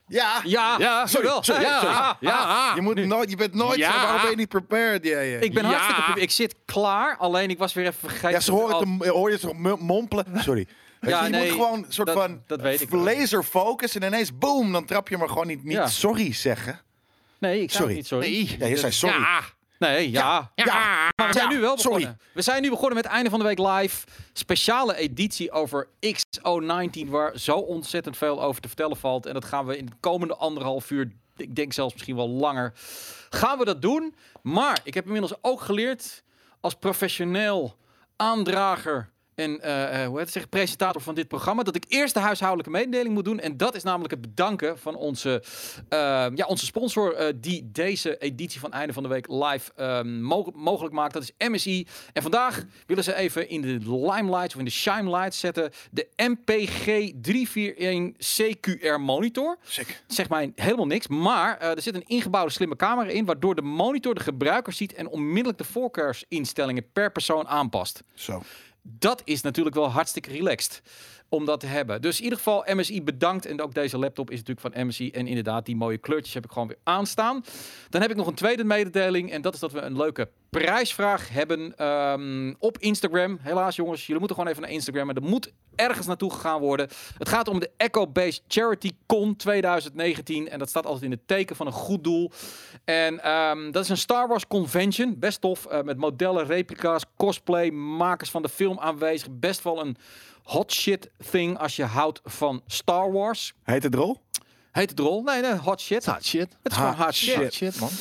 Ja, Sorry. Je bent nooit zo, waarom ben je niet prepared? Ik ben hartstikke prepared. Ik zit klaar, alleen ik was weer even vergeten. Ja, ze hoor je toch mompelen? Sorry. Je moet gewoon een soort van laser focus en ineens boom, dan trap je maar gewoon niet sorry zeggen. Nee, ik zei niet sorry. Nee. Ja, je zei sorry. Ja. Maar we zijn nu wel begonnen. Sorry. We zijn nu begonnen met einde van de week live. Speciale editie over XO19, waar zo ontzettend veel over te vertellen valt. En dat gaan we in de komende 1,5 uur, ik denk zelfs misschien wel langer, gaan we dat doen. Maar ik heb inmiddels ook geleerd, als professioneel aandrager en presentator van dit programma, dat ik eerst de huishoudelijke mededeling moet doen. En dat is namelijk het bedanken van onze sponsor die deze editie van Einde van de Week live mogelijk maakt. Dat is MSI. En vandaag willen ze even in de limelight of in de shimelight zetten de MPG 341 CQR monitor. Sick. Zegt mij helemaal niks, maar er zit een ingebouwde slimme camera in, waardoor de monitor de gebruiker ziet en onmiddellijk de voorkeursinstellingen per persoon aanpast. Zo. Dat is natuurlijk wel hartstikke relaxed om dat te hebben. Dus in ieder geval MSI bedankt. En ook deze laptop is natuurlijk van MSI. En inderdaad, die mooie kleurtjes heb ik gewoon weer aanstaan. Dan heb ik nog een tweede mededeling. En dat is dat we een leuke prijsvraag hebben op Instagram. Helaas jongens, jullie moeten gewoon even naar Instagram. En er moet ergens naartoe gegaan worden. Het gaat om de Echo Base Charity Con 2019. En dat staat altijd in het teken van een goed doel. En dat is een Star Wars convention. Best tof. Met modellen, replica's, cosplay, makers van de film aanwezig. Best wel een hot shit thing als je houdt van Star Wars. Heet het rol? Heet het rol? Nee, hot shit. Hot shit. Het is gewoon hot shit. Shit, man.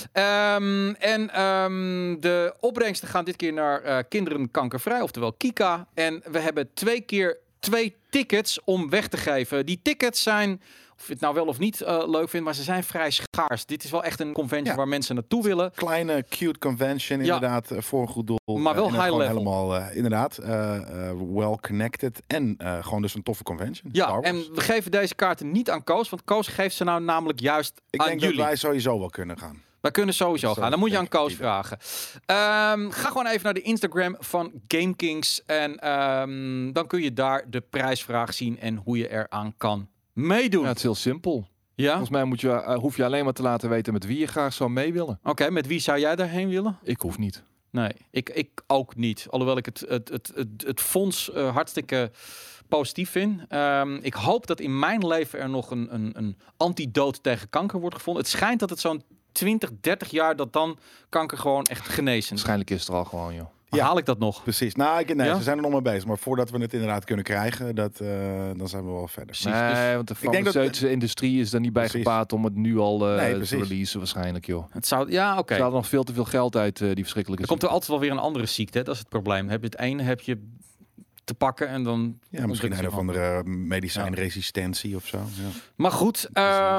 De opbrengsten gaan dit keer naar Kinderen Kankervrij, oftewel Kika. En we hebben 2 keer 2 tickets om weg te geven. Die tickets zijn, of je het nou wel of niet leuk vindt, maar ze zijn vrij schaars. Dit is wel echt een convention waar mensen naartoe willen. Kleine, cute convention, inderdaad, voor een goed doel. Maar wel high level. Helemaal, inderdaad, well connected en gewoon dus een toffe convention. Ja, en we geven deze kaarten niet aan Koos, want Koos geeft ze nou namelijk juist Ik aan denk jullie. dat wij sowieso wel kunnen gaan. Wij kunnen sowieso gaan. Dan moet je aan Koos idee. vragen. Ga gewoon even naar de Instagram van GameKings. En dan kun je daar de prijsvraag zien en hoe je eraan kan meedoen. Ja, het is heel simpel. Ja? Volgens mij hoef je alleen maar te laten weten met wie je graag zou mee willen. Oké, met wie zou jij daarheen willen? Ik hoef niet. Nee, ik ook niet. Alhoewel ik het fonds hartstikke positief vind. Ik hoop dat in mijn leven er nog een antidoot tegen kanker wordt gevonden. Het schijnt dat het zo'n 20, 30 jaar dat dan kanker gewoon echt genezen. Waarschijnlijk is het er al gewoon, joh. Haal ik dat nog? Precies. Nou, Ja? ze zijn er nog mee bezig. Maar voordat we het inderdaad kunnen krijgen, dan zijn we wel verder. Precies. Nee, want de farmaceutische industrie is er niet bij Precies. gebaat om het nu al te precies. releasen waarschijnlijk, joh. Het zou, ja, oké. Ze hadden nog veel te veel geld uit die verschrikkelijke Er komt er altijd wel weer een andere ziekte. Hè? Dat is het probleem. Heb je het ene, heb je te pakken en dan... Ja, misschien een of andere medicijnresistentie of zo. Ja. Maar goed.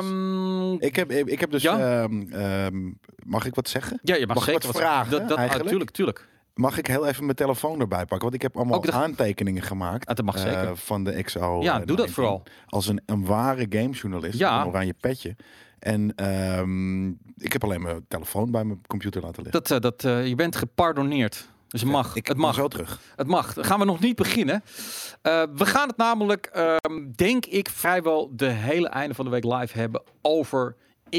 Ik heb dus... Ja? Mag ik wat zeggen? Ja, je mag Mag ik zeker wat vragen, eigenlijk? Tuurlijk. Mag ik heel even mijn telefoon erbij pakken? Want ik heb allemaal Ook de- aantekeningen gemaakt. Dat mag zeker. Van de XO. Ja, doe dat vooral. Als een ware gamejournalist. Ja. Met een oranje petje. En ik heb alleen mijn telefoon bij mijn computer laten liggen. Je bent gepardonneerd. Dus het mag. Ik Het kom mag. zo terug. Het mag. Dan gaan we nog niet beginnen. We gaan het namelijk, denk ik, vrijwel de hele einde van de week live hebben over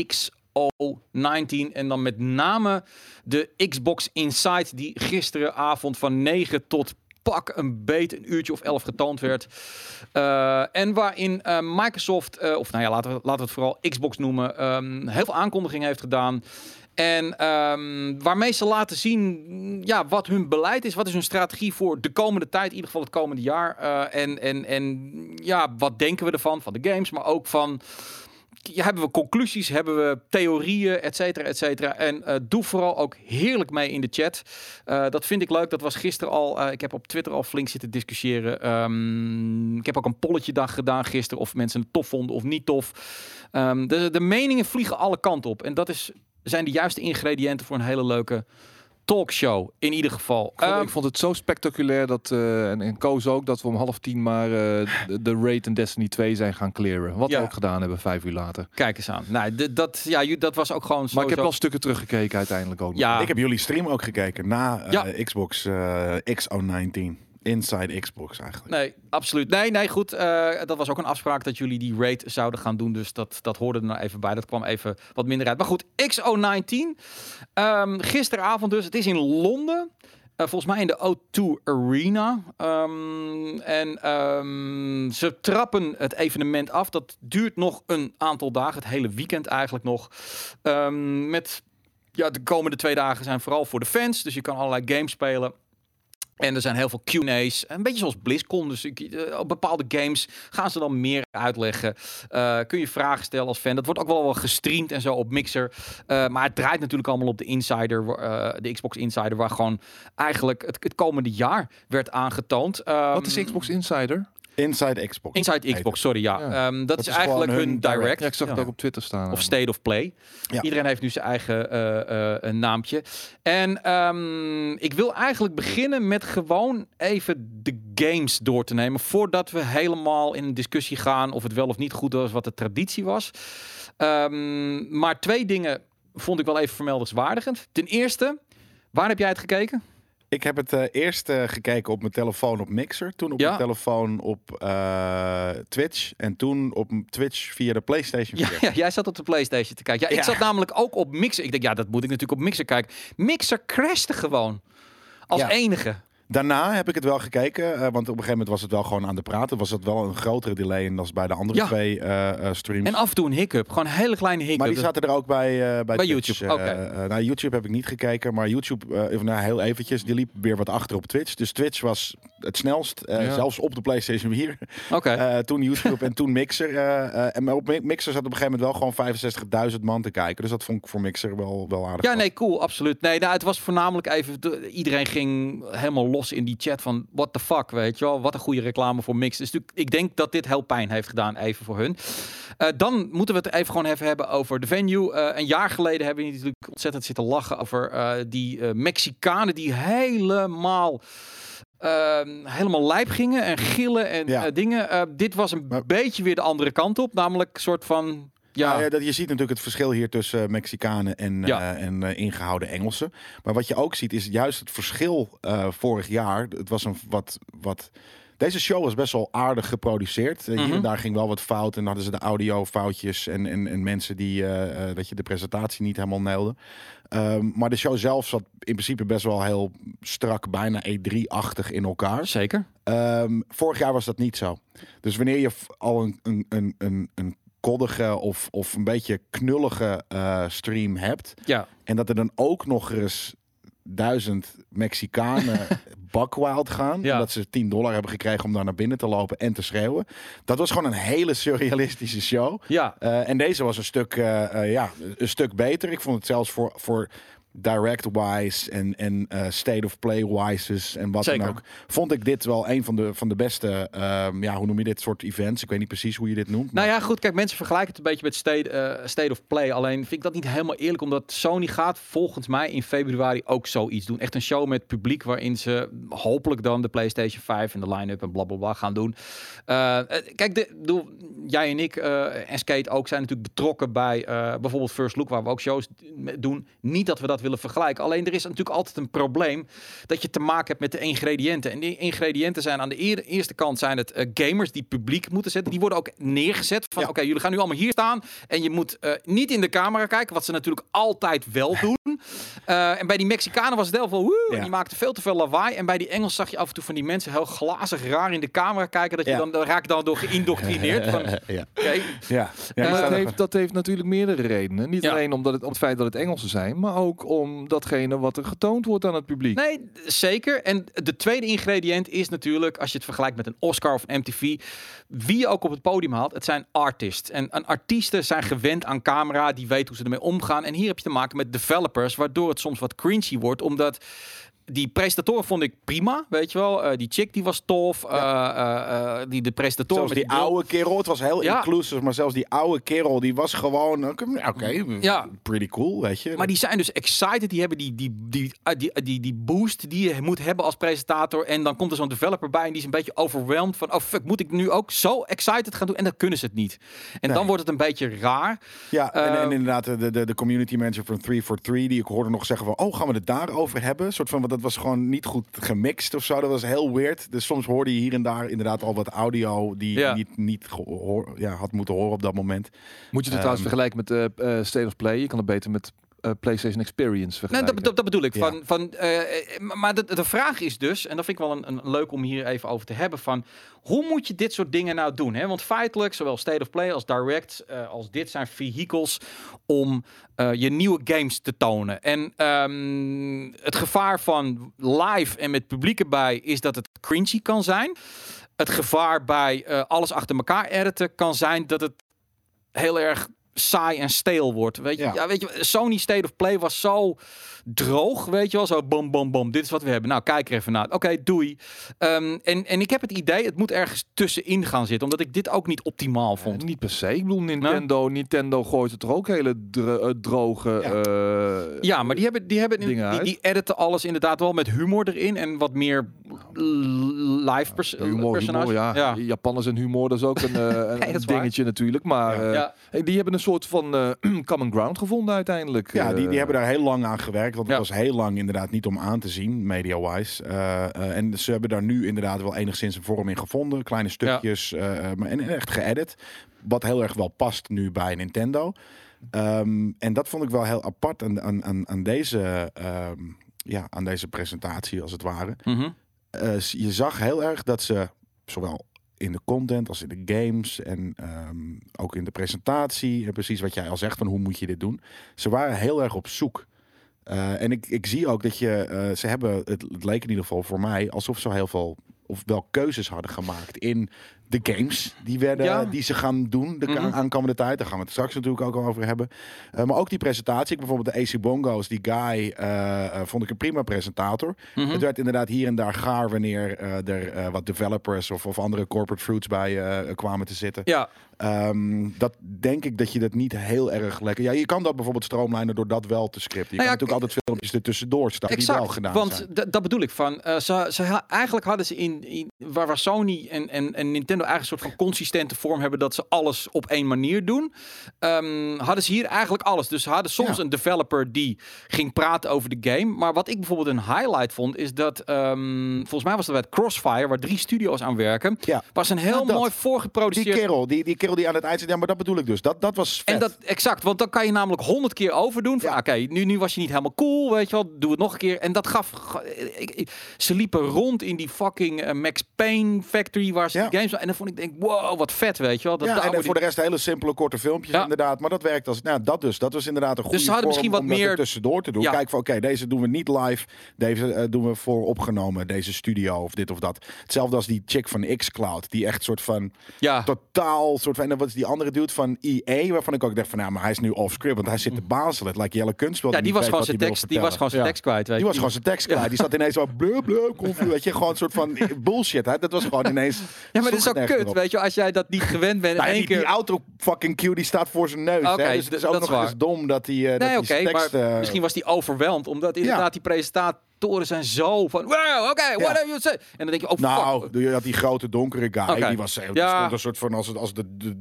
XO19. En dan met name de Xbox Inside die gisteravond van 9 tot pak een beet een uurtje of 11 getoond werd. En waarin Microsoft, laten we het vooral Xbox noemen, heel veel aankondigingen heeft gedaan. En waarmee ze laten zien wat hun beleid is. Wat is hun strategie voor de komende tijd. In ieder geval het komende jaar. En wat denken we ervan? Van de games. Maar ook van... hebben we conclusies? Hebben we theorieën? Et cetera, et cetera. En doe vooral ook heerlijk mee in de chat. Dat vind ik leuk. Dat was gisteren al... ik heb op Twitter al flink zitten discussiëren. Ik heb ook een polletje gedaan gisteren. Of mensen het tof vonden of niet tof. De meningen vliegen alle kanten op. En dat zijn de juiste ingrediënten voor een hele leuke talkshow. In ieder geval. Ik vond het zo spectaculair dat, en Koos ook, dat we om 9:30 maar de Raid en Destiny 2 zijn gaan clearen. Wat we ook gedaan hebben 5 uur later. Kijk eens aan. Nou, dat was ook gewoon Maar ik heb wel stukken teruggekeken uiteindelijk ook. Ja. Ik heb jullie stream ook gekeken na Xbox XO19. Inside Xbox eigenlijk. Nee, absoluut. Nee, goed. Dat was ook een afspraak dat jullie die raid zouden gaan doen. Dus dat hoorde er nou even bij. Dat kwam even wat minder uit. Maar goed, XO19. Gisteravond dus. Het is in Londen. Volgens mij in de O2 Arena. Ze trappen het evenement af. Dat duurt nog een aantal dagen. Het hele weekend eigenlijk nog. De komende 2 dagen zijn vooral voor de fans. Dus je kan allerlei games spelen. En er zijn heel veel Q&A's. Een beetje zoals BlizzCon. Dus op bepaalde games gaan ze dan meer uitleggen. Kun je vragen stellen als fan. Dat wordt ook wel gestreamd en zo op Mixer. Maar het draait natuurlijk allemaal op de Insider. De Xbox Insider. Waar gewoon eigenlijk het komende jaar werd aangetoond. Wat is Xbox Insider? Inside Xbox. Inside Xbox, sorry, ja. Dat is eigenlijk hun direct. Ja, ik zag het ook op Twitter staan. Of State of Play. Ja. Iedereen heeft nu zijn eigen naampje. En ik wil eigenlijk beginnen met gewoon even de games door te nemen. Voordat we helemaal in een discussie gaan of het wel of niet goed was, wat de traditie was. Maar 2 dingen vond ik wel even vermeldenswaardigend. Ten eerste, waar heb jij het gekeken? Ik heb het eerst gekeken op mijn telefoon op Mixer. Toen op mijn telefoon op Twitch. En toen op Twitch via de PlayStation 4. Ja, jij zat op de PlayStation te kijken. Ik zat namelijk ook op Mixer. Ik denk, dat moet ik natuurlijk op Mixer kijken. Mixer crashte gewoon. Als enige. Daarna heb ik het wel gekeken, want op een gegeven moment was het wel gewoon aan de praten. Was het wel een grotere delay dan bij de andere 2 streams. En af en toe een hiccup, gewoon een hele kleine hiccup. Maar die zaten er ook bij YouTube. Naar YouTube heb ik niet gekeken, maar YouTube, heel eventjes, die liep weer wat achter op Twitch. Dus Twitch was het snelst, zelfs op de PlayStation 4. Toen YouTube en toen Mixer. En op Mixer zat op een gegeven moment wel gewoon 65.000 man te kijken. Dus dat vond ik voor Mixer wel aardig. Ja, nee, cool, absoluut. Nee, het was voornamelijk even, iedereen ging helemaal los in die chat van what the fuck, weet je wel. Wat een goede reclame voor Mix. Dus ik denk dat dit heel pijn heeft gedaan even voor hun. Dan moeten we het even gewoon hebben over de venue. Een jaar geleden hebben we natuurlijk ontzettend zitten lachen over die Mexicanen die helemaal lijp gingen en gillen en dingen. Dit was een beetje weer de andere kant op. Namelijk een soort van... Je ziet natuurlijk het verschil hier tussen Mexicanen en ingehouden Engelsen. Maar wat je ook ziet is juist het verschil vorig jaar. Het was een wat Deze show was best wel aardig geproduceerd. Hier en daar ging wel wat fout. En dan hadden ze de audio foutjes en mensen die de presentatie niet helemaal nailden. Maar de show zelf zat in principe best wel heel strak, bijna E3-achtig in elkaar. Zeker. Vorig jaar was dat niet zo. Dus wanneer je al een koddige of een beetje knullige stream hebt. Ja. En dat er dan ook nog eens 1000 Mexicanen buckwild gaan. Ja. Omdat ze $10 hebben gekregen om daar naar binnen te lopen en te schreeuwen. Dat was gewoon een hele surrealistische show. Ja. En deze was een stuk beter. Ik vond het zelfs voor direct-wise en state of play-wise en wat Zeker. Dan ook. Vond ik dit wel een van de beste, hoe noem je dit soort events? Ik weet niet precies hoe je dit noemt. Maar... Nou ja, goed, kijk, mensen vergelijken het een beetje met state of play. Alleen vind ik dat niet helemaal eerlijk, omdat Sony gaat volgens mij in februari ook zoiets doen. Echt een show met publiek waarin ze hopelijk dan de PlayStation 5 en de line-up en blablabla gaan doen. Kijk, jij en ik en Skate ook zijn natuurlijk betrokken bij bijvoorbeeld First Look, waar we ook shows doen. Niet dat we dat willen vergelijken. Alleen er is natuurlijk altijd een probleem dat je te maken hebt met de ingrediënten. En die ingrediënten zijn aan de eerste kant zijn het gamers die publiek moeten zetten. Die worden ook neergezet van oké, jullie gaan nu allemaal hier staan en je moet niet in de camera kijken, wat ze natuurlijk altijd wel doen. En bij die Mexicanen was het heel veel en die maakten veel te veel lawaai. En bij die Engels zag je af en toe van die mensen heel glazig raar in de camera kijken, dat je dan raak je dan door geïndoctrineerd. Van, dat heeft natuurlijk meerdere redenen. Niet alleen om het feit dat het Engelsen zijn, maar ook om datgene wat er getoond wordt aan het publiek. Nee, zeker. En de tweede ingrediënt is natuurlijk, als je het vergelijkt met een Oscar of een MTV, wie je ook op het podium haalt, het zijn artists. En artiesten zijn gewend aan camera, die weten hoe ze ermee omgaan. En hier heb je te maken met developers, waardoor het soms wat cringy wordt, omdat die presentatoren vond ik prima, weet je wel. Die chick die was tof. De presentatoren. Zelfs die oude kerel, het was heel inclusive, maar zelfs die oude kerel, die was gewoon pretty cool, weet je. Maar die zijn dus excited, die hebben die boost die je moet hebben als presentator. En dan komt er zo'n developer bij en die is een beetje overwhelmed van, oh fuck, moet ik nu ook zo excited gaan doen? En dan kunnen ze het niet. En dan wordt het een beetje raar. Ja, en inderdaad de community manager van 343, die ik hoorde nog zeggen van, oh, gaan we het daarover hebben? Soort van, dat was gewoon niet goed gemixt of zo. Dat was heel weird. Dus soms hoorde je hier en daar inderdaad al wat audio die je niet had moeten horen op dat moment. Moet je het trouwens vergelijken met State of Play? Je kan het beter met PlayStation Experience vergelijken. Nee, dat bedoel ik. Maar de vraag is dus, en dat vind ik wel een leuk om hier even over te hebben, van hoe moet je dit soort dingen nou doen? Hè? Want feitelijk, zowel State of Play als Direct, als dit zijn vehicles om je nieuwe games te tonen. En het gevaar van live en met publiek erbij is dat het cringy kan zijn. Het gevaar bij alles achter elkaar editen kan zijn dat het heel erg saai en steel wordt. Weet je, weet je, Sony State of Play was zo droog, weet je wel, zo bom, bom, bom. Dit is wat we hebben. Nou, kijk er even naar. Oké, doei. En ik heb het idee, het moet ergens tussenin gaan zitten, omdat ik dit ook niet optimaal vond. Niet per se. Ik bedoel, Nintendo gooit het er ook hele droge. Ja, maar die editen alles inderdaad wel met humor erin en wat meer live personage. Ja. Japanners en humor, dat is ook een dingetje natuurlijk. Maar die hebben een soort van common ground gevonden uiteindelijk. Ja, die hebben daar heel lang aan gewerkt. Want het was heel lang inderdaad niet om aan te zien, media-wise. En ze hebben daar nu inderdaad wel enigszins een vorm in gevonden. Kleine stukjes. En echt geëdit. Wat heel erg wel past nu bij Nintendo. En dat vond ik wel heel apart aan deze presentatie, als het ware. Mm-hmm. Je zag heel erg dat ze zowel in de content als in de games en ook in de presentatie, en precies wat jij al zegt, van hoe moet je dit doen. Ze waren heel erg op zoek. En ik zie ook dat ze hebben, het leek in ieder geval voor mij, alsof ze heel veel, of wel keuzes hadden gemaakt in de games die ze gaan doen de aankomende tijd. Daar gaan we het straks natuurlijk ook al over hebben. Maar ook die presentatie. Bijvoorbeeld de AC Bongo's. Die guy vond ik een prima presentator. Mm-hmm. Het werd inderdaad hier en daar gaar wanneer er wat developers of andere corporate fruits bij kwamen te zitten. Ja. Dat denk ik dat je dat niet heel erg lekker... Ja, je kan dat bijvoorbeeld stroomlijnen door dat wel te scripten. Je kan natuurlijk altijd filmpjes ertussendoor staan die wel gedaan zijn. Want dat bedoel ik van... eigenlijk hadden ze in waar Sony en Nintendo eigenlijk een soort van consistente vorm hebben dat ze alles op één manier doen. Hadden ze hier eigenlijk alles. Dus ze hadden soms een developer die ging praten over de game. Maar wat ik bijvoorbeeld een highlight vond is dat volgens mij was dat bij Crossfire, waar 3 studio's aan werken, was een heel mooi voorgeproduceerd... Die kerel die aan het eind zit, maar dat bedoel ik dus. Dat was vet. En dat exact, want dan kan je namelijk 100 keer overdoen. Van oké, nu was je niet helemaal cool, weet je wel. Doe het nog een keer. En dat gaf... Ze liepen rond in die fucking Max Payne factory waar ze die games... En dan vond ik, wow, wat vet, weet je wel. En voor de rest hele simpele, korte filmpjes inderdaad. Maar dat werkt als... Nou, dat was inderdaad een goede vorm misschien wat om meer dat tussendoor te doen. Ja. Kijk van, oké, deze doen we niet live. Deze doen we voor opgenomen. Deze studio of dit of dat. Hetzelfde als die chick van xCloud. Die echt soort van... totaal soort van... En wat is die andere dude van EA? Waarvan ik ook dacht van, maar hij is nu off-script. Want hij zit te bazelen. Het lijkt Jelle Kunstspel. Ja, die was gewoon zijn tekst kwijt. Die was gewoon zijn tekst kwijt. Die zat ineens zo... weet je, gewoon een soort van bullshit. Hè? Dat was gewoon ineens... Ja, maar dit is ook kut, weet je, als jij dat niet gewend bent. Die auto fucking cue die staat voor zijn neus. Hè? Dus het is ook nog eens dom dat hij tekst... Maar misschien was die overweldigd, omdat inderdaad die presentatoren zijn zo van, wow, oké, what have you said? En dan denk je, fuck. Je had die grote donkere guy, die was stond een soort van als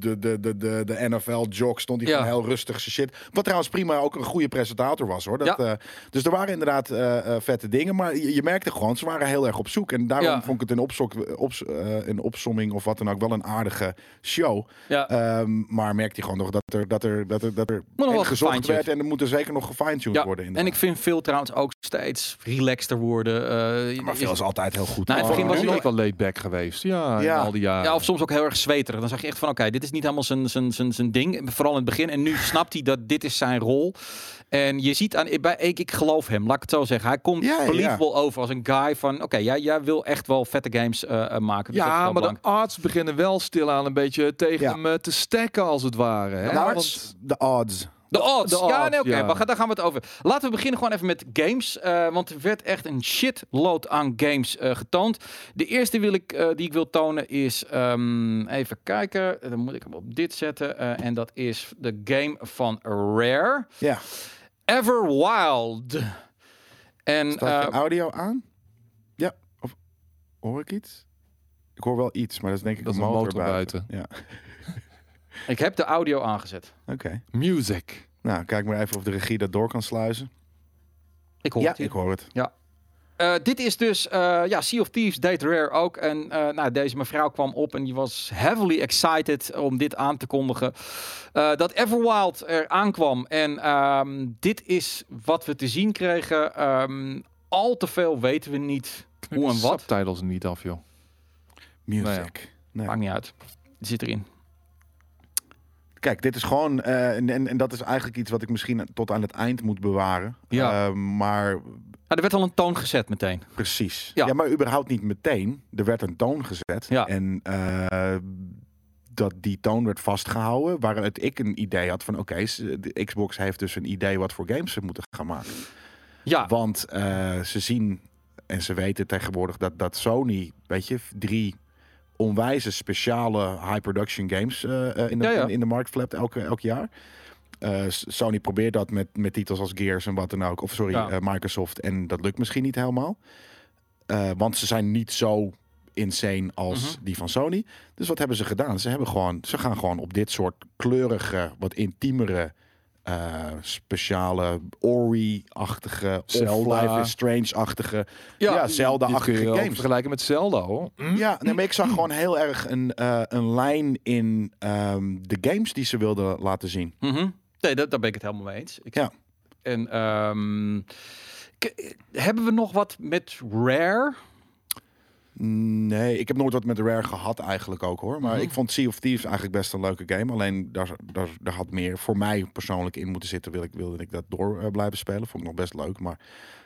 de NFL-jog, stond hij gewoon heel rustig shit. Wat trouwens prima ook een goede presentator was, hoor. Dus er waren inderdaad vette dingen, maar je merkte gewoon, ze waren heel erg op zoek. En daarom vond ik het een opsomming of wat dan ook wel een aardige show. Ja. Maar merkte je gewoon nog dat er gezocht werd en er moet er zeker nog gefine-tuned worden. Inderdaad. En ik vind veel trouwens ook steeds relaxter worden. Maar veel is altijd heel goed. Nou, in het begin was hij ook wel laid back geweest. Ja, al die jaren. Ja, of soms ook heel erg zweterig. Dan zag je echt van, oké, dit is niet helemaal zijn ding. Vooral in het begin. En nu snapt hij dat dit is zijn rol. En je ziet ik geloof hem, laat ik het zo zeggen. Hij komt believable over als een guy van, oké, jij wil echt wel vette games maken. Dus ja, maar de arts beginnen wel stilaan een beetje tegen hem te stacken, als het ware. Hè? De odds. De odds. Ja, nee, oké. Maar daar gaan we het over. Laten we beginnen gewoon even met games. Want er werd echt een shitload aan games getoond. De eerste die ik wil tonen is... even kijken. Dan moet ik hem op dit zetten. En dat is de game van Rare. Ja. Everwild. En, staat je audio aan? Ja. Of hoor ik iets? Ik hoor wel iets, maar dat is denk ik een motor buiten. Ja. Ik heb de audio aangezet. Oké. Music. Nou, kijk maar even of de regie dat door kan sluizen. Ik hoor het. Ik hoor het. Ja. dit is dus... Sea of Thieves deed Rare ook. En deze mevrouw kwam op en die was heavily excited om dit aan te kondigen. Dat Everwild er aankwam. En dit is wat we te zien kregen. Al te veel weten we niet hoe en wat. Subtitles niet af, joh. Music. Nee. Maakt niet uit. Die zit erin. Kijk, dit is gewoon... en dat is eigenlijk iets wat ik misschien tot aan het eind moet bewaren. Ja. Maar... er werd al een toon gezet meteen. Precies. Ja, maar überhaupt niet meteen. Er werd een toon gezet. Ja. En dat die toon werd vastgehouden. Waaruit ik een idee had van... Oké, de Xbox heeft dus een idee wat voor games ze moeten gaan maken. Ja. Want ze zien en ze weten tegenwoordig dat Sony... Weet je, 3... onwijze speciale high production games in de markt flapt elk jaar. Sony probeert dat met titels als Gears en wat dan ook. Of Microsoft. En dat lukt misschien niet helemaal. Want ze zijn niet zo insane als die van Sony. Dus wat hebben ze gedaan? Ze gaan gewoon op dit soort kleurige, wat intiemere... speciale Ori-achtige of Life is Strange-achtige Zelda-achtige games. Vergelijken met Zelda, hoor. Ja, maar ik zag gewoon heel erg een lijn in de games die ze wilden laten zien. Nee, daar ben ik het helemaal mee eens. Ja. En hebben we nog wat met Rare? Nee, ik heb nooit wat met Rare gehad eigenlijk ook, hoor. Maar ik vond Sea of Thieves eigenlijk best een leuke game. Alleen daar had meer voor mij persoonlijk in moeten zitten. Wilde ik dat door blijven spelen. Vond ik nog best leuk. Maar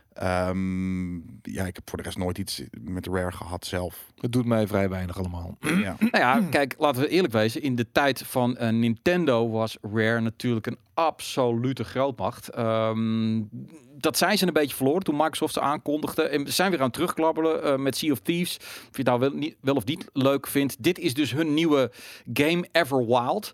ik heb voor de rest nooit iets met Rare gehad zelf. Het doet mij vrij weinig allemaal. Ja. Nou ja, kijk, laten we eerlijk wezen. In de tijd van Nintendo was Rare natuurlijk een absolute grootmacht. Dat zijn ze een beetje verloren toen Microsoft ze aankondigde. En we zijn weer aan het terugklapperen met Sea of Thieves. Of je het nou wel of niet leuk vindt. Dit is dus hun nieuwe game Everwild.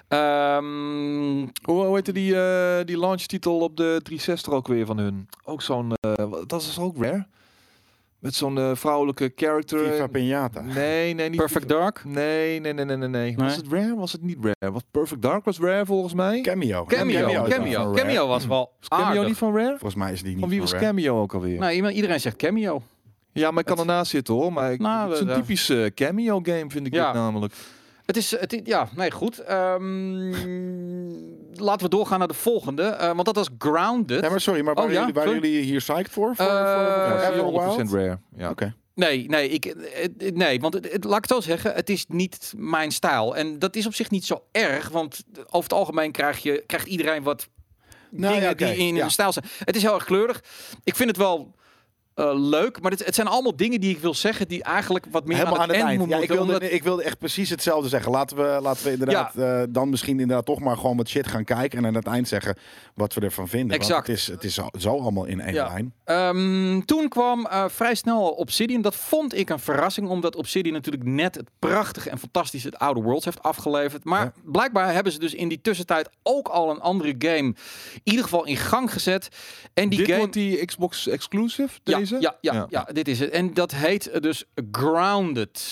Hoe heette die launchtitel op de 360 ook weer van hun? Ook zo'n... dat is ook Rare? Met zo'n vrouwelijke character. FIFA Pinata. Nee, niet Perfect Dark? Nee. Was het Rare? Was het niet Rare? Was Perfect Dark was Rare volgens mij? Cameo Was wel Cameo niet van Rare? Volgens mij is die niet van wie was Rare. Cameo ook alweer? Nou, iedereen zegt Cameo. Ja, maar ik kan ernaast zitten, hoor. Maar het is een typische Cameo game, vind ik dit namelijk. Goed. Laten we doorgaan naar de volgende. Want dat was Grounded. Nee, maar sorry, maar waren jullie hier psyched voor? 100% Rare. Ja. Oké. Nee, want laat ik het zo zeggen, het is niet mijn stijl. En dat is op zich niet zo erg, want over het algemeen krijgt iedereen wat dingen die in hun stijl zijn. Het is heel erg kleurig. Ik vind het wel... leuk, maar het zijn allemaal dingen die ik wil zeggen die eigenlijk wat meer helemaal aan het eind moeten. Ja, ik wilde echt precies hetzelfde zeggen. Laten we inderdaad dan misschien inderdaad toch maar gewoon wat shit gaan kijken en aan het eind zeggen wat we ervan vinden. Exact. Want het is zo allemaal in één lijn. Toen kwam vrij snel Obsidian. Dat vond ik een verrassing, omdat Obsidian natuurlijk net het prachtige en fantastische het Outer Worlds heeft afgeleverd. Maar blijkbaar hebben ze dus in die tussentijd ook al een andere game in ieder geval in gang gezet. En die game wordt die Xbox exclusive, deze? Ja, dit is het. En dat heet dus Grounded.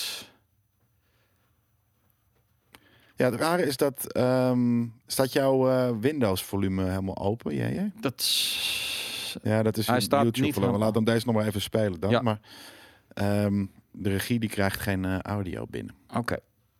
Ja, het rare is dat... staat jouw Windows-volume helemaal open, jij? Dat is hij staat YouTube niet. We laten hem deze nog maar even spelen dan. Ja. Maar de regie die krijgt geen audio binnen. Oké.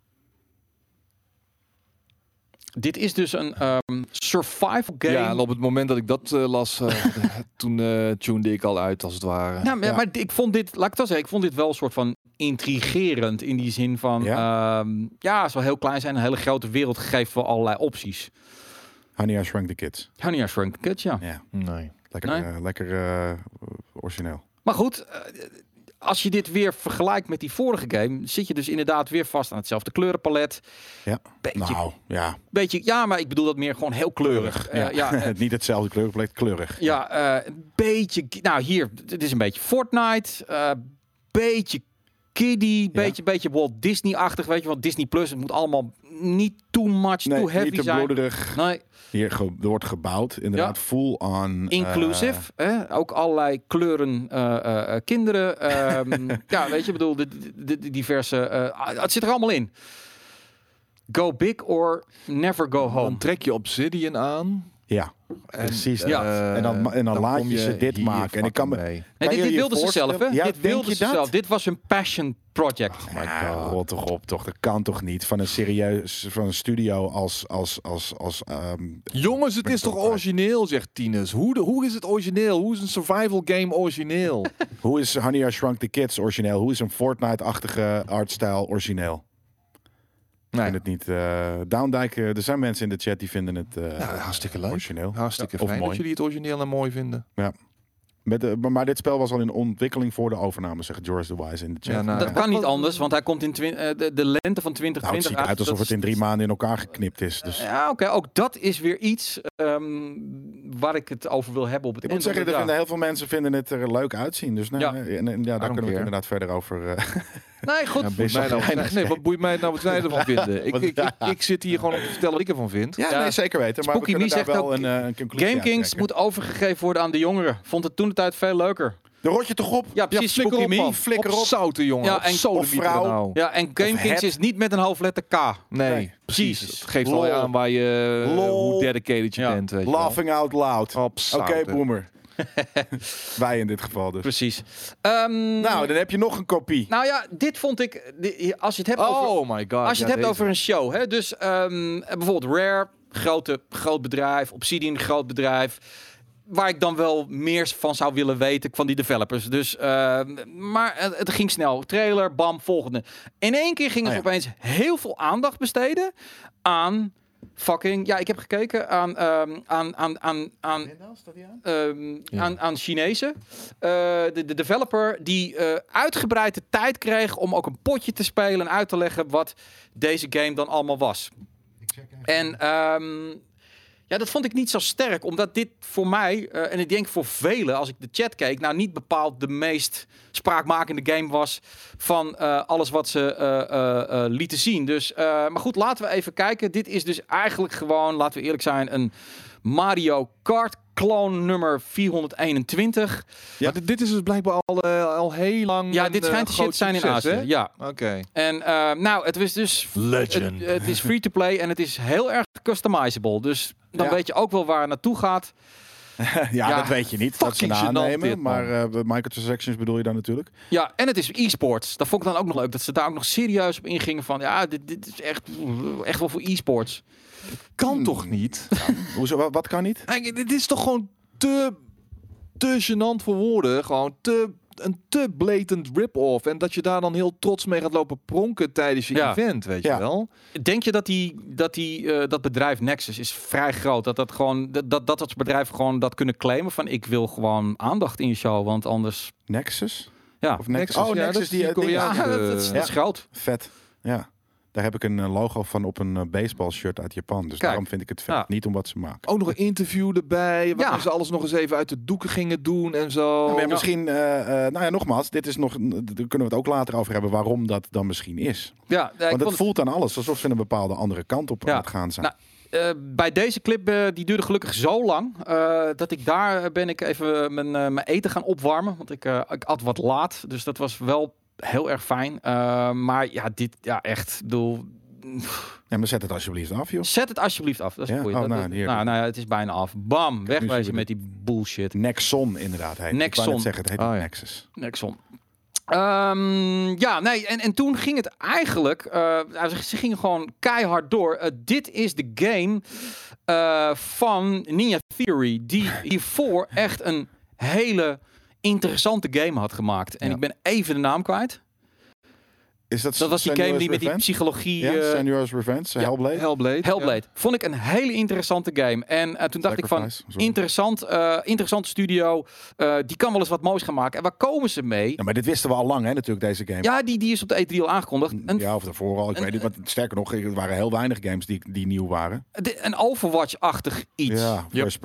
Dit is dus een survival game. Ja, en op het moment dat ik dat las, toen tunede ik al uit, als het ware. Nou, maar ik vond dit, laat ik dat zeggen, ik vond dit wel een soort van intrigerend in die zin van, het zal heel klein zijn, een hele grote wereld geeft wel allerlei opties. Honey, I Shrunk the Kids. Honey, I Shrunk the Kids, ja. Nee. Lekker origineel. Maar goed, als je dit weer vergelijkt met die vorige game, zit je dus inderdaad weer vast aan hetzelfde kleurenpalet. Ja. Beetje, maar ik bedoel dat meer gewoon heel kleurig. Niet hetzelfde kleurenpalet, kleurig. Ja, een beetje. Nou, hier, het is een beetje Fortnite, beetje kiddie, beetje Walt Disney-achtig, weet je, want Disney Plus, het moet allemaal niet too much, too heavy niet te zijn. bloederig. Nee. Hier er wordt gebouwd, inderdaad, full on. Inclusive, ook allerlei kleuren kinderen. Weet je, bedoel, de diverse... het zit er allemaal in. Go big or never go home. Dan trek je Obsidian aan. Ja, precies. En dan laat je ze dit maken. En ik kan me... Nee, dit wilden ze zelf, hè? Ja, dit wilden ze zelf. Dit was een passion project. Oh my god. Rot toch op, toch? Dat kan toch niet? Van een studio als jongens, het is toch origineel, zegt Tinus. Hoe is het origineel? Hoe is een survival game origineel? Hoe is Honey, I Shrunk the Kids origineel? Hoe is een Fortnite-achtige artstyle origineel? Ik vind het niet. Downdike, er zijn mensen in de chat die vinden het hartstikke leuk. Origineel. Hartstikke fijn dat jullie het origineel en mooi vinden. Ja. Maar dit spel was al in ontwikkeling voor de overname, zegt George the Wise in de chat. Ja, dat kan niet anders, want hij komt in de lente van 2020 het ziet eruit alsof het in 3 maanden in elkaar geknipt is. Dus. Ja, oké. Ook dat is weer iets waar ik het over wil hebben op het eind. Ik moet zeggen, heel veel mensen vinden het er leuk uitzien. Dus daar kunnen we het inderdaad verder over... Nee, goed. Wat boeit mij nou wat zij ervan vinden? Ik zit hier gewoon om te vertellen wat ik ervan vind. Ja, nee, zeker weten. Maar Spooky we kunnen daar wel een conclusie Game Kings moet overgegeven worden aan de jongeren. Vond het toen de tijd veel leuker. De rotje toch op? Ja, precies. Spooky Me. Flikker op. Zoute jongen. Ja, en vrouw. Nou. Ja, en Game Kings is niet met een hoofdletter K. Nee, precies. Het geeft wel aan waar je hoe dedicated je bent. Weet Laughing out loud. Oké, boomer. Wij in dit geval dus. Precies. Nou, dan heb je nog een kopie. Nou ja, dit vond ik... Als je het hebt Als je het hebt over een show. Hè, dus bijvoorbeeld Rare, groot bedrijf. Obsidian, groot bedrijf. Waar ik dan wel meer van zou willen weten van die developers. Dus, maar het ging snel. Trailer, bam, volgende. In één keer gingen ze opeens heel veel aandacht besteden aan... ik heb gekeken aan Chinezen. De developer die uitgebreid de tijd kreeg om ook een potje te spelen en uit te leggen wat deze game dan allemaal was. En dat vond ik niet zo sterk, omdat dit voor mij, en ik denk voor velen, als ik de chat keek, nou niet bepaald de meest spraakmakende game was van alles wat ze lieten zien. Dus, maar goed, laten we even kijken. Dit is dus eigenlijk gewoon, laten we eerlijk zijn, een Mario Kart clone nummer 421. Ja, dit is dus blijkbaar al heel lang. Ja, dit schijnt de shit zijn in Azië. Hè? Ja. Oké. En het was dus Legend. Het is free to play en het is heel erg customizable. Dus dan weet je ook wel waar het naartoe gaat. Dat weet je niet. Dat ze aannemen. Maar microtransactions bedoel je dan natuurlijk. Ja, en het is e-sports. Dat vond ik dan ook nog leuk. Dat ze daar ook nog serieus op ingingen van... Ja, dit is echt wel voor e-sports. Kan toch niet? Ja. Hoezo, wat kan niet? Dit is toch gewoon te gênant voor woorden. Gewoon een te blatant rip-off. En dat je daar dan heel trots mee gaat lopen pronken tijdens je event, weet je wel. Denk je dat bedrijf Nexus is vrij groot? Dat bedrijven gewoon dat kunnen claimen van ik wil gewoon aandacht in je show, want anders... Nexus? Ja. Of Nexus? Nexus die Koreaanse... dat is groot. Vet, ja. Daar heb ik een logo van op een baseball shirt uit Japan. Dus daarom vind ik het vet. Niet om wat ze maken. Ook nog een interview erbij. Waar ze alles nog eens even uit de doeken gingen doen en zo. Ja, maar misschien, nogmaals. Dit is nog, daar kunnen we het ook later over hebben. Waarom dat dan misschien is. Ja, want het voelt aan alles alsof ze een bepaalde andere kant op aan het gaan zijn. Nou, bij deze clip, die duurde gelukkig zo lang. Dat ik daar ben ik even mijn eten gaan opwarmen. Want ik at wat laat. Dus dat was wel... heel erg fijn. Maar echt. Bedoel... Ja, maar zet het alsjeblieft af, joh. Zet het alsjeblieft af. Dat is het is bijna af. Bam, wegwezen met die bullshit. Nexon, inderdaad. Nexon. Ik zeggen, het heet Nexus. Nexon. En toen ging het eigenlijk... ze gingen gewoon keihard door. Dit is de game van Ninja Theory, die hiervoor echt een hele... interessante game had gemaakt. En ik ben even de naam kwijt. Dat was die game die met die psychologie... Ja, Senua's Revenge, Hellblade. Vond ik een hele interessante game. En toen dacht ik van, interessante studio. Die kan wel eens wat moois gaan maken. En waar komen ze mee? Ja, maar dit wisten we al lang, hè, natuurlijk, deze game. Ja, die is op de E3 al aangekondigd. Of daarvoor al, ik weet niet. Sterker nog, er waren heel weinig games die nieuw waren. Een Overwatch-achtig iets. Ja,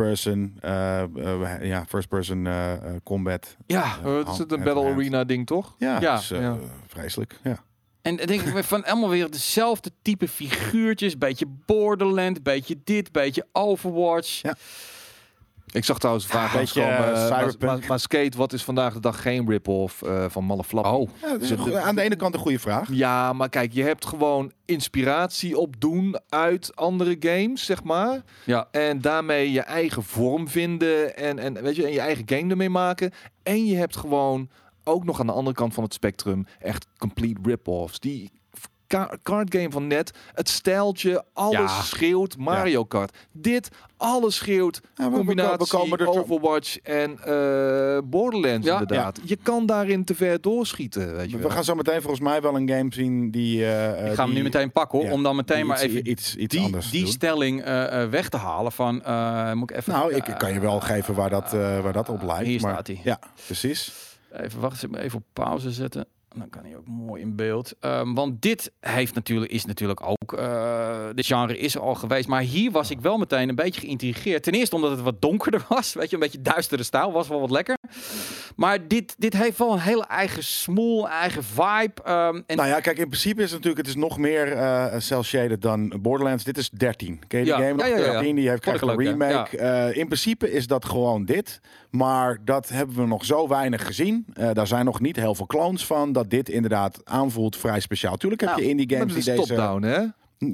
first person combat. Ja. Het is een Battle Arena ding, toch? Ja. Vreselijk, ja. En dan denk ik van allemaal weer dezelfde type figuurtjes. Beetje Borderlands, beetje dit, beetje Overwatch. Ja. Ik zag trouwens vragen maar Skate, wat is vandaag de dag geen rip-off van Malle Flap? Ja, dat is aan de ene kant een goede vraag. Ja, maar kijk, je hebt gewoon inspiratie opdoen uit andere games, zeg maar. Ja. En daarmee je eigen vorm vinden en weet je, en je eigen game ermee maken. En je hebt gewoon ook nog aan de andere kant van het spectrum echt complete rip-offs. Die card game van net, het stijltje, alles schreeuwt Mario Kart. Dit, alles schreeuwt combinatie Overwatch en Borderlands inderdaad. Je kan daarin te ver doorschieten. Weet je wel. We gaan zo meteen volgens mij wel een game zien die... ik ga hem nu meteen pakken hoor, om dan meteen maar even iets anders die stelling weg te halen van... moet ik even... Nou, ik kan je wel geven waar dat op lijkt. Hier staat hij. Ja, precies. Even wachten, even op pauze zetten. Dan kan hij ook mooi in beeld. Want dit is natuurlijk ook... de genre is er al geweest. Maar hier was ik wel meteen een beetje geïntrigeerd. Ten eerste omdat het wat donkerder was. Weet je, een beetje duistere stijl. Was wel wat lekker. Maar dit heeft wel een hele eigen smoel, eigen vibe. Nou ja, kijk, in principe is het natuurlijk... Het is nog meer cel-shaded dan Borderlands. Dit is 13. Ken je die game nog? 13, die krijgt een remake. In principe is dat gewoon dit. Maar dat hebben we nog zo weinig gezien. Daar zijn nog niet heel veel clones van. Dat dit inderdaad aanvoelt vrij speciaal. Tuurlijk heb je indie games die deze... top-down, hè?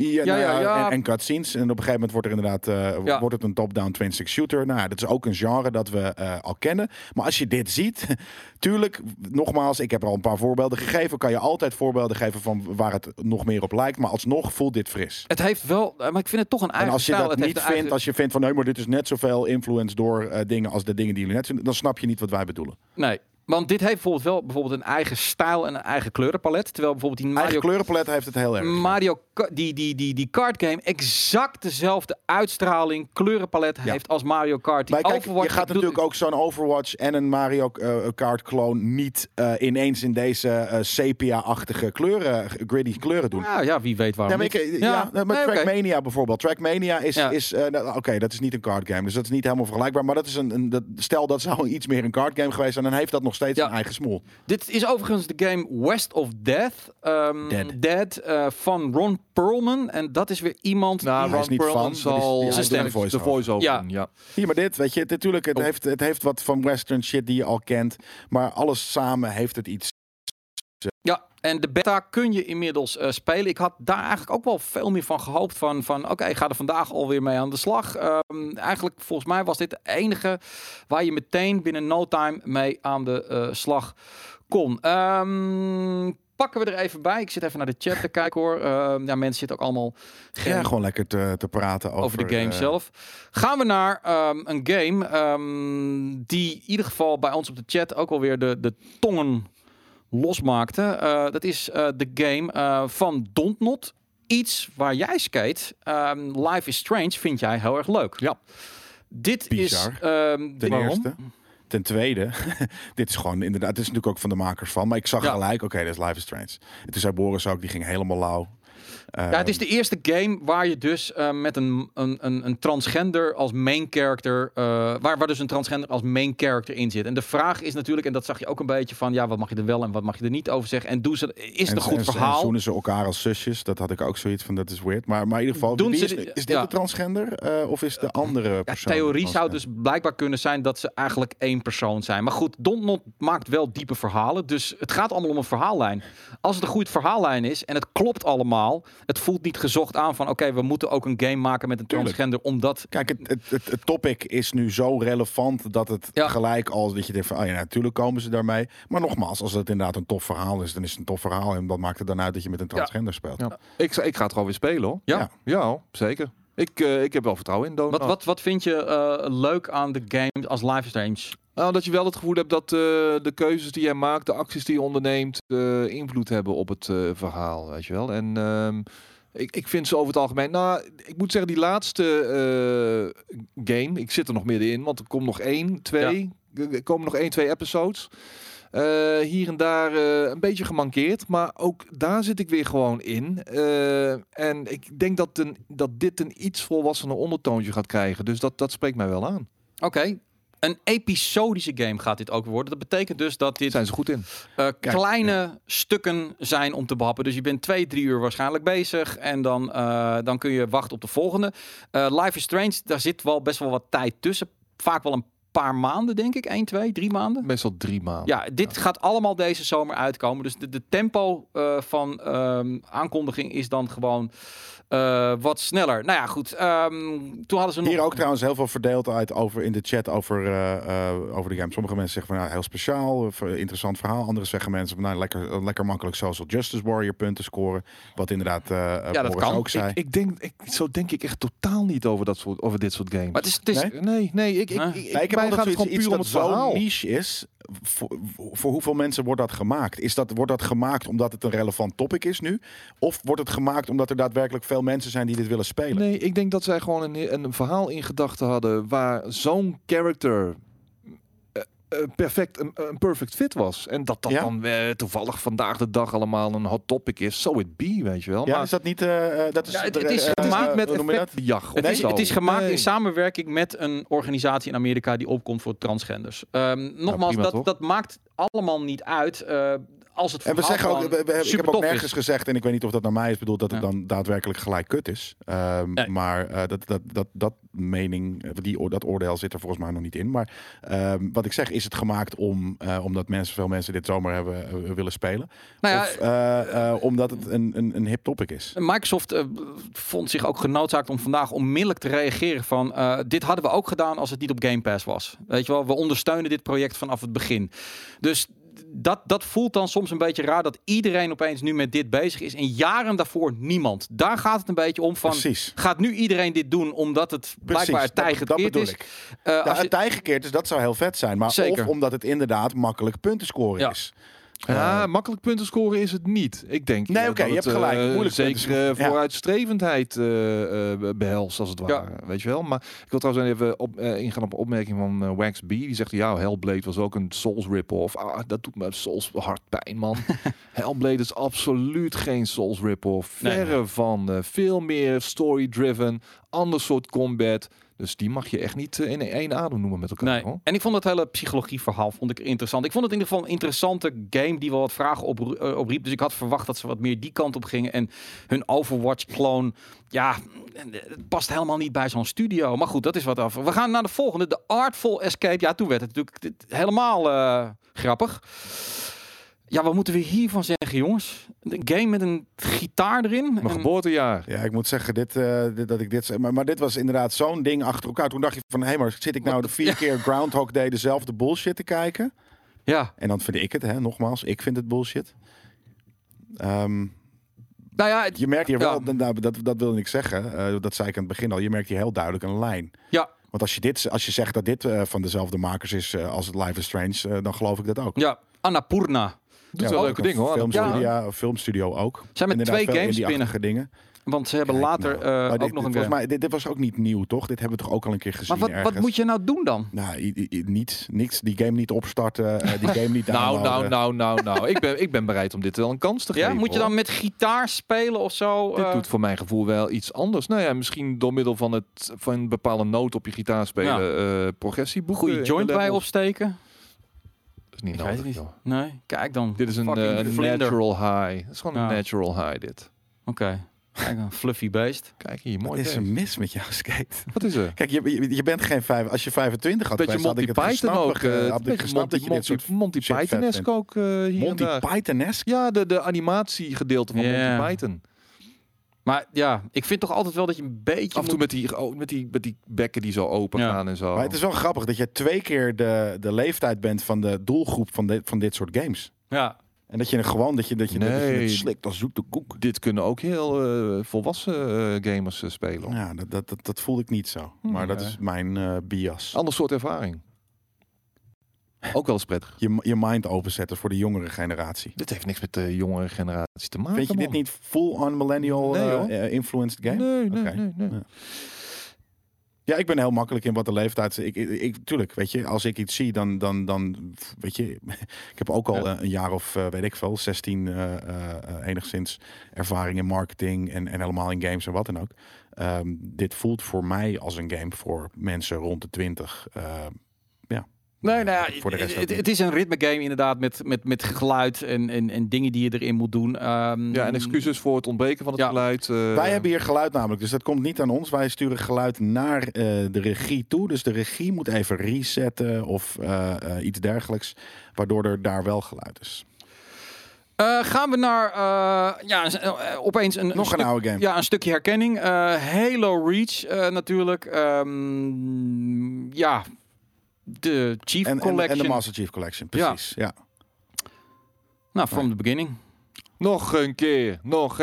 En cutscenes. En op een gegeven moment wordt er inderdaad wordt het een top-down twin-stick shooter. Nou, dat is ook een genre dat we al kennen. Maar als je dit ziet, tuurlijk, nogmaals, ik heb er al een paar voorbeelden gegeven. Kan je altijd voorbeelden geven van waar het nog meer op lijkt. Maar alsnog voelt dit fris. Het heeft wel, maar ik vind het toch een eigen En als je stijl. dat niet vindt, als je vindt van nee, maar dit is net zoveel influence door dingen als de dingen die jullie net vinden, dan snap je niet wat wij bedoelen. Nee. Want dit heeft bijvoorbeeld een eigen stijl en een eigen kleurenpalet. Terwijl bijvoorbeeld die eigen kleurenpalet heeft het heel erg. Die card game exact dezelfde uitstraling, kleurenpalet heeft als Mario Kart. Kijk, je gaat natuurlijk ook zo'n Overwatch en een Mario Kart clone niet ineens in deze sepia-achtige kleuren, gritty kleuren doen. Ja, wie weet waarom maar Trackmania bijvoorbeeld. Trackmania is oké, dat is niet een card game, dus dat is niet helemaal vergelijkbaar. Maar dat is stel dat zou iets meer een card game geweest zijn, dan heeft dat nog steeds een eigen smoel. Dit is overigens de game West of Death. Dead van Ron Perlman. En dat is weer iemand... Nou, Ron Perlman zal de voice-over. Ja. Hier, maar dit, weet je, natuurlijk, het heeft wat van western shit die je al kent. Maar alles samen heeft het iets. Ja, en de beta kun je inmiddels spelen. Ik had daar eigenlijk ook wel veel meer van gehoopt. Van oké, ik ga er vandaag alweer mee aan de slag. Eigenlijk, volgens mij was dit de enige waar je meteen binnen no time mee aan de slag kon. Pakken we er even bij. Ik zit even naar de chat te kijken hoor. Mensen zitten ook allemaal... gewoon lekker te praten over de game zelf. Gaan we naar een game die in ieder geval bij ons op de chat ook alweer de tongen losmaakte. Dat is de game van Dontnod. Iets waar jij skate. Life is Strange vind jij heel erg leuk. Ja. Dit bizar. Is... Ten eerste. Ten tweede, dit is gewoon inderdaad, het is natuurlijk ook van de makers van. Maar ik zag gelijk, oké, dat is Life is Strange. En toen zei Boris ook, die ging helemaal lauw. Het is de eerste game waar je dus met een transgender als main character, waar dus een transgender als main character in zit. En de vraag is natuurlijk, en dat zag je ook een beetje van, wat mag je er wel en wat mag je er niet over zeggen? En is het een goed verhaal? En zoenen ze elkaar als zusjes, dat had ik ook zoiets van, dat is weird. Maar in ieder geval, is dit de transgender of is de andere persoon? Theorie zou dus blijkbaar kunnen zijn dat ze eigenlijk één persoon zijn. Maar goed, Dontnod maakt wel diepe verhalen, dus het gaat allemaal om een verhaallijn. Als het een goed verhaallijn is en het klopt allemaal, het voelt niet gezocht aan van oké, we moeten ook een game maken met een transgender, omdat... Kijk, het topic is nu zo relevant dat het gelijk als dat je denkt van, natuurlijk komen ze daarmee. Maar nogmaals, als het inderdaad een tof verhaal is, dan is het een tof verhaal en dat maakt het dan uit dat je met een transgender speelt. Ja. Ik ga het gewoon weer spelen hoor. Ja, zeker. Ik heb wel vertrouwen in Dontnod. Wat vind je leuk aan de game als Life is Strange? Nou, dat je wel het gevoel hebt dat de keuzes die jij maakt, de acties die je onderneemt, invloed hebben op het verhaal, weet je wel. En ik vind ze over het algemeen... Nou, ik moet zeggen, die laatste game, ik zit er nog middenin, want er komt nog 2 episodes. Hier en daar een beetje gemankeerd, maar ook daar zit ik weer gewoon in. En ik denk dat dit een iets volwassener ondertoontje gaat krijgen. Dus dat spreekt mij wel aan. Oké. Een episodische game gaat dit ook worden. Dat betekent dus dat dit... Zijn ze goed in. Kleine stukken zijn om te behappen. Dus je bent 2-3 uur waarschijnlijk bezig. En dan kun je wachten op de volgende. Life is Strange, daar zit wel best wel wat tijd tussen. vaak wel een paar maanden, denk ik. 1, 2, 3 maanden. Meestal 3 maanden. Ja, dit gaat allemaal deze zomer uitkomen. Dus de tempo van aankondiging is dan gewoon wat sneller. Nou ja, goed. Toen hadden ze nog... Hier ook trouwens heel veel verdeeldheid over in de chat over de game. Sommige mensen zeggen van nou, heel speciaal, interessant verhaal. Andere zeggen mensen van nou, lekker makkelijk Social Justice Warrior punten scoren. Wat inderdaad dat kan. ook zei. Zo denk ik echt totaal niet over dit soort games. Maar het is Nee. Ik heb mij gaat het gewoon iets puur om dat het verhaal. zo niche is. Voor hoeveel mensen wordt dat gemaakt? Wordt dat gemaakt omdat het een relevant topic is nu? Of wordt het gemaakt omdat er daadwerkelijk veel mensen zijn die dit willen spelen? Nee, ik denk dat zij gewoon een verhaal in gedachten hadden waar zo'n character een perfect fit was. En dat dan toevallig vandaag de dag allemaal een hot topic is. So it be, weet je wel. Ja, maar is dat niet... het is gemaakt met effectbejag. Het is gemaakt in samenwerking met een organisatie in Amerika die opkomt voor transgenders. Nogmaals, prima, dat maakt allemaal niet uit... als het en we zeggen ook, ik heb ook nergens is. gezegd, en ik weet niet of dat naar mij is bedoeld, dat het dan daadwerkelijk gelijk kut is. Nee. Maar dat mening, dat oordeel zit er volgens mij nog niet in. Maar wat ik zeg, is het gemaakt omdat veel mensen dit zomer hebben willen spelen? Nou ja, of omdat het een hip topic is? Microsoft vond zich ook genoodzaakt om vandaag onmiddellijk te reageren van dit hadden we ook gedaan als het niet op Game Pass was. Weet je wel, we ondersteunen dit project vanaf het begin. Dus dat voelt dan soms een beetje raar dat iedereen opeens nu met dit bezig is en jaren daarvoor niemand. Daar gaat het een beetje om van, gaat nu iedereen dit doen omdat het blijkbaar het tij gekeerd is? Het tij gekeerd is, dat zou heel vet zijn. Maar zeker. Of omdat het inderdaad makkelijk punten scoren is. Ja, makkelijk punten scoren is het niet. Ik denk je hebt gelijk. Moeilijk zeker vooruitstrevendheid behelst, als het ware. Weet je wel? Maar ik wil trouwens even ingaan op een opmerking van Wax B. Die zegt, ja, Hellblade was ook een Souls rip-off. Dat doet me Souls hard pijn, man. Hellblade is absoluut geen Souls rip-off. Verre van. Veel meer story-driven. Ander soort combat. Dus die mag je echt niet in één adem noemen met elkaar. Nee. Hoor. En ik vond dat hele psychologieverhaal vond ik interessant. Ik vond het in ieder geval een interessante game die wel wat vragen opriep. Dus ik had verwacht dat ze wat meer die kant op gingen. En hun Overwatch-clone, ja, het past helemaal niet bij zo'n studio. Maar goed, dat is wat af. We gaan naar de volgende. De Artful Escape. Ja, toen werd het natuurlijk helemaal grappig. Ja, wat moeten we hiervan zeggen, jongens? Een game met een gitaar erin. Mijn geboortejaar. Ja, ik moet zeggen, dat ik dit zei. Maar dit was inderdaad zo'n ding achter elkaar. Toen dacht je van, hé, maar zit ik nou de 4 keer Groundhog Day dezelfde bullshit te kijken? Ja. En dan vind ik het, nogmaals, ik vind het bullshit. Nou ja, je merkt hier wel, dat wilde ik zeggen, dat zei ik aan het begin al, je merkt hier heel duidelijk een lijn. Ja. Want als je zegt dat dit van dezelfde makers is als het Life is Strange, dan geloof ik dat ook. Ja, Annapurna. Doet wel leuke dingen, hoor. Filmstudio ook. Zijn met inderdaad 2 games binnen. Dingen. Want ze hebben later ook nog een game. Volgens mij, dit was ook niet nieuw, toch? Dit hebben we toch ook al een keer gezien. Maar wat moet je nou doen dan? Nou, niks. Die game niet opstarten. Die game niet downloaden. Nou. Ik ben bereid om dit wel een kans te geven. Ja, moet je dan met gitaar spelen of zo? Dit doet voor mijn gevoel wel iets anders. Nou ja, misschien door middel van een bepaalde noot op je gitaar spelen. Progressie boeken. Goede joint bij opsteken. Dat is niet nodig, joh. Nee, kijk dan. Dit is een natural high. Het is gewoon een natural high, dit. Oké. Kijk, een fluffy beest. Kijk hier, mooi. Wat is er mis met jou, Skate? Wat is er? Kijk, je bent geen 5. Als je 25 had geweest, had ik het gesnapt. Had ik gesnapt dat je dit soort Monty Python-esque ook hier Monty Python-esque? Ja, de animatiegedeelte van Monty Python. Maar ja, ik vind toch altijd wel dat je een beetje... Af en toe met die bekken die zo open gaan en zo. Maar het is wel grappig dat je 2 keer de leeftijd bent van de doelgroep van dit soort games. Ja. En dat je gewoon dat je het slikt als zoete koek. Dit kunnen ook heel volwassen gamers spelen. Ja, dat voel ik niet zo. Maar dat is mijn bias. Ander soort ervaring. Ook wel eens prettig. Je mind openzetten voor de jongere generatie. Dit heeft niks met de jongere generatie te maken. Vind je dit niet full-on millennial influenced game? Nee. Ja, ik ben heel makkelijk in wat de leeftijd is. Tuurlijk, weet je, als ik iets zie, dan weet je, ik heb ook al een jaar of, weet ik veel, 16 enigszins ervaring in marketing en helemaal in games en wat dan ook. Dit voelt voor mij als een game voor mensen rond de 20. Nee, nou ja, voor de rest het is een ritme game inderdaad met geluid en dingen die je erin moet doen. Ja, en excuses voor het ontbreken van het geluid. Wij hebben hier geluid namelijk, dus dat komt niet aan ons. Wij sturen geluid naar de regie toe. Dus de regie moet even resetten of iets dergelijks, waardoor er daar wel geluid is. Gaan we naar opeens nog een oude game. Ja, een stukje herkenning. Halo Reach natuurlijk. De Chief Collection. En de Master Chief Collection, precies. Ja. Nou, from the beginning. Nog een keer.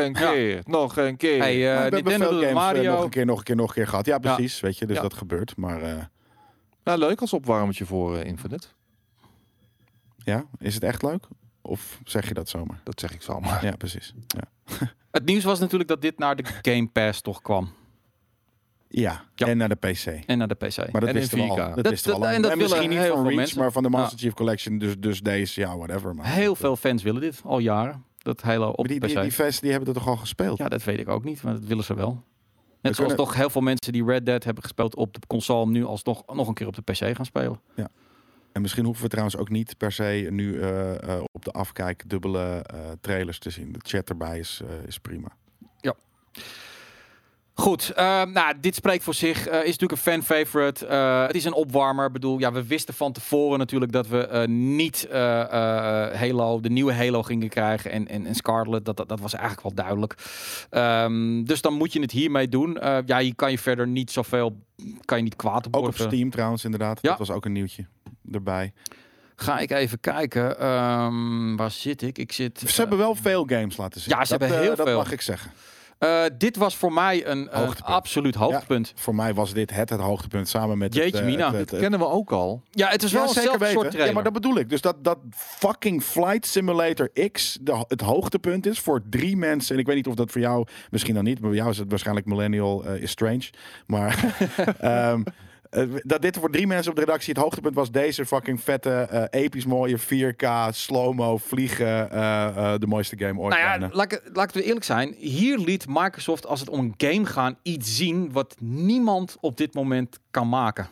Hey, we hebben veel games Mario. nog een keer gehad. Ja, precies. Weet je, dus dat gebeurt. Maar nou, leuk als opwarmertje voor Infinite. Ja, is het echt leuk? Of zeg je dat zomaar? Dat zeg ik zomaar. Ja, precies. Ja. Het nieuws was natuurlijk dat dit naar de Game Pass toch kwam. Ja, en naar de PC. En naar de PC. Maar dat wisten we al. Dat wisten we al. En misschien niet van Reach, mensen. maar van de Master Chief Collection. Dus deze, ja, whatever. Maar heel veel fans willen dit al jaren. Dat Halo op de PC. Die fans die hebben het toch al gespeeld? Ja, dat weet ik ook niet, maar dat willen ze wel. Net zoals toch heel veel mensen die Red Dead hebben gespeeld op de console, nu alsnog nog een keer op de PC gaan spelen. Ja. En misschien hoeven we trouwens ook niet per se nu op de afkijk dubbele trailers te zien. De chat erbij is prima. Ja. Goed, dit spreekt voor zich. Is natuurlijk een fan-favorite. Het is een opwarmer. Ik bedoel, ja, we wisten van tevoren natuurlijk dat we niet Halo, de nieuwe Halo gingen krijgen. En Scarlet, dat was eigenlijk wel duidelijk. Dus dan moet je het hiermee doen. Je kan je verder niet zoveel, kan je niet kwaad op worden. Ook op Steam trouwens, inderdaad. Ja. Dat was ook een nieuwtje erbij. Ga ik even kijken. Waar zit ik? Ze hebben wel veel games laten zien. Ja, ze hebben heel veel. Dat mag ik zeggen. Dit was voor mij een absoluut hoogtepunt. Ja, voor mij was dit het hoogtepunt samen met Jeetje Mina. Dit kennen we ook al. Ja, het is wel eenzelfde soort trailer. Ja, maar dat bedoel ik. Dus dat fucking Flight Simulator X het hoogtepunt is voor 3 mensen. En ik weet niet of dat voor jou, misschien dan niet. Maar bij jou is het waarschijnlijk Millennial is Strange. Maar dat dit voor 3 mensen op de redactie het hoogtepunt was. Deze fucking vette, episch mooie 4K, slow-mo, vliegen, de mooiste game ooit. Nou ja, laat ik eerlijk zijn. Hier liet Microsoft, als het om een game gaat, iets zien wat niemand op dit moment kan maken.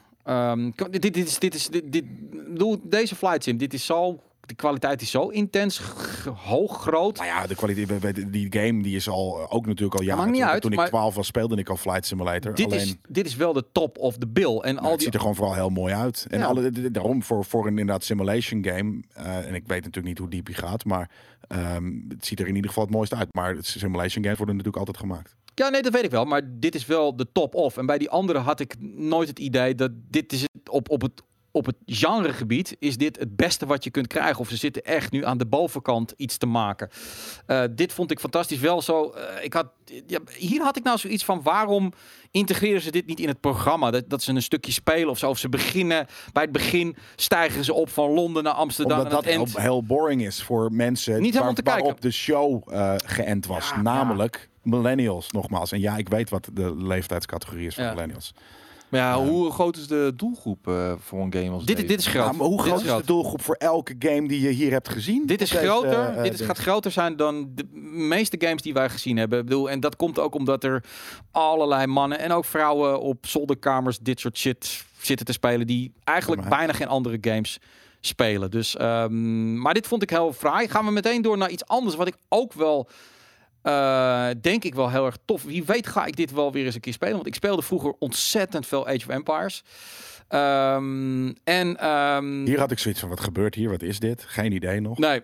Deze flight sim, dit is zo... De kwaliteit is zo intens, hoog, groot. Nou ja, de kwaliteit, die game die is ook natuurlijk al jaren. Toen ik 12 was, speelde ik al Flight Simulator. Dit is wel de top of the bill. En het ziet er gewoon vooral heel mooi uit. En daarom voor een inderdaad simulation game. En ik weet natuurlijk niet hoe diep die gaat, maar het ziet er in ieder geval het mooiste uit. Maar simulation games worden natuurlijk altijd gemaakt. Ja, nee, dat weet ik wel. Maar dit is wel de top of. En bij die andere had ik nooit het idee dat dit is op het genregebied is dit het beste wat je kunt krijgen. Of ze zitten echt nu aan de bovenkant iets te maken. Dit vond ik fantastisch. Wel zo. Hier had ik nou zoiets van: waarom integreren ze dit niet in het programma? Dat ze een stukje spelen of zo. Of ze beginnen bij het begin, stijgen ze op van Londen naar Amsterdam. Omdat dat heel boring is voor mensen niet waarop de show geënt was. Namelijk millennials, nogmaals. En ja, ik weet wat de leeftijdscategorie is van millennials. Maar ja, hoe groot is de doelgroep voor een game als deze? Dit is groot. Maar hoe groot is de doelgroep voor elke game die je hier hebt gezien? Dit is groter. Gaat groter zijn dan de meeste games die wij gezien hebben. Ik bedoel, en dat komt ook omdat er allerlei mannen en ook vrouwen op zolderkamers dit soort shit zitten te spelen die eigenlijk bijna geen andere games spelen. Dus, maar dit vond ik heel fraai. Gaan we meteen door naar iets anders wat ik ook wel... denk ik wel heel erg tof. Wie weet ga ik dit wel weer eens een keer spelen. Want ik speelde vroeger ontzettend veel Age of Empires. Hier had ik zoiets van, wat gebeurt hier? Wat is dit? Geen idee nog. Nee.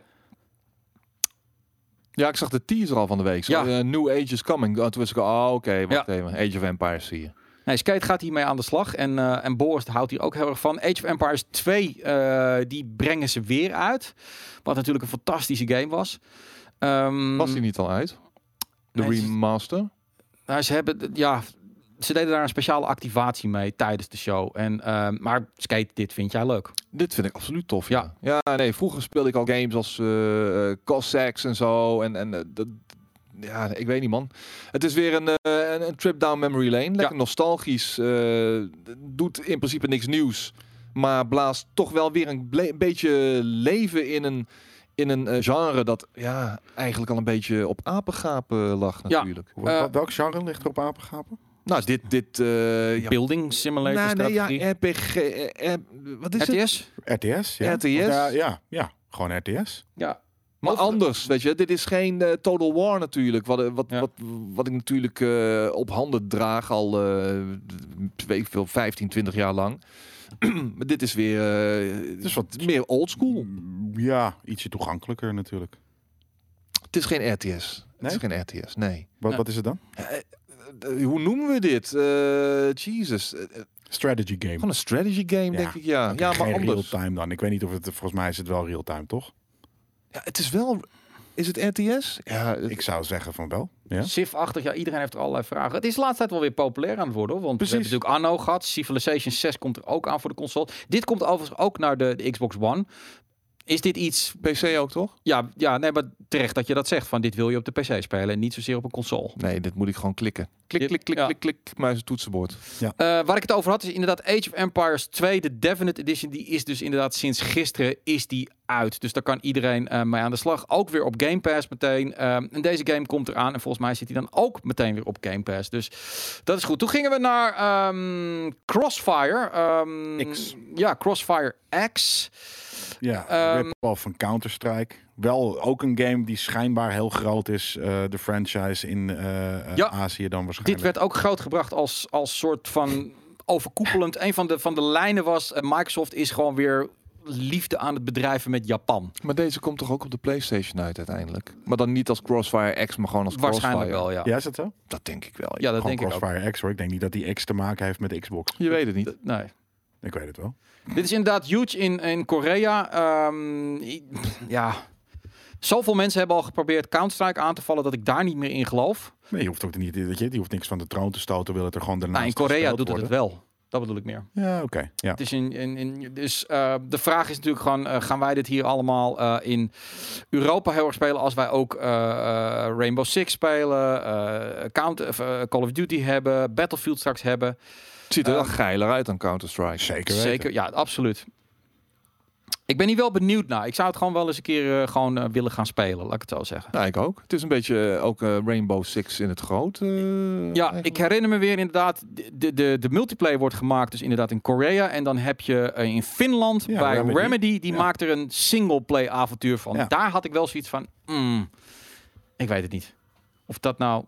Ja, ik zag de teaser al van de week. New Age is coming. Toen wist ik, oké, wacht even. Age of Empires zie je. Nee, Skate gaat hiermee aan de slag. En Boris houdt hier ook heel erg van. Age of Empires 2, die brengen ze weer uit. Wat natuurlijk een fantastische game was. Was die niet al uit? De remaster? Ze deden daar een speciale activatie mee tijdens de show. Maar Skate, dit vind jij leuk? Dit vind ik absoluut tof, ja. Ja, nee, vroeger speelde ik al games als Cossacks en zo. Ja, ik weet niet, man. Het is weer een trip down memory lane. Lekker nostalgisch. Doet in principe niks nieuws. Maar blaast toch wel weer een beetje leven in een genre dat eigenlijk al een beetje op apengapen lag natuurlijk. Welk genre ligt er op apengapen? Nou, dit Building Simulator strategie. RPG. Wat is RTS, ja. RTS? Ja, gewoon RTS. Ja. Maar anders, weet je. Dit is geen Total War natuurlijk. Wat ik natuurlijk op handen draag al 15, 20 jaar lang. Maar dit is weer het is wat meer oldschool. Ja, ietsje toegankelijker natuurlijk. Het is geen RTS. Nee? Het is geen RTS, nee. Wat is het dan? Hoe noemen we dit? Jesus. Strategy game. Gewoon een strategy game, denk ik, ja. Okay, ja, maar geen anders. real-time dan. Ik weet niet of het... Volgens mij is het wel real-time, toch? Ja, het is wel... Is het RTS? Ja, ik zou zeggen van wel. Ja? Civ-achtig, ja, iedereen heeft er allerlei vragen. Het is de laatste tijd wel weer populair aan het worden, hoor. Want we hebben natuurlijk Anno gehad. Civilization 6 komt er ook aan voor de console. Dit komt overigens ook naar de Xbox One. Is dit iets... PC ook, toch? Ja, nee, maar terecht dat je dat zegt. Van dit wil je op de PC spelen en niet zozeer op een console. Nee, dit moet ik gewoon klikken. Klik, muis en toetsenbord. Ja. Waar ik het over had is inderdaad Age of Empires 2, de Definite Edition. Die is dus inderdaad sinds gisteren is die uit. Dus daar kan iedereen mee aan de slag. Ook weer op Game Pass meteen. En deze game komt eraan. En volgens mij zit hij dan ook meteen weer op Game Pass. Dus dat is goed. Toen gingen we naar Crossfire. X. Ja, Crossfire X. Ja, rip-off van Counter-Strike. Wel ook een game die schijnbaar heel groot is. De franchise in Azië dan waarschijnlijk. Dit werd ook groot gebracht als soort van overkoepelend. Een van de lijnen was... Microsoft is gewoon weer liefde aan het bedrijven met Japan. Maar deze komt toch ook op de PlayStation uit uiteindelijk? Maar dan niet als Crossfire X, maar gewoon als waarschijnlijk Crossfire. Waarschijnlijk wel, ja. Ja, is dat zo? Dat denk ik wel. Ja, dat gewoon denk ik ook. Crossfire X, hoor. Ik denk niet dat die X te maken heeft met de Xbox. Je weet het niet. Nee. Ik weet het wel. Dit is inderdaad huge in Korea. Ja... Zoveel mensen hebben al geprobeerd Counter-Strike aan te vallen dat ik daar niet meer in geloof. Nee, je hoeft ook niet, die hoeft niks van de troon te stoten, wil het er gewoon daarnaast in Korea doet worden. Het wel. Dat bedoel ik meer. Ja, oké. Ja. Het is dus de vraag is natuurlijk gewoon, gaan wij dit hier allemaal in Europa heel erg spelen als wij ook Rainbow Six spelen, Call of Duty hebben, Battlefield straks hebben. Het ziet er wel geiler uit dan Counter-Strike. Zeker, ja, absoluut. Ik ben hier wel benieuwd naar. Ik zou het gewoon wel eens een keer willen gaan spelen, laat ik het zo zeggen. Ja, ik ook. Het is een beetje ook Rainbow Six in het groot. Ja, eigenlijk. Ik herinner me weer inderdaad, de multiplayer wordt gemaakt dus inderdaad in Korea. En dan heb je in Finland bij Remedy, die maakt er een singleplay avontuur van. Ja. Daar had ik wel zoiets van, ik weet het niet. Of dat nou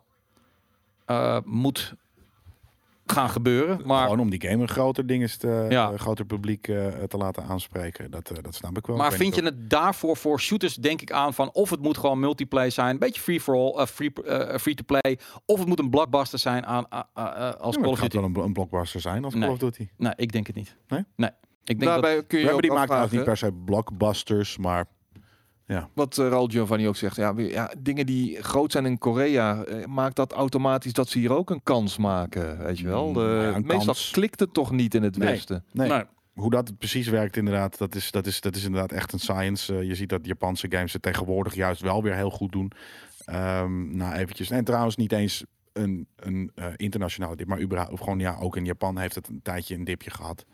moet gaan gebeuren. Maar gewoon om die game een groter ding is groter publiek te laten aanspreken. Dat snap ik wel. Maar vind je het daarvoor voor shooters denk ik aan van of het moet gewoon multiplayer zijn, een beetje free for all, free to play, of het moet een blockbuster zijn als Call of Duty. Het wel een blockbuster zijn als Call of Duty. Nee, ik denk het niet. Nee. Ik denk daarbij kun je Remedy ook maakt afvragen, niet per se blockbusters, maar ja. Wat Raul Giovanni ook zegt, ja, dingen die groot zijn in Korea, maakt dat automatisch dat ze hier ook een kans maken, weet je wel? Meestal klikt het toch niet in het Westen. Nee. Hoe dat precies werkt inderdaad, dat is inderdaad echt een science. Je ziet dat Japanse games het tegenwoordig juist wel weer heel goed doen. Nou eventjes, en trouwens niet eens een internationale dip, maar überhaupt gewoon ook in Japan heeft het een tijdje een dipje gehad.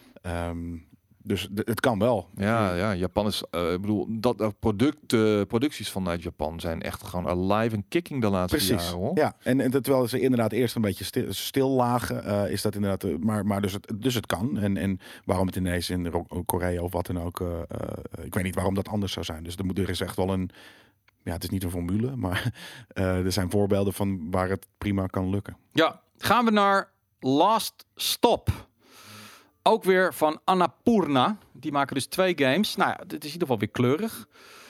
Dus het kan wel. Ja, Japan is, ik bedoel, producties vanuit Japan zijn echt gewoon alive en kicking de laatste jaren, hoor. Ja, en terwijl ze inderdaad eerst een beetje stil lagen, is dat inderdaad, maar dus het kan. En waarom het ineens in Korea of wat dan ook, ik weet niet waarom dat anders zou zijn. Dus er is echt wel een, ja, het is niet een formule, maar er zijn voorbeelden van waar het prima kan lukken. Ja, gaan we naar Last Stop. Ook weer van Annapurna. Die maken dus 2 games. Nou ja, het is in ieder geval weer kleurig.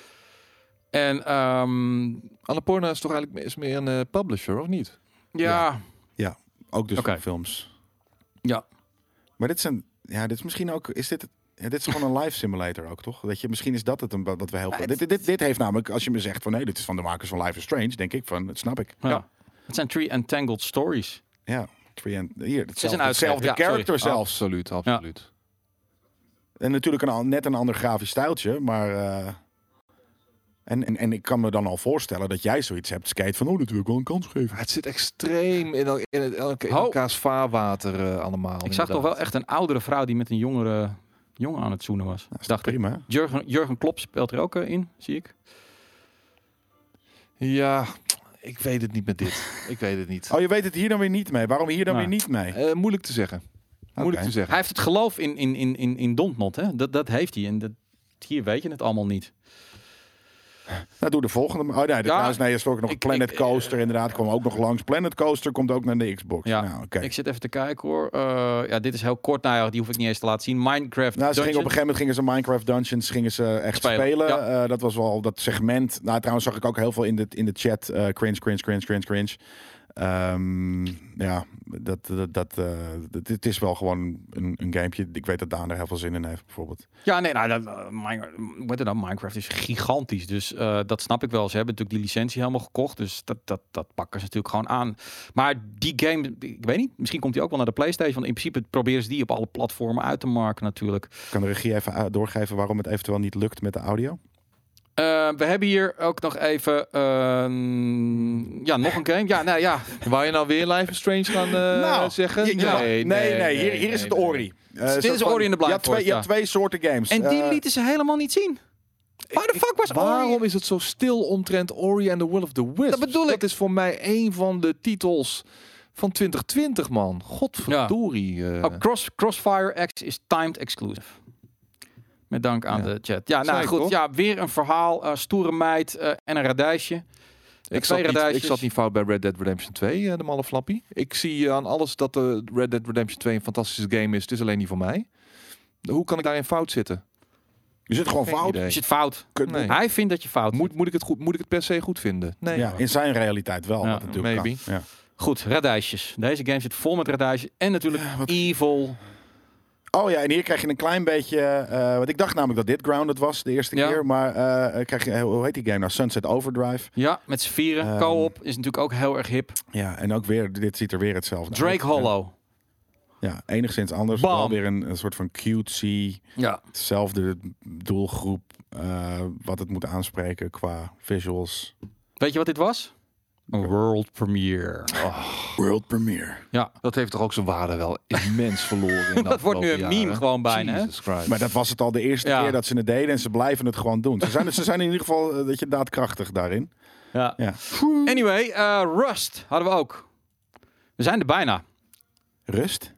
En Annapurna is toch eigenlijk meer een publisher, of niet? Ja, ook dus voor films. Ja. Maar dit is misschien ook, dit is gewoon een live simulator ook, toch? Weet je, misschien is dat het wat we heel goed. Dit heeft namelijk, als je me zegt van nee, dit is van de makers van Life is Strange, denk ik van, dat snap ik. Ja. Het zijn 3 Entangled Stories. Ja. Hier, hetzelfde character zelfs. Absoluut. Ja. En natuurlijk net een ander grafisch stijltje, maar en ik kan me dan al voorstellen dat jij zoiets hebt, Skate, van natuurlijk wel een kans geven. Het zit extreem in elkaars vaarwater allemaal. Ik zag toch wel echt een oudere vrouw die met een jongen aan het zoenen was. Nou, dacht prima. Jurgen Klopp speelt er ook in, zie ik. Ja, ik weet het niet met dit. Ik weet het niet. Oh, je weet het hier dan weer niet mee. Waarom hier dan weer niet mee? Moeilijk te zeggen. Moeilijk te zeggen. Hij heeft het geloof in Dontnod, hè? Dat heeft hij. En hier weet je het allemaal niet. Nou, doe de volgende. Oh nee, trouwens, nee, er is ook nog Planet Coaster. Inderdaad, kwam ook nog langs. Planet Coaster komt ook naar de Xbox. Ja, nou, ik zit even te kijken hoor. Ja, dit is heel kort. Nou ja, die hoef ik niet eens te laten zien. Minecraft nou, op een gegeven moment gingen ze Minecraft Dungeons echt spelen. Ja. Dat was wel dat segment. Nou, trouwens zag ik ook heel veel in de chat. Cringe. Ja, het is wel gewoon een gamepje. Ik weet dat Daan er heel veel zin in heeft, bijvoorbeeld. Ja, nee, nou, Minecraft is gigantisch. Dus dat snap ik wel. Ze hebben natuurlijk die licentie helemaal gekocht. Dus dat pakken ze natuurlijk gewoon aan. Maar die game, ik weet niet. Misschien komt die ook wel naar de PlayStation. Want in principe proberen ze die op alle platformen uit te marken natuurlijk. Kan de regie even doorgeven waarom het eventueel niet lukt met de audio? We hebben hier ook nog even nog een game. Ja, nou ja. Wou je nou weer Life is Strange gaan zeggen? Nee. Hier is het Ori. Dit is Ori in de Blind Forest. Je hebt twee soorten games. En die lieten ze helemaal niet zien. Waar de fuck was Ori? Waarom is het zo stil omtrent Ori and the Will of the Wisps? Dat bedoel ik. Dat is voor mij een van de titels van 2020, man. Godverdorie. Ja. Crossfire X is timed exclusive. Met dank aan de chat. Ja, nou goed. Toch? Ja, weer een verhaal. Stoere meid en een radijsje. Ik zat niet fout bij Red Dead Redemption 2, de malle flappie. Ik zie aan alles dat de Red Dead Redemption 2 een fantastische game is. Het is alleen niet voor mij. Hoe kan ik daarin fout zitten? Je zit gewoon fout. Je zit fout. Nee. Hij vindt dat je fout moet ik het goed? Moet ik het per se goed vinden? Nee. Ja, in zijn realiteit wel. Ja, wat natuurlijk maybe. Kan. Ja. Goed, radijsjes. Deze game zit vol met radijsjes. En natuurlijk evil. Oh ja, en hier krijg je een klein beetje... want ik dacht namelijk dat dit Grounded was de eerste keer. Maar krijg je, hoe heet die game nou? Sunset Overdrive. Ja, met z'n vieren. Co-op is natuurlijk ook heel erg hip. Ja, en ook weer, dit ziet er weer hetzelfde Drake uit. Hollow. Ja, enigszins anders. Bam. Wel weer een soort van cutesy. Ja. Hetzelfde doelgroep. Wat het moet aanspreken qua visuals. Weet je wat dit was? Een world premiere. World premiere. Ja. Dat heeft toch ook zijn waarde wel immens verloren. In dat wordt nu een meme gewoon bijna. Hè? Maar dat was het al de eerste keer dat ze het deden. En ze blijven het gewoon doen. Ze zijn in ieder geval daadkrachtig daarin. Ja. Anyway, Rust hadden we ook. We zijn er bijna. Rust?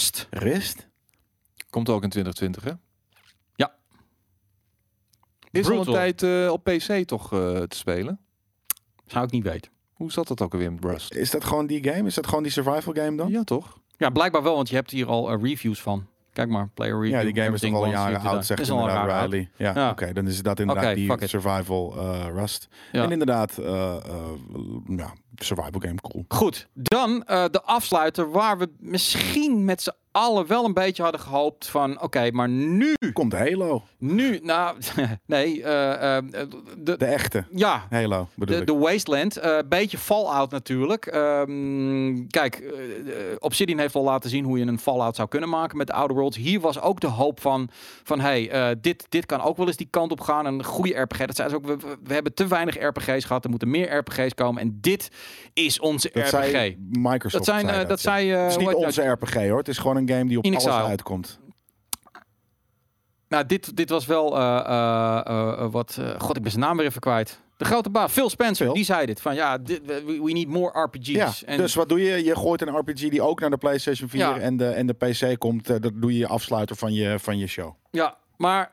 Komt ook in 2020, hè? Ja. Is al een tijd op PC toch te spelen? Zou ik niet weten. Hoe zat dat ook alweer met Rust? Is dat gewoon die game? Is dat gewoon die survival game dan? Ja, toch? Ja, blijkbaar wel, want je hebt hier al reviews van. Kijk maar, player review. Ja, die game is toch al jaren oud, zegt inderdaad Riley. Ja. Oké, dan is dat inderdaad die survival Rust. Ja. En inderdaad, survival game, cool. Goed, dan de afsluiter waar we misschien met z'n allen wel een beetje hadden gehoopt van... Oké, maar nu... Komt Halo. Nu, nou, nee. De echte Halo, bedoel ik. De Wasteland. Beetje Fallout natuurlijk. Kijk, Obsidian heeft al laten zien hoe je een Fallout zou kunnen maken met de Outer Worlds. Hier was ook de hoop van hey, dit kan ook wel eens die kant op gaan. Een goede RPG. Dat zei ze ook, we hebben te weinig RPG's gehad. Er moeten meer RPG's komen. En dit is onze RPG. Zei Microsoft dat zei het is niet onze RPG hoor. Het is gewoon een game die op alles uitkomt. Nou, dit was wel God, ik ben zijn naam weer even kwijt. De grote baas, Phil Spencer, die zei dit. Van ja, we need more RPG's. Ja, en dus wat doe je? Je gooit een RPG die ook naar de PlayStation 4 en de PC komt. Dat doe je afsluiter van je show. Ja, maar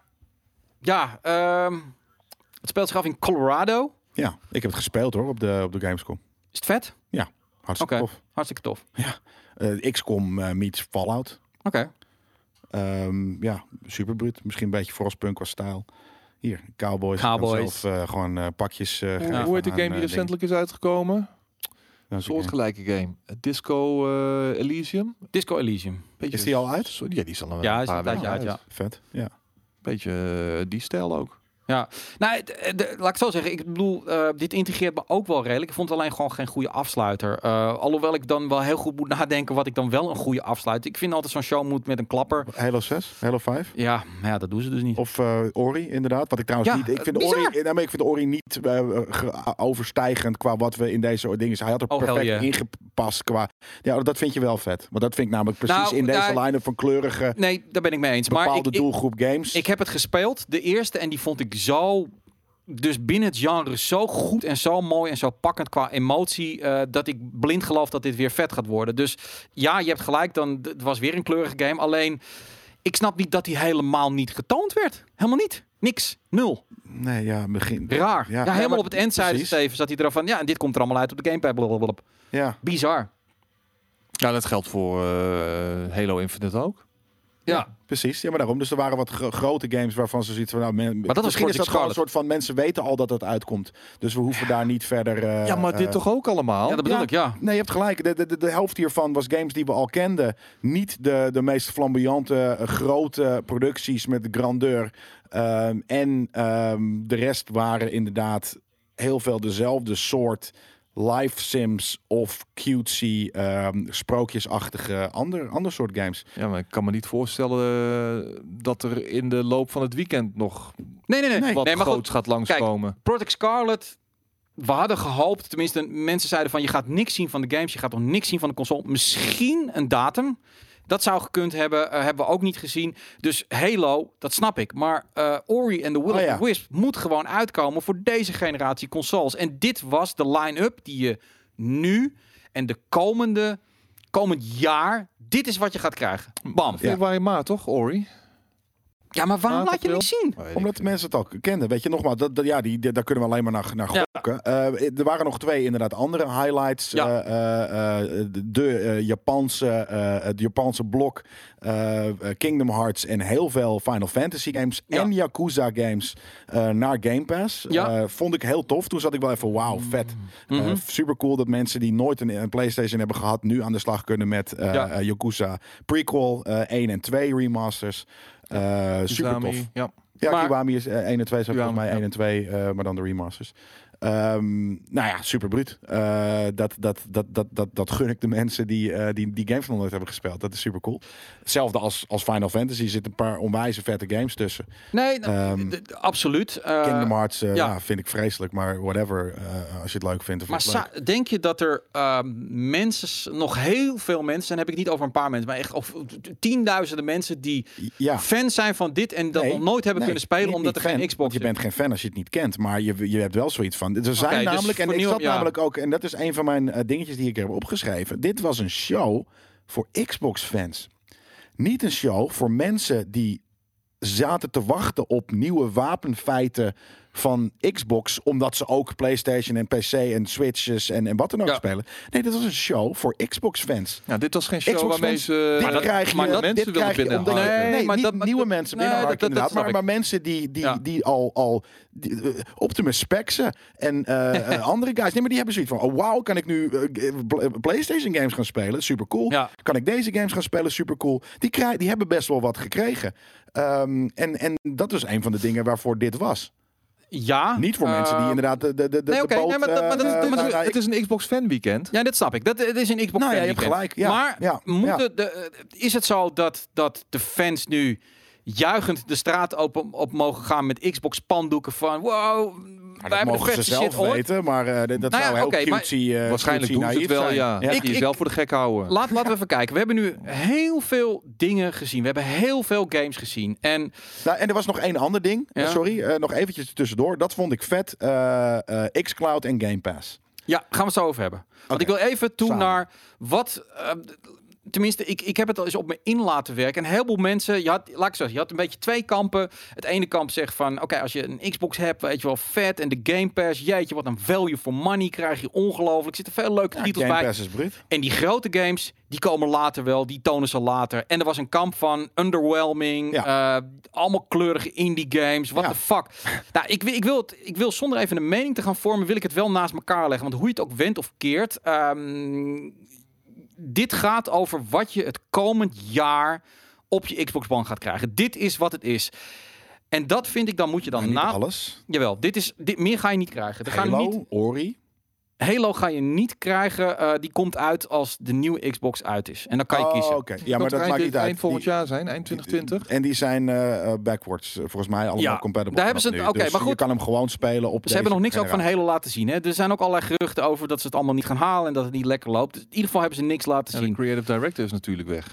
het speelt zich af in Colorado. Ja, ik heb het gespeeld hoor, op de Gamescom. Is het vet? Ja, hartstikke tof. Hartstikke tof. Ja, XCOM meets Fallout. Oké. Super bruut. Misschien een beetje Frostpunk qua stijl. Hier, Cowboys. Zelf, gewoon pakjes. Hoe heet de game die recentelijk is uitgekomen? Een soortgelijke game. Disco Elysium. Disco Elysium. Is die al uit? Ja, die is al een paar weken weken uit. Ja. Vet, ja. Beetje die stijl ook. Ja, nou, laat ik zo zeggen. Ik bedoel, dit integreert me ook wel redelijk. Ik vond het alleen gewoon geen goede afsluiter. Alhoewel ik dan wel heel goed moet nadenken wat ik dan wel een goede afsluiter. Ik vind altijd zo'n show moet met een klapper. Halo 6, Halo 5. Ja, maar dat doen ze dus niet. Of Ori, inderdaad. Wat ik trouwens niet... Ik vind Ori niet overstijgend qua wat we in deze dingen... Hij had er perfect ingepast qua... Ja, dat vind je wel vet. Want dat vind ik namelijk precies in deze line-up van kleurige... Nee, daar ben ik mee eens. Bepaalde doelgroep games. Ik heb het gespeeld, de eerste, en die vond ik zo dus binnen het genre zo goed en zo mooi en zo pakkend qua emotie, dat ik blind geloof dat dit weer vet gaat worden. Dus ja, je hebt gelijk, het was weer een kleurige game. Alleen, ik snap niet dat die helemaal niet getoond werd. Helemaal niet. Niks. 0. Nee, ja, begin. Raar. Ja, helemaal op het eind zeiden ze even, zat hij eraf van, ja, en dit komt er allemaal uit op de gamepad. Blablabla. Ja. Bizar. Ja, dat geldt voor Halo Infinite ook. Ja, precies. Ja, maar daarom. Dus er waren wat grote games waarvan ze zoiets van... Nou, maar dat was misschien is dat gewoon een soort van... Mensen weten al dat het uitkomt. Dus we hoeven daar niet verder... ja, maar dit toch ook allemaal? Ja, dat bedoel ik, ja. Nee, je hebt gelijk. De helft hiervan was games die we al kenden. Niet de meest flamboyante, grote producties met grandeur. De rest waren inderdaad heel veel dezelfde soort... live sims of cutesy, sprookjesachtige ander soort games. Ja, maar ik kan me niet voorstellen dat er in de loop van het weekend nog wat groots gaat langskomen. Kijk, Project Scarlet, we hadden gehoopt, tenminste mensen zeiden van je gaat niks zien van de games, je gaat nog niks zien van de console. Misschien een datum. Dat zou gekund hebben, hebben we ook niet gezien. Dus Halo, dat snap ik. Maar Ori en The Will of the Wisp moet gewoon uitkomen voor deze generatie consoles. En dit was de line-up die je nu en de komend jaar, dit is wat je gaat krijgen. Bam. Februari, maart, toch, Ori? Ja, maar waarom laat je het niet zien? Omdat mensen het al kenden. Weet je, nogmaals, daar kunnen we alleen maar naar gokken. Ja. Er waren nog 2 inderdaad andere highlights. Ja. Het Japanse blok. Kingdom Hearts en heel veel Final Fantasy games. Ja. En Yakuza games naar Game Pass. Ja. Vond ik heel tof. Toen zat ik wel even, wauw, vet. Super cool dat mensen die nooit een PlayStation hebben gehad... nu aan de slag kunnen met Yakuza Prequel 1 en 2 remasters. Super tof. Ja, Kiwami is 1 en 2, volgens mij 1 en 2, maar dan de remasters. Nou ja, super bruut. Dat gun ik de mensen die games nog nooit hebben gespeeld. Dat is super cool. Hetzelfde als Final Fantasy. Er zitten een paar onwijze vette games tussen. Nee, absoluut. Kingdom Hearts vind ik vreselijk, maar whatever. Als je het leuk vindt. Maar denk je dat er mensen, nog heel veel mensen, en heb ik niet over een paar mensen, maar echt of tienduizenden mensen die fans zijn van dit en dat nog nooit hebben kunnen spelen omdat er geen Xbox is? Je bent geen fan als je het niet kent, maar je hebt wel zoiets van. Er zijn namelijk, dus en ik zat namelijk ook, en dat is een van mijn dingetjes die ik heb opgeschreven. Dit was een show voor Xbox-fans. Niet een show voor mensen die zaten te wachten op nieuwe wapenfeiten van Xbox, omdat ze ook PlayStation en PC en Switches en wat dan ook spelen. Nee, dit was een show voor Xbox-fans. Ja, dit was geen show waarmee ze... Dit krijg je nieuwe mensen binnenharken inderdaad, maar mensen die al Optimus Spexen en andere guys. Nee, maar die hebben zoiets van, oh wow, kan ik nu PlayStation games gaan spelen? Super cool. Ja. Kan ik deze games gaan spelen? Super cool. Die hebben best wel wat gekregen. En dat is een van de dingen waarvoor dit was. Ja. Niet voor mensen die inderdaad het is een Xbox fan weekend. Ja, dat snap ik. Het is een Xbox fan weekend. Je hebt gelijk. Ja, maar is het zo dat de fans nu juichend de straat op mogen gaan met Xbox spandoeken van wow, dat mogen ze zelf weten, maar dat zou heel cutesy. Waarschijnlijk doen ze het wel, Ik jezelf voor de gek houden. Laten we even kijken. We hebben nu heel veel dingen gezien. We hebben heel veel games gezien. En er was nog één ander ding. Ja. Sorry, nog eventjes tussendoor. Dat vond ik vet. xCloud en Game Pass. Ja, gaan we het zo over hebben. Want ik wil even toe naar wat... Tenminste, ik heb het al eens op me in laten werken. En een heleboel mensen, je had een beetje 2 kampen. Het ene kamp zegt van, oké, als je een Xbox hebt, weet je wel, vet. En de Game Pass, jeetje, wat een value for money krijg je, ongelooflijk. Er zitten veel leuke titels bij. Game Pass is bruut. En die grote games, die komen later wel, die tonen ze later. En er was een kamp van underwhelming, allemaal kleurige indie games, what the fuck. Nou, ik wil zonder even een mening te gaan vormen, wil ik het wel naast elkaar leggen. Want hoe je het ook wendt of keert... dit gaat over wat je het komend jaar op je Xbox One gaat krijgen. Dit is wat het is. En dat vind ik, dan moet je dan niet alles. Jawel, meer ga je niet krijgen. Halo, Ori. Halo ga je niet krijgen. Die komt uit als de nieuwe Xbox uit is. En dan kan je kiezen. Okay. Ja, maar dat maakt niet uit. Eind volgend jaar zijn, eind 2020. En die zijn backwards, volgens mij allemaal compatible. Daar hebben ze het. Dus maar goed, je kan hem gewoon spelen op. Ze hebben nog niks ook van Halo laten zien. Hè? Er zijn ook allerlei geruchten over dat ze het allemaal niet gaan halen en dat het niet lekker loopt. Dus in ieder geval hebben ze niks laten zien. De creative director is natuurlijk weg.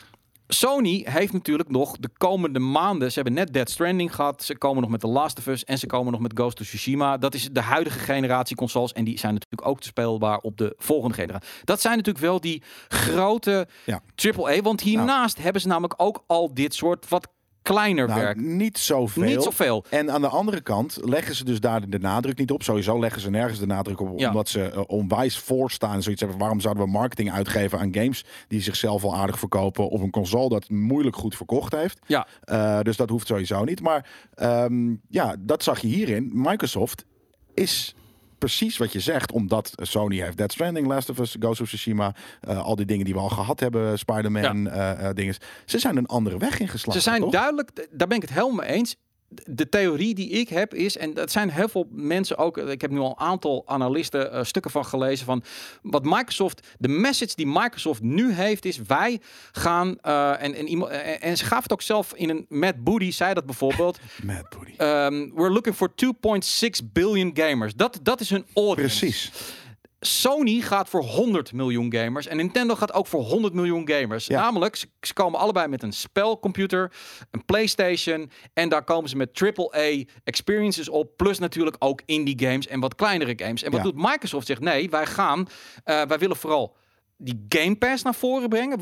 Sony heeft natuurlijk nog de komende maanden... Ze hebben net Death Stranding gehad. Ze komen nog met The Last of Us. En ze komen nog met Ghost of Tsushima. Dat is de huidige generatie consoles. En die zijn natuurlijk ook te speelbaar op de volgende generatie. Dat zijn natuurlijk wel die grote AAA. Want hiernaast hebben ze namelijk ook al dit soort wat kleiner werk. Niet zoveel. Niet zoveel. En aan de andere kant leggen ze dus daar de nadruk niet op. Sowieso leggen ze nergens de nadruk op. Omdat ze onwijs voorstaan. Zoiets hebben. Waarom zouden we marketing uitgeven aan games die zichzelf al aardig verkopen op een console dat moeilijk goed verkocht heeft? Ja. Dus dat hoeft sowieso niet. Maar dat zag je hierin. Microsoft is precies wat je zegt, omdat Sony heeft Death Stranding, Last of Us, Ghost of Tsushima, al die dingen die we al gehad hebben, Spider-Man, dingen. Ze zijn een andere weg ingeslagen. Ze zijn toch? duidelijk, daar ben ik het helemaal mee eens. De theorie die ik heb is, en dat zijn heel veel mensen ook, ik heb nu al een aantal analisten stukken van gelezen van wat Microsoft, de message die Microsoft nu heeft is, wij gaan, en ze gaf het ook zelf in een, Matt Booty zei dat bijvoorbeeld. Matt Booty. We're looking for 2.6 billion gamers. Dat is hun audience. Precies. Sony gaat voor 100 miljoen gamers. En Nintendo gaat ook voor 100 miljoen gamers. Ja. Namelijk, ze komen allebei met een spelcomputer, een PlayStation. En daar komen ze met AAA experiences op. Plus natuurlijk ook indie games en wat kleinere games. En wat doet Microsoft? Zegt nee, wij willen vooral die Game Pass naar voren brengen.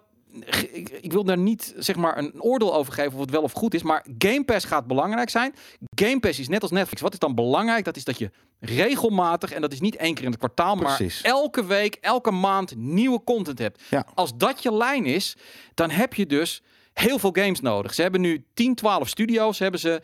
Ik wil daar niet zeg maar een oordeel over geven of het wel of goed is. Maar Game Pass gaat belangrijk zijn. Game Pass is net als Netflix. Wat is dan belangrijk? Dat is dat je regelmatig, en dat is niet 1 keer in het kwartaal, maar elke week, elke maand nieuwe content hebt. Ja. Als dat je lijn is, dan heb je dus heel veel games nodig. Ze hebben nu 10, 12 studio's. Hebben ze,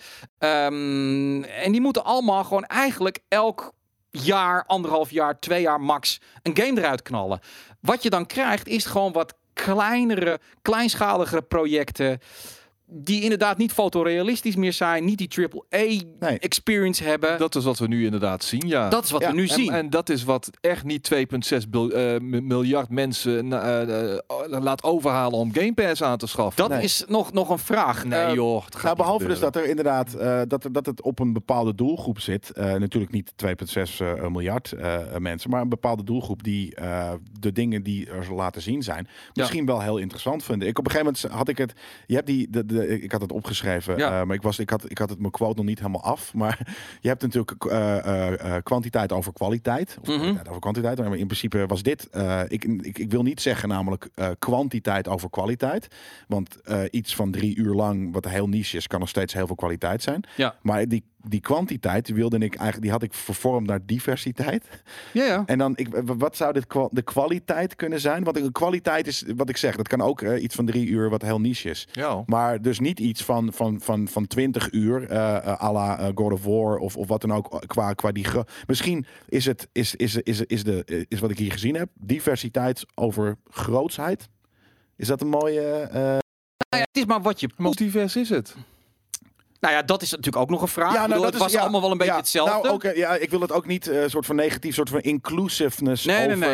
en die moeten allemaal gewoon eigenlijk elk jaar, 1,5 jaar, 2 jaar max een game eruit knallen. Wat je dan krijgt is gewoon wat kleinere, kleinschaligere projecten die inderdaad niet fotorealistisch meer zijn, niet die AAA-experience hebben. Dat is wat we nu inderdaad zien, ja. Dat is wat we nu zien. En dat is wat echt niet 2,6 miljard mensen laat overhalen om Game Pass aan te schaffen. Dat is nog een vraag. Nee joh. Behalve dus dat er inderdaad dat het op een bepaalde doelgroep zit. Natuurlijk niet 2,6 miljard mensen, maar een bepaalde doelgroep die de dingen die er laten zien zijn misschien wel heel interessant vinden. Op een gegeven moment had ik het. Je hebt ik had het opgeschreven, maar ik had het mijn quote nog niet helemaal af. Maar je hebt natuurlijk kwantiteit over kwaliteit. Of kwaliteit over kwantiteit. Maar in principe was dit. Ik wil niet zeggen namelijk kwantiteit over kwaliteit. Want iets van 3 uur lang, wat heel niche is, kan nog steeds heel veel kwaliteit zijn. Ja. Maar die kwantiteit wilde ik eigenlijk, die had ik vervormd naar diversiteit. Ja. En dan, wat zou de kwaliteit kunnen zijn? Want de kwaliteit is, wat ik zeg, dat kan ook iets van 3 uur wat heel niche is. Ja. Maar dus niet iets van 20 uur, à la God of War of wat dan ook, qua die... Misschien is wat ik hier gezien heb, diversiteit over grootsheid. Is dat een mooie... het is maar wat je... Hoe divers is het? Nou ja, dat is natuurlijk ook nog een vraag. Ja, het was allemaal wel een beetje hetzelfde. Nou, ik wil het ook niet soort van negatief, soort van inclusiveness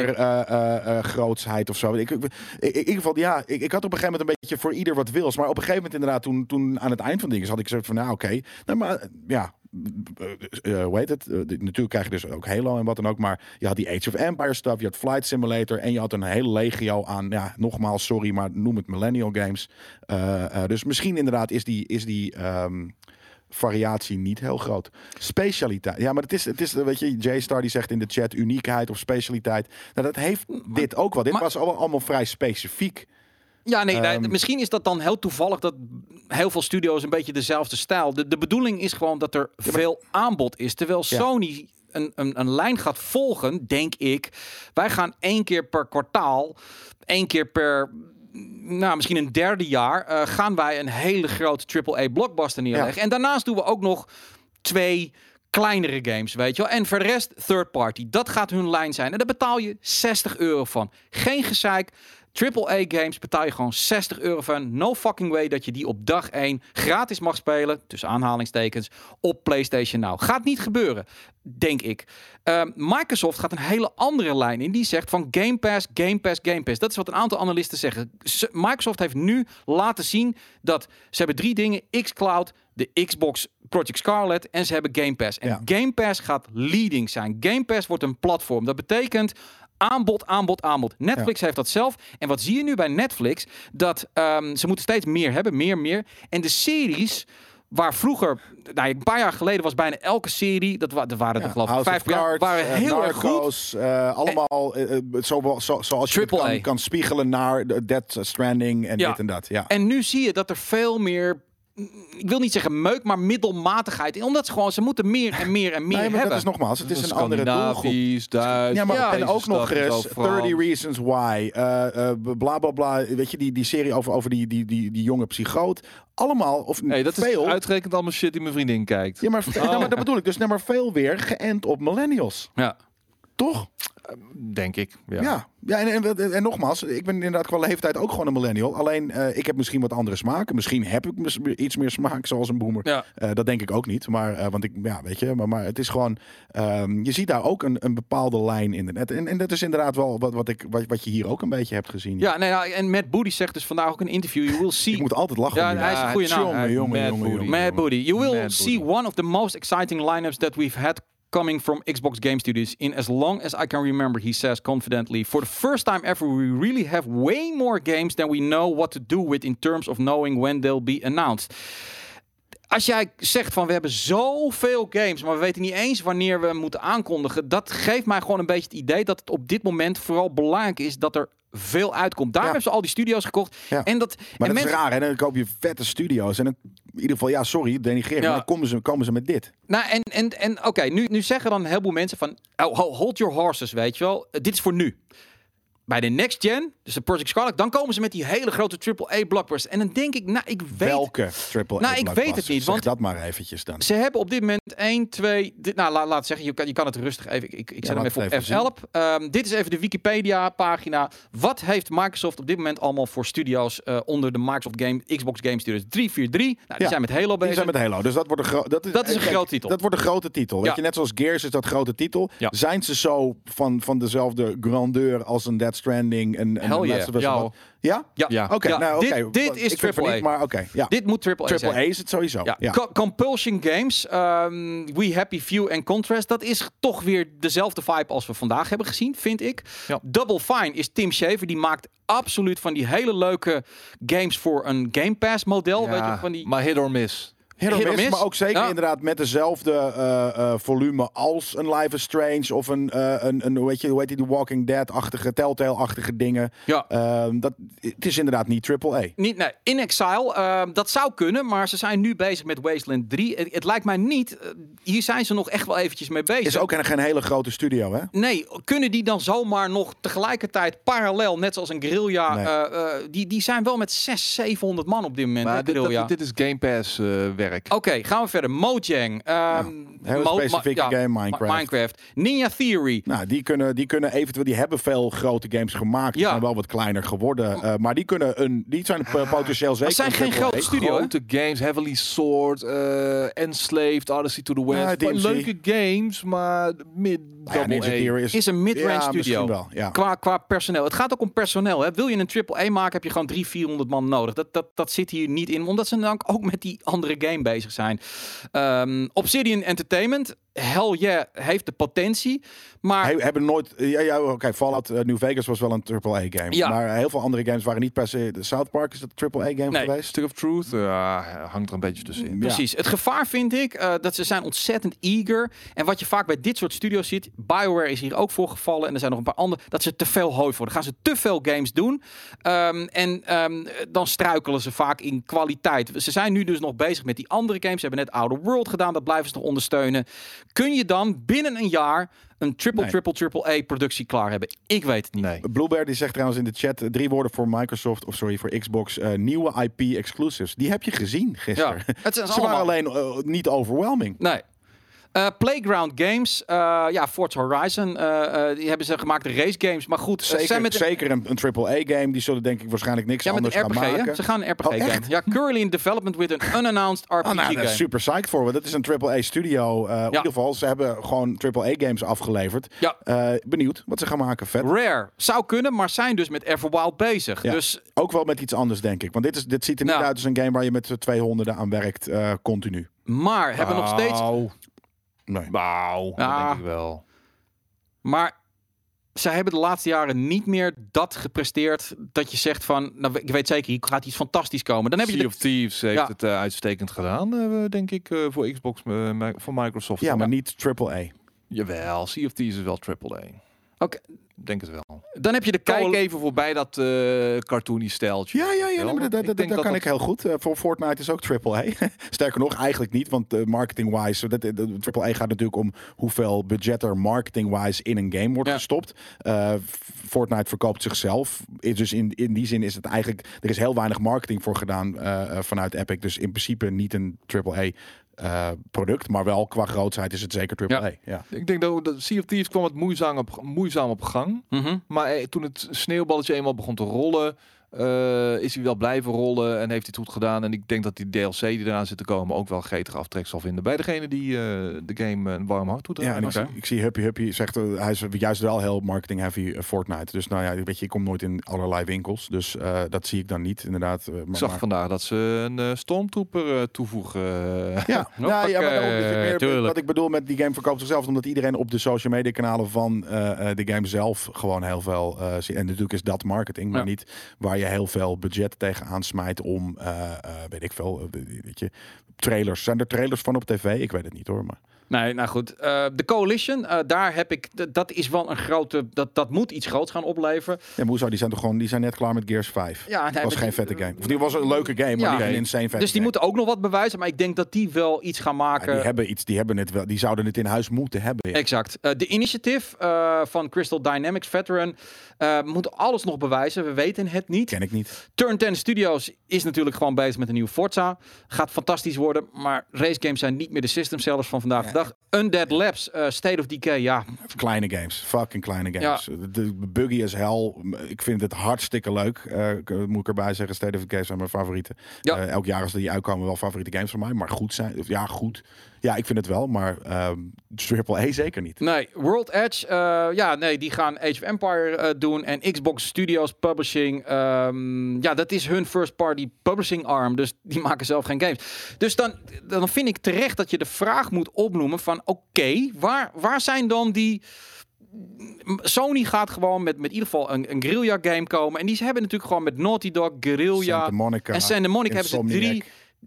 grootsheid of zo. In ieder geval, ik had op een gegeven moment een beetje voor ieder wat wils. Maar op een gegeven moment inderdaad, toen aan het eind van dingen had ik zoiets van, hoe heet het? Natuurlijk krijg je dus ook Halo en wat dan ook. Maar je had die Age of Empires stuff, je had Flight Simulator en je had een hele legio aan, nogmaals, sorry, maar noem het millennial games. Dus misschien inderdaad is die variatie niet heel groot. Specialiteit. Ja, maar het is weet je, J-Star die zegt in de chat uniekheid of specialiteit. Nou, dat heeft dit ook wel. Dit was allemaal vrij specifiek. Ja, misschien is dat dan heel toevallig dat heel veel studio's een beetje dezelfde stijl. De bedoeling is gewoon dat er veel aanbod is. Terwijl Sony een lijn gaat volgen, denk ik. Wij gaan 1 keer per kwartaal, 1 keer per... misschien een 3e jaar gaan wij een hele grote AAA blockbuster neerleggen. Ja. En daarnaast doen we ook nog 2 kleinere games, weet je wel. En voor de rest third party. Dat gaat hun lijn zijn. En daar betaal je €60 van. Geen gezeik. AAA games betaal je gewoon €60 van. No fucking way dat je die op dag 1 gratis mag spelen, tussen aanhalingstekens, op PlayStation Now. Gaat niet gebeuren, denk ik. Microsoft gaat een hele andere lijn in. Die zegt van Game Pass, Game Pass, Game Pass. Dat is wat een aantal analisten zeggen. Microsoft heeft nu laten zien dat ze hebben 3 dingen. xCloud, de Xbox, Project Scarlet en ze hebben Game Pass. En Game Pass gaat leading zijn. Game Pass wordt een platform. Dat betekent Aanbod. Netflix heeft dat zelf. En wat zie je nu bij Netflix? Dat ze moeten steeds meer hebben. Meer. En de series... Waar vroeger, een paar jaar geleden was bijna elke serie, dat waren er geloof ik 5 jaar, waren heel erg goed. Allemaal zoals je kan spiegelen naar Death Stranding en dit en dat. Ja. En nu zie je dat er veel meer, ik wil niet zeggen meuk, maar middelmatigheid. Omdat ze moeten meer en meer hebben. Dat is nogmaals, het is een andere doelgroep. Duits, en ook nog eens 30 Reasons Why, bla bla bla. Weet je, die serie over die jonge psychoot. Allemaal, of dat veel. Is uitgerekend allemaal shit die mijn vriendin kijkt. Ja, maar dat bedoel ik. Dus maar veel weer geënt op millennials. Ja. Toch? Denk ik. Ja. En nogmaals, ik ben inderdaad qua leeftijd ook gewoon een millennial. Alleen, ik heb misschien wat andere smaken. Misschien heb ik iets meer smaak zoals een boomer. Ja. Dat denk ik ook niet. Maar, want weet je, maar het is gewoon... je ziet daar ook een bepaalde lijn in. En dat is inderdaad wel wat je hier ook een beetje hebt gezien. Ja, en Matt Booty zegt dus vandaag ook in een interview... You will see... Ik moet altijd lachen. Ja, hij is een goede naam. Jongen. Matt Booty. You will see one of the most exciting lineups that we've had... coming from Xbox Game Studios in as long as I can remember, he says confidently. For the first time ever, we really have way more games than we know what to do with in terms of knowing when they'll be announced. Als jij zegt van we hebben zoveel games, maar we weten niet eens wanneer we moeten aankondigen. Dat geeft mij gewoon een beetje het idee dat het op dit moment vooral belangrijk is dat er veel uitkomt. Daar hebben ze al die studio's gekocht. Ja. Maar dat is raar, hè? Dan koop je vette studio's. En in ieder geval, sorry, denigreren. Maar dan komen ze met dit. Nou, en oké, nu zeggen dan een heleboel mensen van... hold your horses, weet je wel. Dit is voor nu. Bij de next gen, dus de Project Scarlet, dan komen ze met die hele grote AAA blockbusters. En dan denk ik, ik weet... Welke AAA ik weet het niet. Want dat maar eventjes dan. Ze hebben op dit moment 1, 2... laat zeggen, je kan het rustig even... Ik zet hem even op F11. Dit is even de Wikipedia-pagina. Wat heeft Microsoft op dit moment allemaal voor studio's onder de Microsoft Xbox Game Studios? 343. Die zijn met Halo bezig. Die zijn met Halo, dus dat wordt dat is een grote titel. Dat wordt een grote titel. Weet je, net zoals Gears is dat grote titel. Ja. Zijn ze zo van dezelfde grandeur als een Death Stranding en Last of Us? Ja? Oké. Dit is AAA. Maar dit moet AAA zijn. AAA is het sowieso. Ja. Compulsion Games, We Happy Few and Contrast, dat is toch weer dezelfde vibe als we vandaag hebben gezien, vind ik. Ja. Double Fine is Tim Schafer, die maakt absoluut van die hele leuke games voor een Game Pass model. Ja, weet je, van die... maar hit or miss. Hit or miss, maar ook zeker inderdaad met dezelfde volume als een Life is Strange of een hoe heet die Walking Dead-achtige, Telltale-achtige dingen. Ja. Het is inderdaad niet AAA. Nee, In Exile, dat zou kunnen, maar ze zijn nu bezig met Wasteland 3. Het lijkt mij niet, hier zijn ze nog echt wel eventjes mee bezig. Is ook geen hele grote studio, hè? Nee, kunnen die dan zomaar nog tegelijkertijd parallel, net zoals een Guerrilla, die zijn wel met 600-700 man op dit moment. Maar dit is Game Pass werk. Oké, gaan we verder. Mojang. Heel specifieke game, Minecraft. Ninja Theory. Nou, die kunnen eventueel, die hebben veel grote games gemaakt. Die zijn wel wat kleiner geworden. Maar die zijn potentieel zeker. Dat zijn geen grote studio. Grote games, Heavily Sword, Enslaved, Odyssey to the West. Leuke games, maar is een mid-range studio. Wel, qua personeel. Het gaat ook om personeel. Hè. Wil je een AAA maken, heb je gewoon 300-400 man nodig. Dat zit hier niet in, omdat ze dan ook met die andere game bezig zijn. Obsidian Entertainment, hell yeah, heeft de potentie, maar hebben nooit. Oké, Fallout New Vegas was wel een AAA-game, ja. Maar heel veel andere games waren niet per se. De South Park is dat een AAA-game geweest. Stick of Truth hangt er een beetje tussenin. Precies. Het gevaar vind ik dat ze zijn ontzettend eager. En wat je vaak bij dit soort studio's ziet, BioWare is hier ook voor gevallen en er zijn nog een paar andere, dat ze te veel hooi voor. Dan gaan ze te veel games doen dan struikelen ze vaak in kwaliteit. Ze zijn nu dus nog bezig met die andere games. Ze hebben net Outer World gedaan, dat blijven ze nog ondersteunen. Kun je dan binnen een jaar een triple productie klaar hebben? Ik weet het niet. Nee. Bluebear die zegt trouwens in de chat 3 woorden voor voor Xbox. Nieuwe IP exclusives. Die heb je gezien gisteren. Ja, ze waren alleen niet overwhelming. Nee. Playground Games, Forza Horizon, die hebben ze gemaakt de race games, maar goed. Zeker een AAA-game, die zullen denk ik waarschijnlijk niks anders gaan maken. Hè? Ze gaan een RPG-game. Ja, currently in development with an unannounced RPG-game. Daar is super psyched voor, want dat is een AAA-studio. In ieder geval, ze hebben gewoon AAA-games afgeleverd. Ja. Benieuwd wat ze gaan maken, vet. Rare, zou kunnen, maar zijn dus met Everwild bezig. Ja. Dus ook wel met iets anders, denk ik. Want dit ziet er niet uit als een game waar je met 200 aan werkt, continu. Maar hebben nog steeds... Nee. Wauw, dat denk ik wel. Maar zij hebben de laatste jaren niet meer dat gepresteerd dat je zegt van, nou, ik weet zeker, hier gaat iets fantastisch komen. Dan heb je Sea of Thieves heeft het uitstekend gedaan, denk ik, voor Xbox, voor Microsoft. Ja, maar niet AAA. Jawel, Sea of Thieves is wel AAA. Oké. Denk het wel. Dan heb je de Kijk even voorbij dat cartoony stijltje. Ja, maar dat kan ik heel goed. Voor Fortnite is ook AAA. Sterker nog, eigenlijk niet, want marketing-wise, AAA gaat natuurlijk om hoeveel budget er marketing-wise in een game wordt gestopt. Fortnite verkoopt zichzelf. Dus in die zin is het eigenlijk, er is heel weinig marketing voor gedaan vanuit Epic. Dus in principe niet een AAA product, maar wel qua grootsheid is het zeker AAA. Ja. Ik denk dat Sea of Thieves kwam het moeizaam op gang. Maar toen het sneeuwballetje eenmaal begon te rollen, is hij wel blijven rollen en heeft hij het goed gedaan. En ik denk dat die DLC die eraan zit te komen ook wel gretig aftrek zal vinden bij degene die de game een warm hart toedraagt. Ja, en ik zie Huppy zegt, hij is juist wel heel marketing heavy Fortnite. Dus nou ja, weet je, ik kom nooit in allerlei winkels. Dus dat zie ik dan niet, inderdaad. Ik zag vandaag dat ze een Stormtrooper toevoegen. Ja, maar daarom, wat ik bedoel met die game verkoopt zichzelf, omdat iedereen op de social media kanalen van de game zelf gewoon heel veel ziet. En natuurlijk is dat marketing, maar niet waar je heel veel budget tegenaan smijt om, weet ik veel, weet je, trailers. Zijn er trailers van op tv? Ik weet het niet hoor, maar... Nee, nou goed. De Coalition, daar heb ik... Dat is wel een grote... Dat moet iets groots gaan opleveren. Ja, maar hoezo? Die zijn net klaar met Gears 5. Ja, dat was geen vette game. Of die was een leuke game, maar niet een insane vette Dus die moeten ook nog wat bewijzen. Maar ik denk dat die wel iets gaan maken. Ja, die hebben het wel. Die zouden het in huis moeten hebben. Ja. Exact. De Initiative van Crystal Dynamics Veteran moet alles nog bewijzen. We weten het niet. Ken ik niet. Turn 10 Studios is natuurlijk gewoon bezig met een nieuwe Forza. Gaat fantastisch worden. Maar race games zijn niet meer de system sellers van vandaag de dag. Undead Labs, State of Decay, ja. Kleine games. Fucking kleine games. Ja. De buggy is hel. Ik vind het hartstikke leuk. Moet ik erbij zeggen, State of Decay zijn mijn favorieten. Ja. Elk jaar als die uitkomen wel favoriete games van mij. Maar goed zijn. Ja, goed. Ja, ik vind het wel, maar AAA zeker niet. Nee, World Edge, die gaan Age of Empire doen. En Xbox Studios Publishing, dat is hun first party publishing arm. Dus die maken zelf geen games. Dus dan vind ik terecht dat je de vraag moet opnoemen van oké, waar zijn dan die... Sony gaat gewoon met in ieder geval een guerrilla game komen. En die hebben natuurlijk gewoon met Naughty Dog, Guerrilla en Santa Monica hebben ze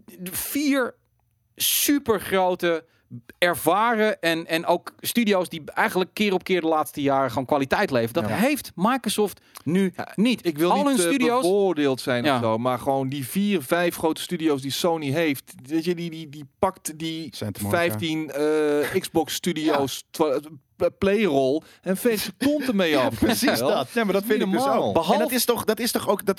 4 super grote, ervaren en ook studio's die eigenlijk keer op keer de laatste jaren gewoon kwaliteit leveren. Dat heeft Microsoft nu niet. Ik wil niet bevoordeeld zijn of zo, maar gewoon die 4, 5 grote studio's die Sony heeft, weet je, die pakt die 15 Xbox studio's playrol en veegt ze kont ermee af. Precies dat. Ja, maar dat vind ik dus ook. Behalve... En dat is toch ook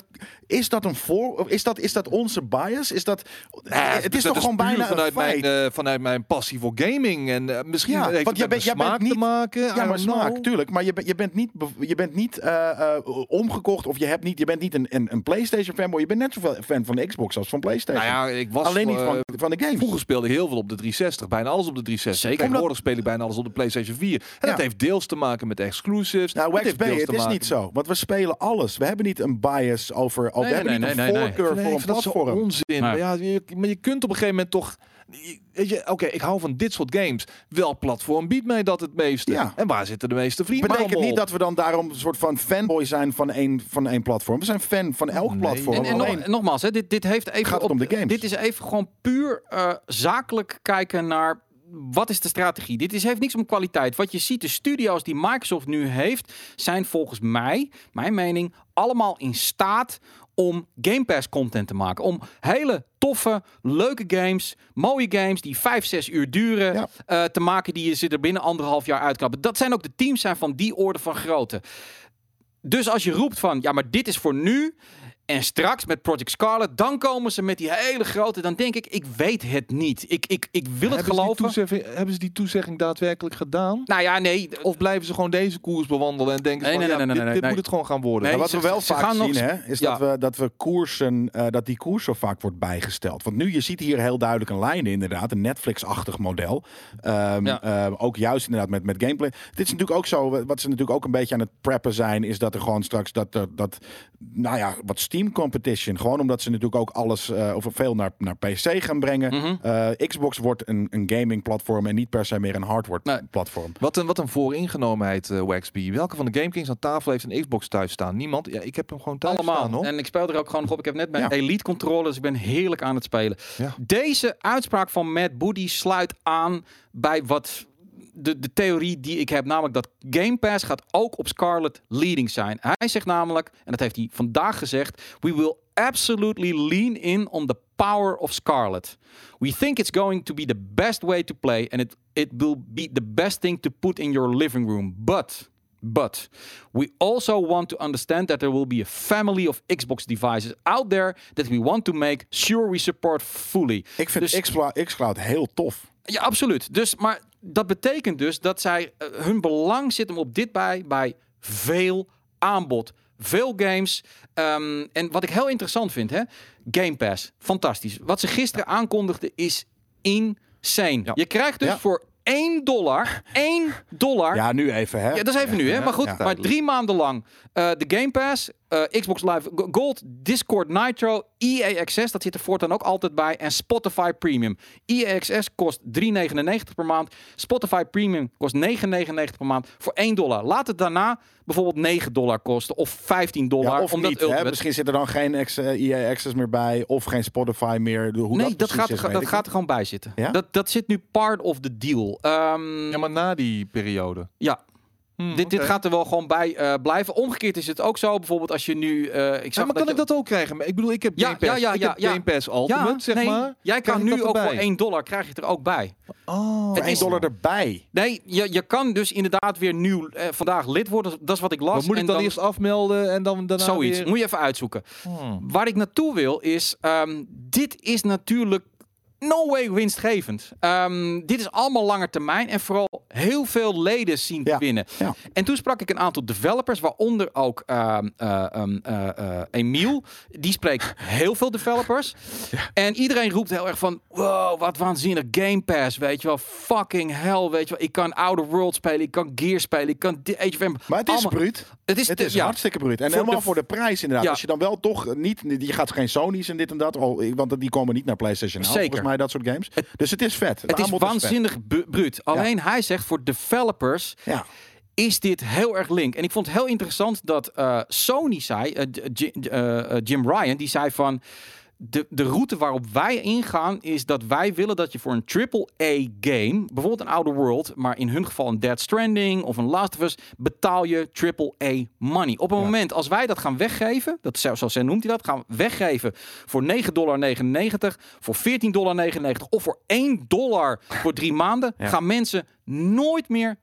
is dat onze bias? Is dat het is toch gewoon bijna vanuit mijn passie voor gaming en misschien heeft want het smaak te maken. Ja, maar smaak, tuurlijk. Maar je bent niet omgekocht of je bent niet een PlayStation fanboy. Je bent net zoveel fan van de Xbox als van PlayStation. Nou ja, ik was alleen niet van de games. Vroeger speelde ik heel veel op de 360, bijna alles op de 360. Zeker. Tegenwoordig speel ik bijna alles op de PlayStation 4. En dat heeft deels te maken met exclusives. Nou, het is niet zo. Want we spelen alles. We hebben niet een bias over... we hebben niet een voorkeur voor een platform. Dat is onzin. Nee. Maar je kunt op een gegeven moment toch... Oké, ik hou van dit soort games. Welk platform biedt mij dat het meeste? Ja. En waar zitten de meeste vrienden? Betekent niet dat we dan daarom een soort van fanboy zijn van één platform. We zijn fan van elk platform. En nogmaals, dit heeft even... Gaat het om de games. Dit is even gewoon puur zakelijk kijken naar... Wat is de strategie? Heeft niks om kwaliteit. Wat je ziet, de studio's die Microsoft nu heeft, zijn volgens mij, mijn mening, allemaal in staat om Game Pass content te maken. Om hele toffe, leuke games, mooie games die 5-6 uur duren te maken, die je ze er binnen 1,5 jaar uitklappen. Dat zijn ook de teams zijn van die orde van grootte. Dus als je roept van, ja, maar dit is voor nu... En straks met Project Scarlet, dan komen ze met die hele grote... Dan denk ik weet het niet. Ik wil het geloven. Hebben ze die toezegging daadwerkelijk gedaan? Nou ja, nee. Of blijven ze gewoon deze koers bewandelen en denken dit moet het gewoon gaan worden? Nee, wat we wel vaak zien, is dat we koersen... dat die koers zo vaak wordt bijgesteld. Want nu, je ziet hier heel duidelijk een lijn inderdaad. Een Netflix-achtig model. Ook juist inderdaad met gameplay. Dit is natuurlijk ook zo... Wat ze natuurlijk ook een beetje aan het preppen zijn... is dat er gewoon straks wat Steam Steam competition. Gewoon omdat ze natuurlijk ook alles of veel naar PC gaan brengen. Xbox wordt een gaming platform en niet per se meer een hardware platform. Wat een vooringenomenheid, Waxby. Welke van de GameKings aan tafel heeft een Xbox thuis staan? Niemand? Ja, ik heb hem gewoon thuis allemaal staan, hoor. En ik speel er ook gewoon nog op. Ik heb net mijn Elite controller, dus ik ben heerlijk aan het spelen. Ja. Deze uitspraak van Matt Booty sluit aan bij wat de theorie die ik heb, namelijk dat Game Pass gaat ook op Scarlet leading zijn. Hij zegt namelijk, en dat heeft hij vandaag gezegd, we will absolutely lean in on the power of Scarlet. We think it's going to be the best way to play and it will be the best thing to put in your living room. But we also want to understand that there will be a family of Xbox devices out there that we want to make sure we support fully. Ik vind xCloud heel tof. Ja, absoluut. Dus, maar dat betekent dus dat zij hun belang zit hem op dit bij veel aanbod. Veel games. En wat ik heel interessant vind, hè? Game Pass. Fantastisch. Wat ze gisteren aankondigden is insane. Ja. Je krijgt dus voor $1. Ja, nu even, hè? Ja, dat is even nu, hè? Maar goed, maar 3 maanden lang de Game Pass, Xbox Live Gold, Discord Nitro, EA Access, dat zit er voortaan ook altijd bij, en Spotify Premium. EA Access kost $3,99 per maand. Spotify Premium kost $9,99 per maand voor $1. Laat het daarna bijvoorbeeld $9 kosten of $15. Ja, of omdat niet, hè? Misschien zit er dan geen EA Access meer bij of geen Spotify meer. Hoe dat gaat er gewoon bij zitten. Ja? Dat zit nu part of the deal. Ja, maar na die periode. Ja. Dit gaat er wel gewoon bij blijven. Omgekeerd is het ook zo. Bijvoorbeeld als je nu... maar kan ik dat ook krijgen? Ik bedoel, ik heb Game Pass. Ik heb Game Pass Ultimate, zeg maar. Jij kan nu ook voor $1 krijg je het er ook bij. Oh, $1 erbij? Nee, je kan dus inderdaad weer nieuw vandaag lid worden. Dat is wat ik las. Wat moet ik dan eerst afmelden en dan daarna zoiets. Weer... Moet je even uitzoeken. Waar ik naartoe wil is... dit is natuurlijk no way winstgevend. Dit is allemaal langer termijn en vooral heel veel leden zien te winnen. Ja. En toen sprak ik een aantal developers, waaronder ook Emiel. Die spreekt heel veel developers. Ja. En iedereen roept heel erg van, wow, wat waanzinnig, Game Pass, weet je wel. Fucking hell, weet je wel. Ik kan Outer Worlds spelen, ik kan Gear spelen, ik kan Age of Empires. Maar het is bruut. Het is hartstikke bruut. En helemaal voor de prijs inderdaad. Als je dan wel toch niet, je gaat geen Sony's en dit en dat, want die komen niet naar PlayStation. Zeker. Volgens mij dat soort games. Dus het is vet. Het is waanzinnig bruut. Alleen hij zegt voor developers is dit heel erg link. En ik vond het heel interessant dat Sony zei, Jim Ryan, die zei van de route waarop wij ingaan is dat wij willen dat je voor een AAA-game, bijvoorbeeld een Outer World, maar in hun geval een Dead Stranding of een Last of Us, betaal je AAA-money. Op een moment als wij dat gaan weggeven, dat zoals hij noemt hij dat, gaan we weggeven voor $9,99, voor $14,99 of voor $1 voor 3 maanden, gaan mensen nooit meer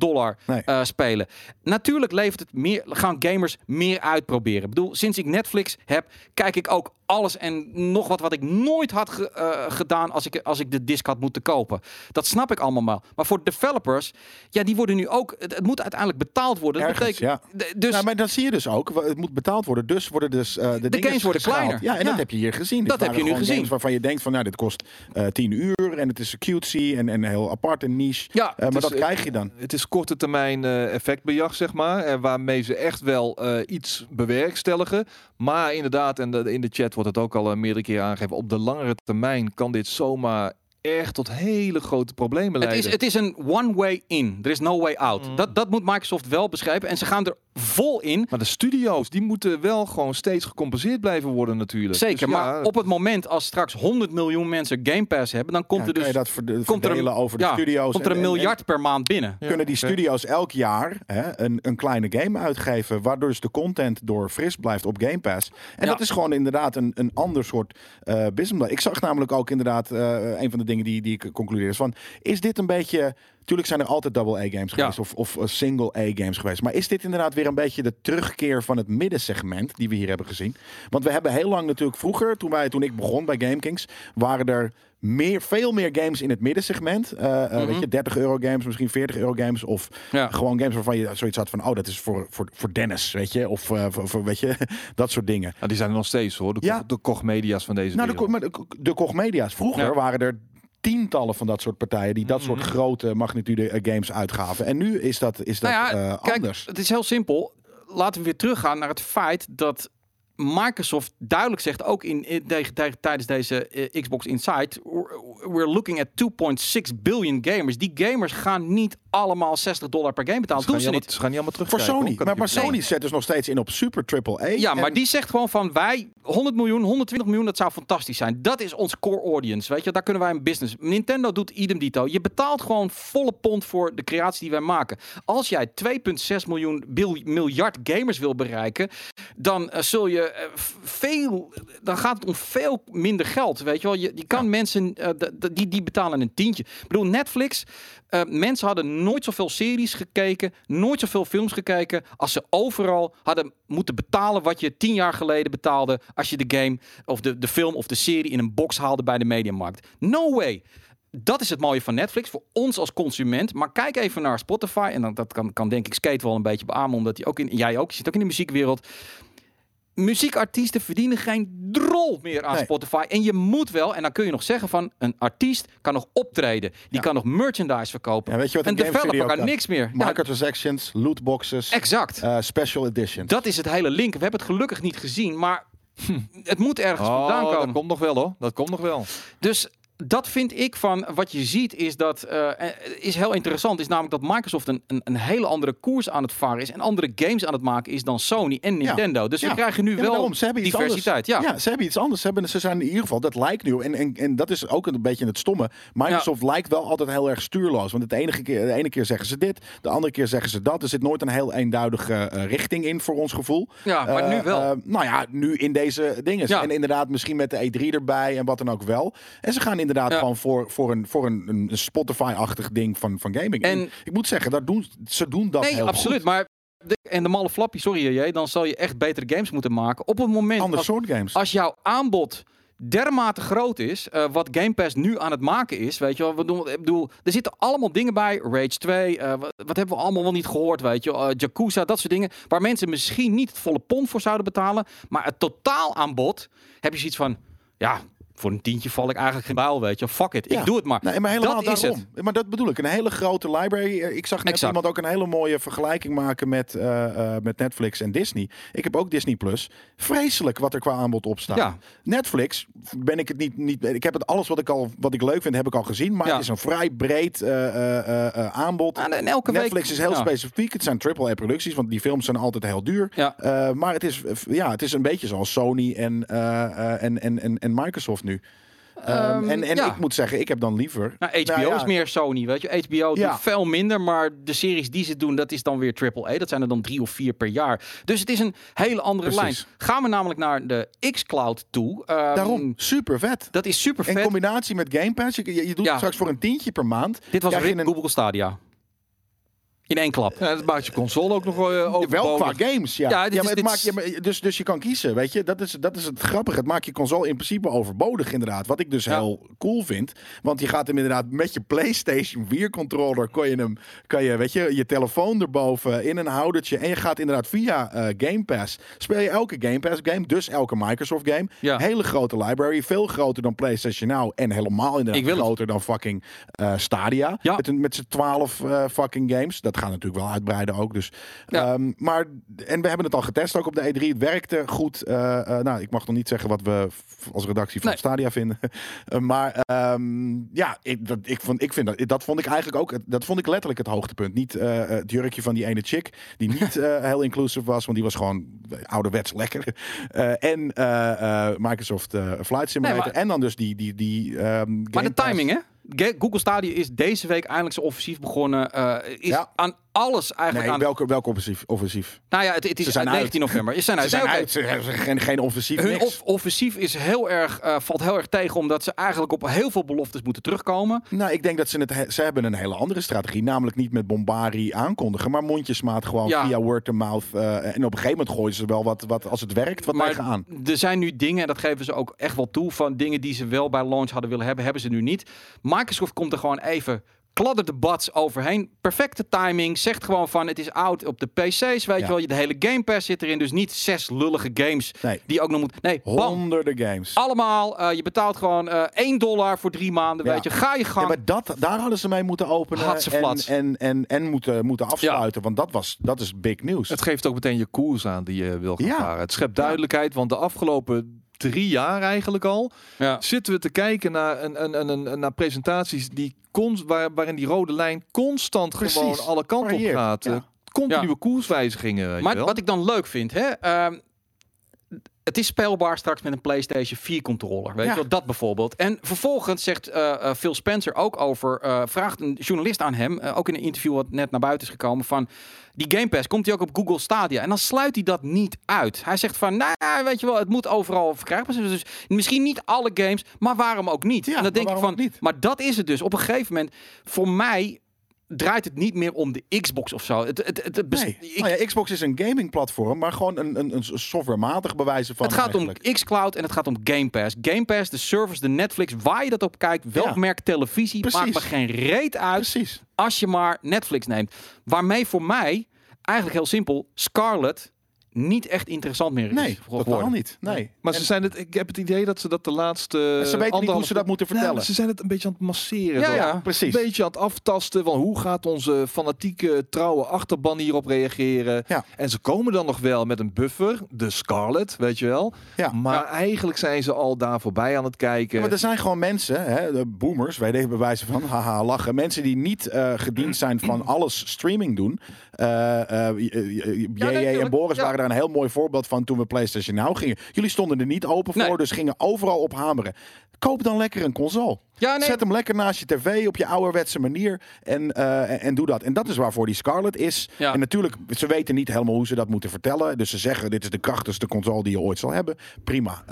$60 spelen. Natuurlijk levert het meer, gaan gamers meer uitproberen. Ik bedoel, sinds ik Netflix heb, kijk ik ook alles en nog wat ik nooit had gedaan als ik de disc had moeten kopen. Dat snap ik allemaal wel. Maar voor developers, ja, die worden nu ook, het moet uiteindelijk betaald worden. Dat betekent, dus, maar dan zie je dus ook, het moet betaald worden. Dus worden dus de games worden kleiner. Ja, en dat heb je hier gezien. Dat heb je nu gezien. Waarvan je denkt van, nou, dit kost 10 uur en het is cutesy en heel apart en niche. Ja, maar dat krijg je dan. Het is korte termijn effectbejag, zeg maar. Waarmee ze echt wel iets bewerkstelligen. Maar inderdaad, en in de chat wordt het ook al meerdere keer aangegeven, op de langere termijn kan dit zomaar echt tot hele grote problemen leiden. Het is een one way in. Er is no way out. Dat moet Microsoft wel beschrijven. En ze gaan er vol in. Maar de studio's, die moeten wel gewoon steeds gecompenseerd blijven worden natuurlijk. Zeker, dus maar op het moment als straks 100 miljoen mensen Game Pass hebben, dan komt er dus over de studio's. Komt er $1 miljard per maand binnen. Kunnen die studio's elk jaar een kleine game uitgeven, waardoor dus de content door fris blijft op Game Pass. En dat is gewoon inderdaad een ander soort business. Ik zag namelijk ook inderdaad een van de dingen die ik concludeer is van, is dit een beetje... Tuurlijk zijn er altijd double-A-games geweest of single-A-games geweest. Maar is dit inderdaad weer een beetje de terugkeer van het middensegment die we hier hebben gezien? Want we hebben heel lang natuurlijk vroeger, toen ik begon bij GameKings, waren er veel meer games in het middensegment. Weet je, €30 games, misschien €40 games. Of gewoon games waarvan je zoiets had van, oh, dat is voor Dennis, weet je. Of voor weet je, dat soort dingen. Nou, die zijn er nog steeds, hoor. De Koch Media's van deze wereld. De Koch Media's. Vroeger waren er tientallen van dat soort partijen die dat soort grote magnitude games uitgaven. En nu is dat kijk, anders. Het is heel simpel. Laten we weer teruggaan naar het feit dat Microsoft duidelijk zegt, ook tijdens deze Xbox Insight, we're looking at 2.6 billion gamers. Die gamers gaan niet allemaal $60 per game betalen. Ze gaan niet allemaal terug voor Sony. Maar Sony zet dus nog steeds in op super AAA. Ja, maar die zegt gewoon van wij 100 miljoen, 120 miljoen, dat zou fantastisch zijn. Dat is ons core audience, weet je. Daar kunnen wij een business. Nintendo doet idem dito. Je betaalt gewoon volle pond voor de creatie die wij maken. Als jij 2.6 miljard gamers wil bereiken, dan zul je dan gaat het om veel minder geld, weet je wel. Je kan mensen die betalen een tientje. Ik bedoel, Netflix, mensen hadden nooit zoveel series gekeken, nooit zoveel films gekeken, als ze overal hadden moeten betalen wat je 10 jaar geleden betaalde als je de game of de film of de serie in een box haalde bij de Mediamarkt. No way. Dat is het mooie van Netflix voor ons als consument. Maar kijk even naar Spotify. En dat kan denk ik Skate wel een beetje beamen, omdat jij ook zit ook in de muziekwereld. Muziekartiesten verdienen geen drol meer aan Spotify. En je moet wel, en dan kun je nog zeggen van een artiest kan nog optreden. Die kan nog merchandise verkopen. Ja, weet je wat een developer kan niks meer. Microtransactions, lootboxes. Exact. Special editions. Dat is het hele link. We hebben het gelukkig niet gezien, maar het moet ergens vandaan komen. Dat komt nog wel hoor. Dat komt nog wel. Dus dat vind ik van wat je ziet is dat is heel interessant. Is namelijk dat Microsoft een hele andere koers aan het varen is en andere games aan het maken is dan Sony en Nintendo. Dus we krijgen nu wel diversiteit. Ja, ze hebben iets anders. Ze zijn in ieder geval, dat lijkt nu en dat is ook een beetje het stomme. Microsoft lijkt wel altijd heel erg stuurloos. Want de ene keer zeggen ze dit, de andere keer zeggen ze dat. Er zit nooit een heel eenduidige richting in voor ons gevoel. Ja, maar nu wel. Nu in deze dingen. Ja. En inderdaad misschien met de E3 erbij en wat dan ook wel. En ze gaan inderdaad gewoon voor een Spotify-achtig ding van gaming. En ik moet zeggen, ze doen dat heel absoluut, goed. Maar de malle flappie, sorry dan zal je echt betere games moeten maken. Op het moment soort games. Als jouw aanbod dermate groot is, wat Game Pass nu aan het maken is, weet je wel. Ik bedoel, er zitten allemaal dingen bij. Rage 2, wat hebben we allemaal wel niet gehoord, weet je. Yakuza, dat soort dingen, waar mensen misschien niet het volle pond voor zouden betalen, maar het totaalaanbod heb je zoiets van, ja, voor een tientje val ik eigenlijk geen buil, weet je. Fuck it, ik doe het maar. Nee, maar helemaal dat is het. Maar dat bedoel ik. Een hele grote library. Ik zag net iemand ook een hele mooie vergelijking maken met Netflix en Disney. Ik heb ook Disney Plus. Vreselijk wat er qua aanbod op staat. Ja. Netflix ben ik het niet. Ik heb het alles wat ik leuk vind, heb ik al gezien. Maar het is een vrij breed aanbod. En elke Netflix week, is heel specifiek. Het zijn AAA-producties, want die films zijn altijd heel duur. Ja. Maar het is een beetje zoals Sony en Microsoft nu. Ik moet zeggen, ik heb dan liever... HBO is meer Sony, weet je. HBO doet veel minder, maar de series die ze doen, dat is dan weer AAA. Dat zijn er dan 3 of 4 per jaar. Dus het is een hele andere lijn. Gaan we namelijk naar de xCloud toe. Daarom, super vet. Dat is super vet. In combinatie met Game Pass. Je doet het straks voor een tientje per maand. Dit was Google Stadia. In één klap. Ja, dat maakt je console ook nog wel qua games, dus je kan kiezen, weet je. Dat is het grappige. Het maakt je console in principe overbodig, inderdaad. Wat ik dus heel cool vind. Want je gaat hem inderdaad met je PlayStation 4 controller kan je, weet je telefoon erboven in een houdertje. En je gaat inderdaad via Game Pass. Speel je elke Game Pass game, dus elke Microsoft game. Ja. Hele grote library, veel groter dan PlayStation Now. En helemaal inderdaad groter dan fucking Stadia. Ja. Met z'n 12 fucking games. Dat gaat natuurlijk wel uitbreiden ook. Dus, en we hebben het al getest ook op de E3. Het werkte goed. Ik mag nog niet zeggen wat we als redactie van Stadia vinden. Dat vond ik eigenlijk ook. Dat vond ik letterlijk het hoogtepunt. Niet het jurkje van die ene chick die niet heel inclusive was, want die was gewoon ouderwets lekker. En Microsoft Flight Simulator. En dan dus die maar de timing, hè? Google Stadia is deze week eindelijk zo offensief begonnen. Aan alles eigenlijk. Welke offensief? Nou ja, het is 19 november. Ze zijn uit. Ze hebben geen offensief. Hun offensief is valt heel erg tegen, omdat ze eigenlijk op heel veel beloftes moeten terugkomen. Nou, ik denk dat ze hebben een hele andere strategie. Namelijk niet met bombarie aankondigen, maar mondjesmaat gewoon via word of mouth. En op een gegeven moment gooien ze wel wat als het werkt, wat tegenaan. Er zijn nu dingen, en dat geven ze ook echt wel toe, van dingen die ze wel bij launch hadden willen hebben ze nu niet. Microsoft komt er gewoon even kladdert de bats overheen. Perfecte timing. Zegt gewoon van het is oud op de PC's. Weet je wel. De hele Game Pass zit erin. Dus niet 6 lullige games die ook nog moet. Nee, honderden games. Allemaal. Je betaalt gewoon $1 voor 3 maanden. Weet je. Ga je gang. Ja, maar daar hadden ze mee moeten openen. En moeten afsluiten. Want dat is big news. Het geeft ook meteen je koers aan die je wil gaan varen. Het schept duidelijkheid. Want de afgelopen 3 jaar eigenlijk al zitten we te kijken naar presentaties waarin die rode lijn constant gewoon alle kanten op gaat. Continue koerswijzigingen. Weet maar je wel? Wat ik dan leuk vind, het is speelbaar straks met een PlayStation 4 controller. Weet je wel, dat bijvoorbeeld. En vervolgens zegt Phil Spencer ook vraagt een journalist aan hem, ook in een interview wat net naar buiten is gekomen, van die Game Pass, komt hij ook op Google Stadia? En dan sluit hij dat niet uit. Hij zegt van, weet je wel, het moet overal verkrijgbaar zijn. Dus misschien niet alle games, maar waarom ook niet? Ja, en dan denk ik van, maar dat is het dus. Op een gegeven moment, voor mij draait het niet meer om de Xbox of zo. Xbox is een gamingplatform, maar gewoon een softwarematig bewijzen van. Het gaat om xCloud en het gaat om Game Pass. Game Pass, de service, de Netflix, waar je dat op kijkt, welk merk televisie, maakt me geen reet uit als je maar Netflix neemt. Waarmee voor mij, eigenlijk heel simpel, Scarlet niet echt interessant meer is. Nee, totaal niet. Nee. Maar ik heb het idee dat ze dat de laatste... Ze weten niet hoe ze dat moeten vertellen. Ja, ze zijn het een beetje aan het masseren. Ja, precies. Een beetje aan het aftasten van hoe gaat onze fanatieke, trouwe achterban hierop reageren. Ja. En ze komen dan nog wel met een buffer, de Scarlet, weet je wel. Ja. Maar eigenlijk zijn ze al daar voorbij aan het kijken. Ja, maar er zijn gewoon mensen, de boomers, wij deden bewijzen van, haha, lachen. Mensen die niet gediend zijn van alles streaming doen. JJ en Boris waren daar een heel mooi voorbeeld van toen we PlayStation Now gingen. Jullie stonden er niet open voor, dus gingen overal op hameren. Koop dan lekker een console. Zet hem lekker naast je tv op je ouderwetse manier en doe dat. En dat is waarvoor die Scarlet is. Ja. En natuurlijk, ze weten niet helemaal hoe ze dat moeten vertellen. Dus ze zeggen, dit is de krachtigste console die je ooit zal hebben. Prima.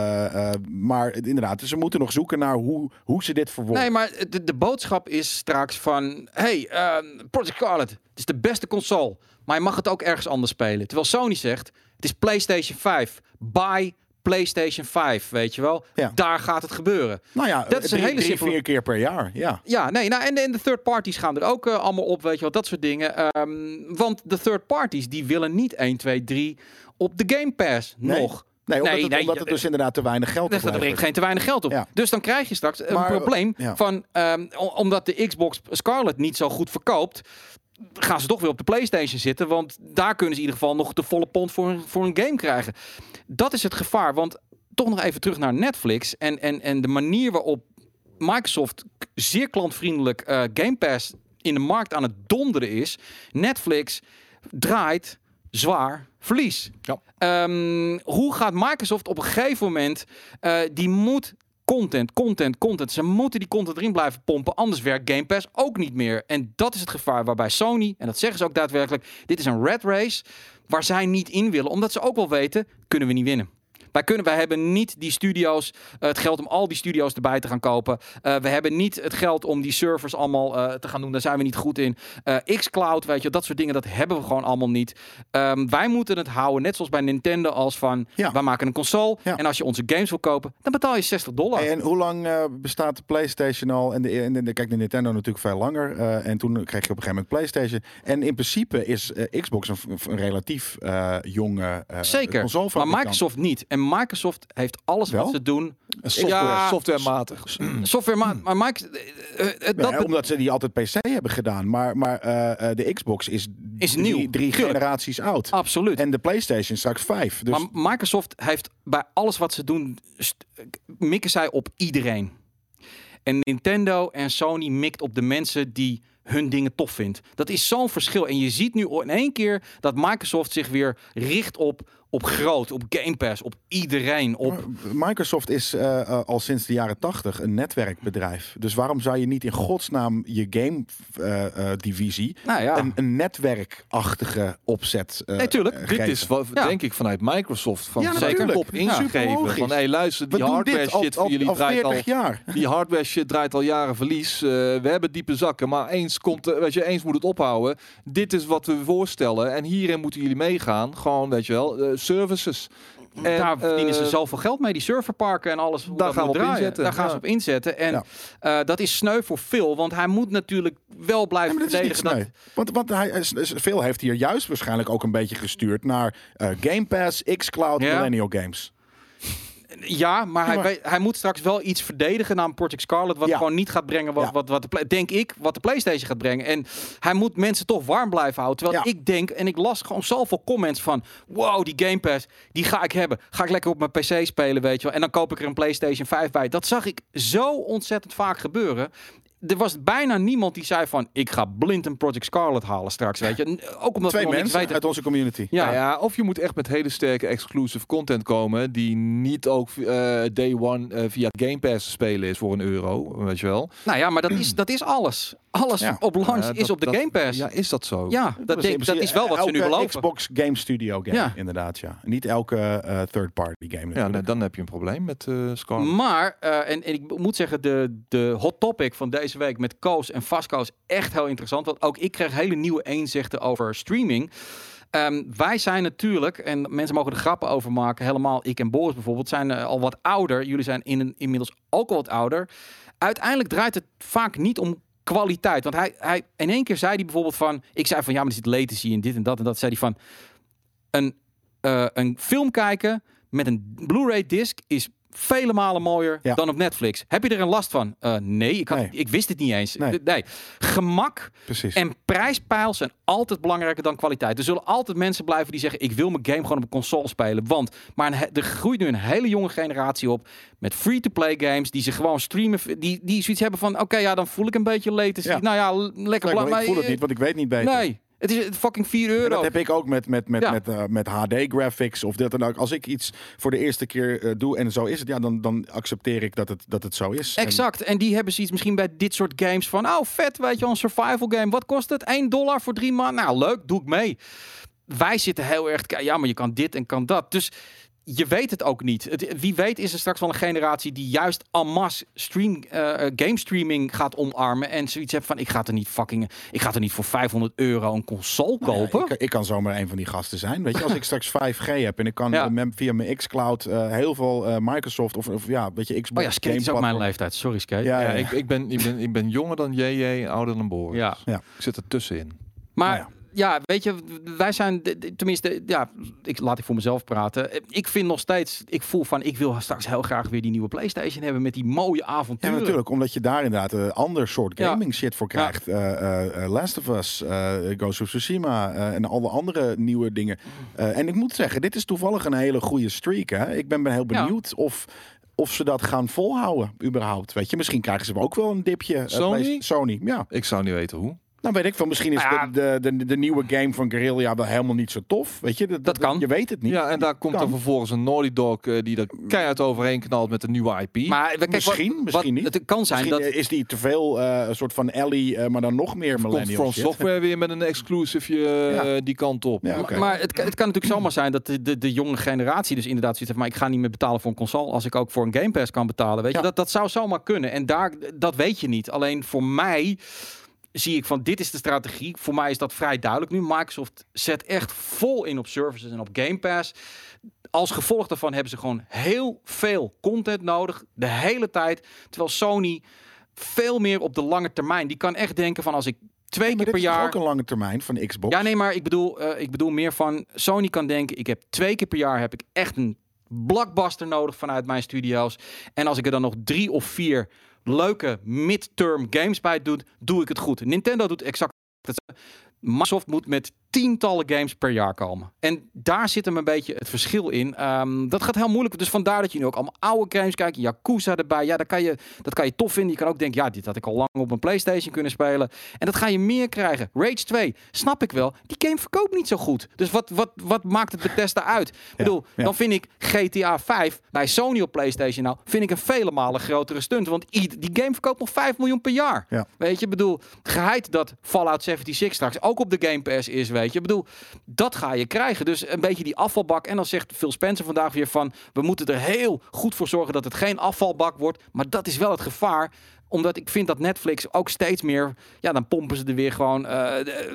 Maar inderdaad, ze moeten nog zoeken naar hoe ze dit verwoorden. Nee, maar de boodschap is straks van, Project Scarlet, het is de beste console. Maar je mag het ook ergens anders spelen. Terwijl Sony zegt, het is PlayStation 5. Buy PlayStation 5, weet je wel. Ja. Daar gaat het gebeuren. Nou ja, dat is een hele simpele 4 keer per jaar. Ja, nee, en de third parties gaan er ook allemaal op, weet je wel, dat soort dingen. Want de third parties, die willen niet 1, 2, 3 op de Game Pass nog. Nee, omdat het dus inderdaad te weinig geld is. Er brengt geen te weinig geld op. Ja. Dus dan krijg je straks een probleem van, omdat de Xbox Scarlet niet zo goed verkoopt, gaan ze toch weer op de PlayStation zitten, want daar kunnen ze in ieder geval nog de volle pond voor een game krijgen. Dat is het gevaar, want toch nog even terug naar Netflix en de manier waarop Microsoft zeer klantvriendelijk Game Pass in de markt aan het donderen is. Netflix draait zwaar verlies. Ja. Hoe gaat Microsoft op een gegeven moment, die moet content. Ze moeten die content erin blijven pompen, anders werkt Game Pass ook niet meer. En dat is het gevaar waarbij Sony, en dat zeggen ze ook daadwerkelijk, dit is een rat race waar zij niet in willen. Omdat ze ook wel weten, kunnen we niet winnen. Wij hebben niet die studio's, het geld om al die studio's erbij te gaan kopen. We hebben niet het geld om die servers allemaal te gaan doen. Daar zijn we niet goed in. xCloud, weet je, dat soort dingen, dat hebben we gewoon allemaal niet. Wij moeten het houden, net zoals bij Nintendo, als van, wij maken een console. Ja. En als je onze games wil kopen, dan betaal je $60. En hoe lang bestaat de PlayStation al? Kijk, de Nintendo natuurlijk veel langer. En toen kreeg je op een gegeven moment PlayStation. En in principe is Xbox een relatief jonge console. Maar Microsoft niet. En Microsoft heeft alles wat ze doen. Softwarematig. Softwarematig. Maar omdat ze die altijd PC hebben gedaan. Maar de Xbox is nieuw. Drie generaties oud. Absoluut. En de PlayStation straks 5. Dus maar Microsoft heeft bij alles wat ze doen, mikken zij op iedereen. En Nintendo en Sony mikt op de mensen die hun dingen tof vindt. Dat is zo'n verschil. En je ziet nu in één keer dat Microsoft zich weer richt op groot, op Game Pass, op iedereen. Microsoft is al sinds de jaren 80 een netwerkbedrijf. Dus waarom zou je niet in godsnaam je game-divisie een netwerkachtige opzet tuurlijk. Dit is denk ik vanuit Microsoft van zeker op ingegeven. Van luister, die hardware shit voor jullie draait al jaar. Die hardware shit draait al jaren verlies. We hebben diepe zakken, maar eens moet het ophouden. Dit is wat we voorstellen en hierin moeten jullie meegaan. Gewoon, weet je wel, services. daar verdienen ze zoveel geld mee. Die serverparken en alles. Daar gaan we op inzetten. Daar gaan ze op inzetten. En dat is sneu voor Phil. Want hij moet natuurlijk wel blijven verdedigen. Want Phil heeft hier juist waarschijnlijk ook een beetje gestuurd naar Game Pass, xCloud, Millennial Games. Ja, maar hij moet straks wel iets verdedigen naar Project Scarlet, wat gewoon niet gaat brengen wat de PlayStation gaat brengen. En hij moet mensen toch warm blijven houden. Terwijl ik denk, en ik las gewoon zoveel comments van, wow, die Game Pass, die ga ik hebben. Ga ik lekker op mijn PC spelen, weet je wel. En dan koop ik er een PlayStation 5 bij. Dat zag ik zo ontzettend vaak gebeuren. Er was bijna niemand die zei van, ik ga blind een Project Scarlet halen straks, weet je. Ook omdat 2 mensen uit onze community. Ja, of je moet echt met hele sterke exclusive content komen die niet ook day one via Game Pass te spelen is voor €1, weet je wel. Nou ja, maar dat is alles. Alles op launch is op de Game Pass. Ja, is dat zo? Ja, dat is wel wat ze nu beloven. Xbox Game Studio game, inderdaad, ja. Niet elke third-party game. Ja, dan heb je een probleem met Scarlet. Maar, en ik moet zeggen, de hot topic van deze week met Koos en Vasco is echt heel interessant. Want ook ik kreeg hele nieuwe inzichten over streaming. Wij zijn natuurlijk, en mensen mogen er grappen over maken, helemaal ik en Boris bijvoorbeeld, zijn al wat ouder. Jullie zijn inmiddels ook al wat ouder. Uiteindelijk draait het vaak niet om kwaliteit. Want hij in één keer zei hij bijvoorbeeld van, ik zei van ja, maar er zit latency in dit en dat. En dat zei hij van, een film kijken met een Blu-ray disc is vele malen mooier dan op Netflix. Heb je er een last van? Nee, ik wist het niet eens. Nee. Gemak en prijspeil zijn altijd belangrijker dan kwaliteit. Er zullen altijd mensen blijven die zeggen, ik wil mijn game gewoon op een console spelen. Maar er groeit nu een hele jonge generatie op met free-to-play games die ze gewoon streamen, die zoiets hebben van, oké, dan voel ik een beetje latency. Nou ja, lekker belangrijk. Ik voel het niet, want ik weet niet beter. Nee. Het is fucking €4. En dat heb ik ook met HD graphics of dat dan ook. Als ik iets voor de eerste keer doe en zo is het, dan accepteer ik dat het zo is. Exact. En die hebben zoiets misschien bij dit soort games van, oh vet, weet je wel, een survival game. Wat kost het? $1 voor 3 maanden? Nou, leuk, doe ik mee. Wij zitten heel erg, maar je kan dit en kan dat. Dus je weet het ook niet. Wie weet is er straks wel een generatie die juist en masse game streaming gaat omarmen en zoiets heeft van, ik ga er niet voor €500 een console kopen. Ja, ik kan zomaar een van die gasten zijn. Weet je, als ik straks 5G heb en ik kan via mijn xCloud heel veel Microsoft of weet je, Xbox. Oh ja, Skate is ook mijn leeftijd. Sorry, Skate. Ja. Ik ben jonger dan JJ, ouder dan Boris. Ja. Ik zit er tussenin. Maar ja, weet je, wij zijn, tenminste, laat ik voor mezelf praten. Ik vind nog steeds, ik voel van, ik wil straks heel graag weer die nieuwe PlayStation hebben met die mooie avonturen. Ja, natuurlijk, omdat je daar inderdaad een ander soort gaming shit voor krijgt. Last of Us, Ghost of Tsushima en alle andere nieuwe dingen. En ik moet zeggen, dit is toevallig een hele goede streak. Hè? Ik ben heel benieuwd of ze dat gaan volhouden, überhaupt. Weet je, misschien krijgen ze ook wel een dipje. Sony? Ja. Ik zou niet weten hoe. Nou, weet ik veel. Misschien is de nieuwe game van Guerrilla wel helemaal niet zo tof. Weet je, dat kan. Je weet het niet. Ja, en daar komt dan vervolgens een Naughty Dog die er keihard overheen knalt met een nieuwe IP. Maar misschien niet. Het kan zijn misschien dat is die te veel een soort van Ellie, maar dan nog meer millennials. Komt From Software weer met een exclusive die kant op. Ja, maar het kan natuurlijk zomaar zijn dat de jonge generatie dus inderdaad zoiets heeft, maar ik ga niet meer betalen voor een console als ik ook voor een Game Pass kan betalen. Weet je, dat zou zomaar kunnen. En dat weet je niet. Alleen voor mij zie ik van, dit is de strategie. Voor mij is dat vrij duidelijk nu. Microsoft zet echt vol in op services en op Game Pass. Als gevolg daarvan hebben ze gewoon heel veel content nodig. De hele tijd. Terwijl Sony veel meer op de lange termijn. Die kan echt denken van, als ik 2 keer per jaar. Is ook een lange termijn van Xbox. Ja, nee, maar ik bedoel meer van, Sony kan denken, ik heb 2 keer per jaar heb ik echt een blockbuster nodig vanuit mijn studio's. En als ik er dan nog 3 of 4 leuke midterm games bij doe ik het goed. Nintendo doet exact hetzelfde. Microsoft moet met tientallen games per jaar komen. En daar zit hem een beetje het verschil in. Dat gaat heel moeilijk. Dus vandaar dat je nu ook allemaal oude games kijkt. Yakuza erbij. Ja, dat kan je tof vinden. Je kan ook denken, ja, dit had ik al lang op een PlayStation kunnen spelen. En dat ga je meer krijgen. Rage 2, snap ik wel. Die game verkoopt niet zo goed. Dus wat maakt het Bethesda uit? Ik bedoel, dan vind ik GTA 5 bij Sony op PlayStation nou, vind ik een vele malen grotere stunt. Want die game verkoopt nog 5 miljoen per jaar. Ja. Weet je, ik bedoel, geheid dat Fallout 76 straks ook op de Game Pass is, weet je. Ik bedoel, dat ga je krijgen. Dus een beetje die afvalbak. En dan zegt Phil Spencer vandaag weer van, we moeten er heel goed voor zorgen dat het geen afvalbak wordt. Maar dat is wel het gevaar. Omdat ik vind dat Netflix ook steeds meer, ja, dan pompen ze er weer gewoon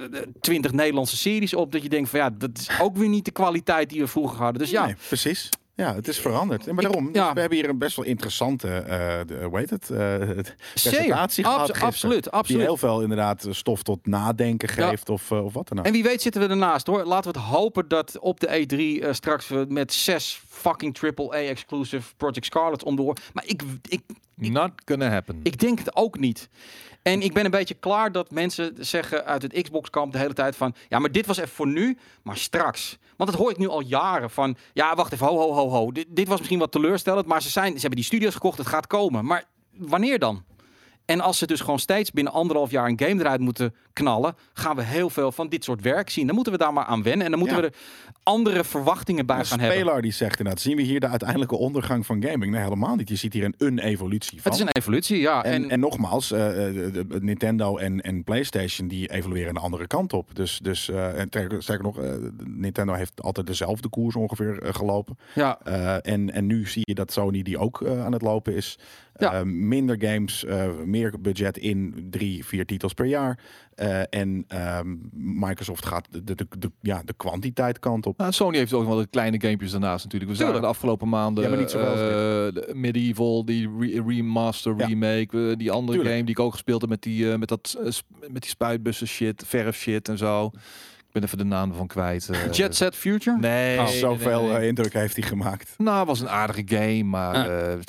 20 Nederlandse series op. Dat je denkt van, ja, dat is ook weer niet de kwaliteit die we vroeger hadden. Dus ja, nee, precies. Ja, het is veranderd. Maar daarom, dus we hebben hier een best wel interessante, presentatie gehad. Absoluut. Die heel veel inderdaad stof tot nadenken geeft of wat dan ook. En wie weet zitten we ernaast hoor. Laten we het hopen dat op de E3 straks we met 6 fucking AAA-exclusive Project Scarlet om de oor. Maar Not gonna happen. Ik denk het ook niet. En ik ben een beetje klaar dat mensen zeggen uit het Xbox-kamp de hele tijd van... Ja, maar dit was even voor nu, maar straks. Want dat hoor ik nu al jaren van... Ja, wacht even, ho. Dit was misschien wat teleurstellend, maar ze hebben die studios gekocht, het gaat komen. Maar wanneer dan? En als ze dus gewoon steeds binnen 1,5 jaar een game eruit moeten knallen... gaan we heel veel van dit soort werk zien. Dan moeten we daar maar aan wennen. En dan moeten we er andere verwachtingen bij gaan hebben. Een speler die zegt inderdaad... zien we hier de uiteindelijke ondergang van gaming? Nee, helemaal niet. Je ziet hier een evolutie van. Het is een evolutie, ja. En nogmaals, Nintendo en PlayStation... die evolueren de andere kant op. Dus sterker nog, Nintendo heeft altijd dezelfde koers ongeveer gelopen. Ja. En nu zie je dat Sony die ook aan het lopen is... Ja. Minder games, meer budget in 3-4 titels per jaar. En Microsoft gaat de kwantiteit kant op. Nou, Sony heeft ook wel de kleine gamepjes daarnaast natuurlijk. We zagen de afgelopen maanden maar niet zoveel Medieval, die remaster, remake. Die andere game die ik ook gespeeld heb met die spuitbussen shit, verf shit en zo. Ik ben even de naam van kwijt. Jet Set Future? Nee. Zoveel indruk heeft hij gemaakt. Nou, het was een aardige game, maar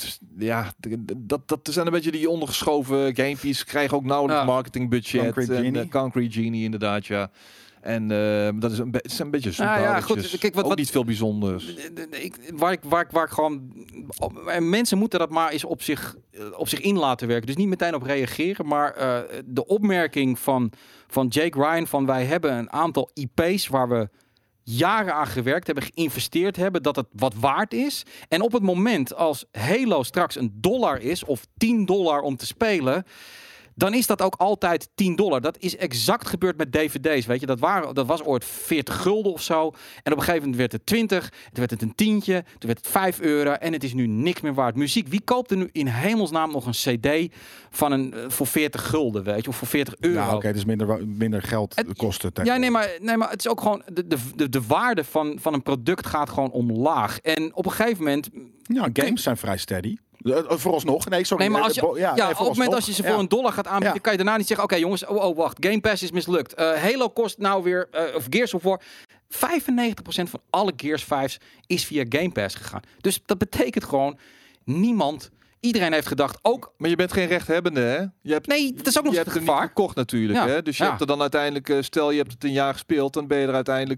dat zijn een beetje die ondergeschoven gamepjes. Krijgen ook nauwelijks marketingbudget. Concrete Genie inderdaad, ja. En dat is het is een beetje goed. Kijk, wat niet veel bijzonders. Waar ik gewoon... Mensen moeten dat maar eens op zich in laten werken. Dus niet meteen op reageren. Maar de opmerking van Jake Ryan van... wij hebben een aantal IP's waar we jaren aan gewerkt hebben, geïnvesteerd hebben, dat het wat waard is. En op het moment als Halo straks $1 is of $10 om te spelen... dan is dat ook altijd $10. Dat is exact gebeurd met dvd's, weet je. Dat was ooit 40 gulden of zo. En op een gegeven moment werd het 20. Toen werd het een tientje. Toen werd het €5. En het is nu niks meer waard. Muziek, wie koopt er nu in hemelsnaam nog een cd voor 40 gulden, weet je? Of voor €40. Ja, oké, dus minder geld kosten. Ja, nee, maar het is ook gewoon... De waarde van een product gaat gewoon omlaag. En op een gegeven moment... Ja, games zijn vrij steady. Vooralsnog. Nee, sorry. Nee, maar als op het moment als je ze voor $1 gaat aanbieden, kan je daarna niet zeggen, oké, jongens, wacht, Game Pass is mislukt. Halo kost nou weer, of Gears of War, 95% van alle Gears 5's is via Game Pass gegaan. Dus dat betekent gewoon, iedereen heeft gedacht, ook... Maar je bent geen rechthebbende, hè? Nee, dat is ook nog een gevaar. Niet gekocht natuurlijk, hè? Dus je hebt er dan uiteindelijk... stel, je hebt het een jaar gespeeld, dan ben je er uiteindelijk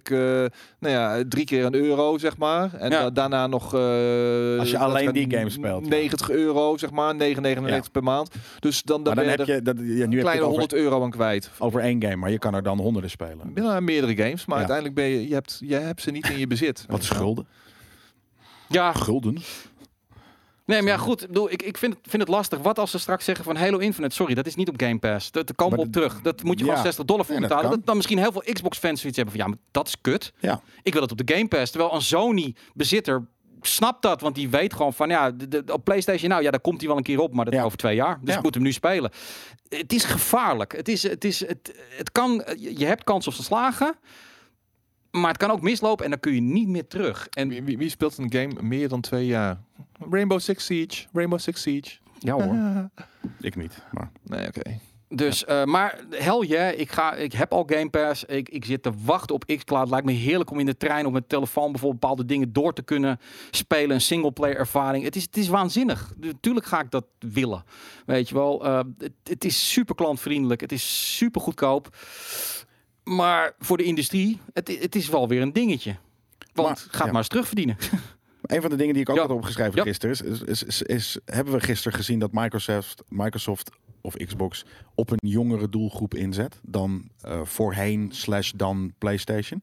3 keer €1, zeg maar. En daarna nog... als je alleen die game speelt. €90, zeg maar. 9,99 per maand. Dus dan ben je er nu kleine €100 aan kwijt. Over 1 game, maar je kan er dan honderden spelen. Ja, meerdere games, maar uiteindelijk ben je hebt ze niet in je bezit. Wat is gulden? Ja. Gulden? Nee, maar ja, goed. Ik vind het lastig. Wat als ze straks zeggen van Halo Infinite, sorry, dat is niet op Game Pass. Daar komen we op terug. Dat moet je gewoon $60 voor betalen. Dat dan misschien heel veel Xbox-fans zoiets hebben van, ja, maar dat is kut. Ja. Ik wil het op de Game Pass. Terwijl een Sony-bezitter snapt dat, want die weet gewoon van, ja, op PlayStation, nou ja, daar komt hij wel een keer op, maar dat is over 2 jaar. Dus ik moet hem nu spelen. Het is gevaarlijk. Het kan, je hebt kans op te slagen. Maar het kan ook mislopen en dan kun je niet meer terug. En wie speelt een game meer dan 2 jaar? Rainbow Six Siege. Ja hoor. Ik niet. Maar... Nee, oké. Dus, maar hell yeah, ik heb al Game Pass. Ik zit te wachten op xCloud. Het lijkt me heerlijk om in de trein op mijn telefoon bijvoorbeeld bepaalde dingen door te kunnen spelen. Een singleplayer ervaring. Het is waanzinnig. Natuurlijk ga ik dat willen. Weet je wel. Het is super klantvriendelijk. Het is super goedkoop. Maar voor de industrie, het is wel weer een dingetje. Want gaat maar eens terugverdienen. Een van de dingen die ik ook had opgeschreven gisteren is hebben we gisteren gezien dat Microsoft of Xbox op een jongere doelgroep inzet dan voorheen / dan PlayStation?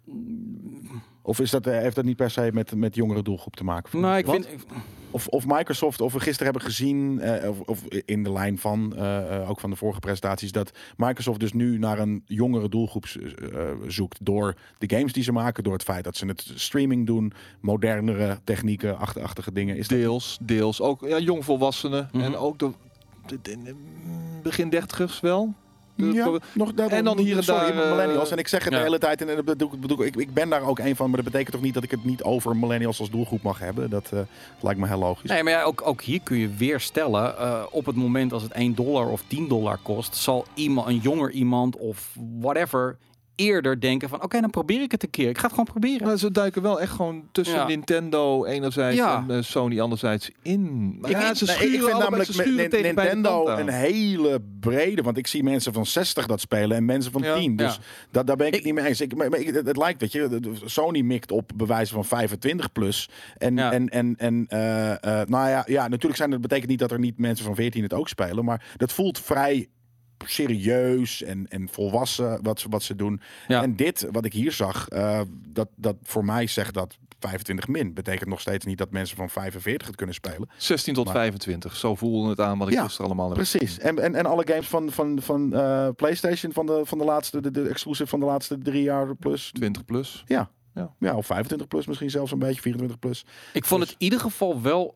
Of heeft dat niet per se met jongere doelgroep te maken? Nou, ik vind... Of Microsoft, of we gisteren hebben gezien, of in de lijn van, ook van de vorige presentaties, dat Microsoft dus nu naar een jongere doelgroep zoekt door de games die ze maken, door het feit dat ze het streaming doen, modernere technieken, achtige dingen. Is Deels. Ook jongvolwassenen en ook de begin 30ers wel. En dan hier en daar... millennials. En ik zeg het de hele tijd. En ik ben daar ook een van. Maar dat betekent toch niet dat ik het niet over millennials als doelgroep mag hebben. Dat lijkt me heel logisch. Nee, maar ja, ook hier kun je weer stellen. Op het moment als het $1 of $10 kost, zal een jonger iemand of whatever eerder denken van oké, dan probeer ik het een keer. Ik ga het gewoon proberen. Maar ze duiken wel echt gewoon tussen Nintendo enerzijds en Sony anderzijds in. Maar ik vind namelijk Nintendo een hele brede, want ik zie mensen van 60 dat spelen en mensen van 10. Dus daar ben ik het niet mee eens. Het lijkt, weet je, Sony mikt op bewijzen van 25 plus. Natuurlijk betekent niet dat er niet mensen van 14 het ook spelen, maar dat voelt vrij serieus en volwassen wat ze doen. Ja. En dit, wat ik hier zag, dat voor mij zegt dat 25 min. Betekent nog steeds niet dat mensen van 45 het kunnen spelen. 16 tot 25. Zo voelde het aan wat ik gisteren allemaal heb. Precies. En alle games van PlayStation van de laatste, de exclusive van de laatste 3 jaar plus. 20 plus. Ja. Ja, of 25 plus misschien zelfs een beetje, 24 plus. Ik vond het in ieder geval wel...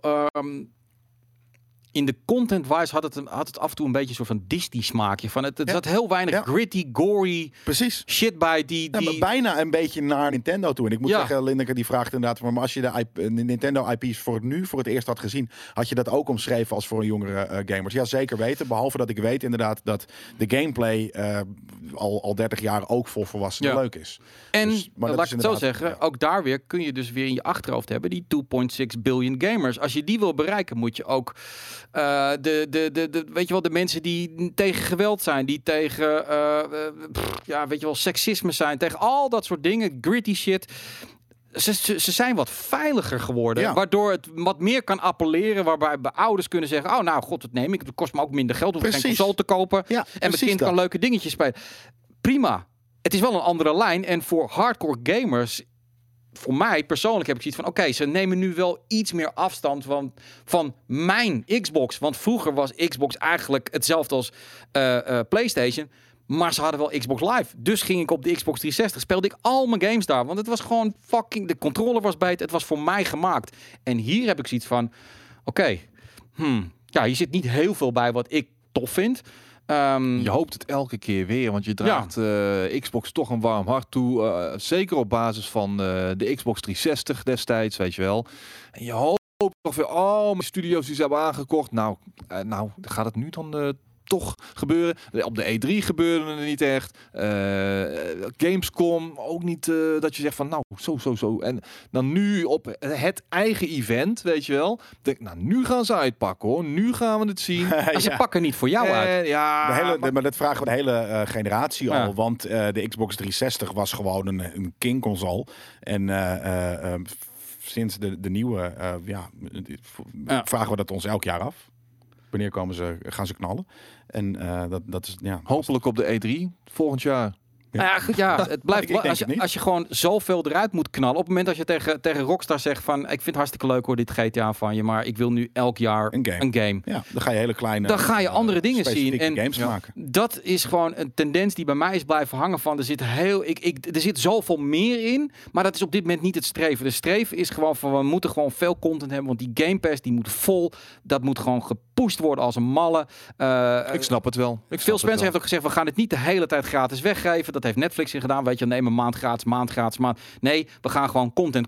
in de content-wise had het af en toe een beetje een soort van Disney-smaakje. Van het zat heel weinig gritty, gory shit bij. Maar bijna een beetje naar Nintendo toe. En ik moet zeggen, Lindeke die vraagt inderdaad... maar als je de Nintendo IP's voor het eerst had gezien... had je dat ook omschreven als voor een jongere gamers? Ja, zeker weten. Behalve dat ik weet inderdaad dat de gameplay al 30 jaar ook voor volwassenen leuk is. En dus, laat ik het zo zeggen, ook daar weer kun je dus weer in je achterhoofd hebben... die 2.6 billion gamers. Als je die wil bereiken, moet je ook... weet je wel, de mensen die tegen geweld zijn, die tegen weet je wel, seksisme zijn, tegen al dat soort dingen, gritty shit. Ze zijn wat veiliger geworden, waardoor het wat meer kan appelleren, waarbij ouders kunnen zeggen, oh nou god, dat neem ik, het kost me ook minder geld, hoef ik geen console te kopen en mijn kind kan leuke dingetjes spelen. Prima. Het is wel een andere lijn en voor hardcore gamers, voor mij persoonlijk heb ik zoiets van... oké, ze nemen nu wel iets meer afstand van mijn Xbox. Want vroeger was Xbox eigenlijk hetzelfde als PlayStation. Maar ze hadden wel Xbox Live. Dus ging ik op de Xbox 360. Speelde ik al mijn games daar. Want het was gewoon fucking... De controller was beter. Het was voor mij gemaakt. En hier heb ik zoiets van... Oké, hier zit niet heel veel bij wat ik tof vind... je hoopt het elke keer weer, want je draagt Xbox toch een warm hart toe. Zeker op basis van de Xbox 360 destijds, weet je wel. En je hoopt toch weer, mijn studio's die ze hebben aangekocht. Nou, gaat het nu dan toch gebeuren? Op de E3 gebeurde het niet echt. Gamescom ook niet dat je zegt van nou, zo. En dan nu op het eigen event, weet je wel. Denk, nou, nu gaan ze uitpakken hoor. Nu gaan we het zien. Ze pakken niet voor jou uit. Maar dat vragen we de hele generatie al. Want de Xbox 360 was gewoon een king console. En sinds de nieuwe vragen we dat ons elk jaar af. Wanneer gaan ze knallen? En dat is hopelijk op de E3 volgend jaar. Het blijft als je gewoon zoveel eruit moet knallen. Op het moment dat je tegen Rockstar zegt van ik vind het hartstikke leuk hoor dit GTA van je, maar ik wil nu elk jaar een game. Ja, dan ga je hele kleine. Dan ga je andere dingen zien en games maken. Dat is gewoon een tendens die bij mij is blijven hangen van er zit zoveel meer in, maar dat is op dit moment niet het streven. De streven is gewoon van we moeten gewoon veel content hebben, want die Game Pass die moet vol. Dat moet gewoon gepusht worden als een malle. Ik snap het wel. Phil Spencer heeft ook gezegd we gaan het niet de hele tijd gratis weggeven. Dat heeft Netflix in gedaan. Weet je, neem een maand gratis. Nee, we gaan gewoon content.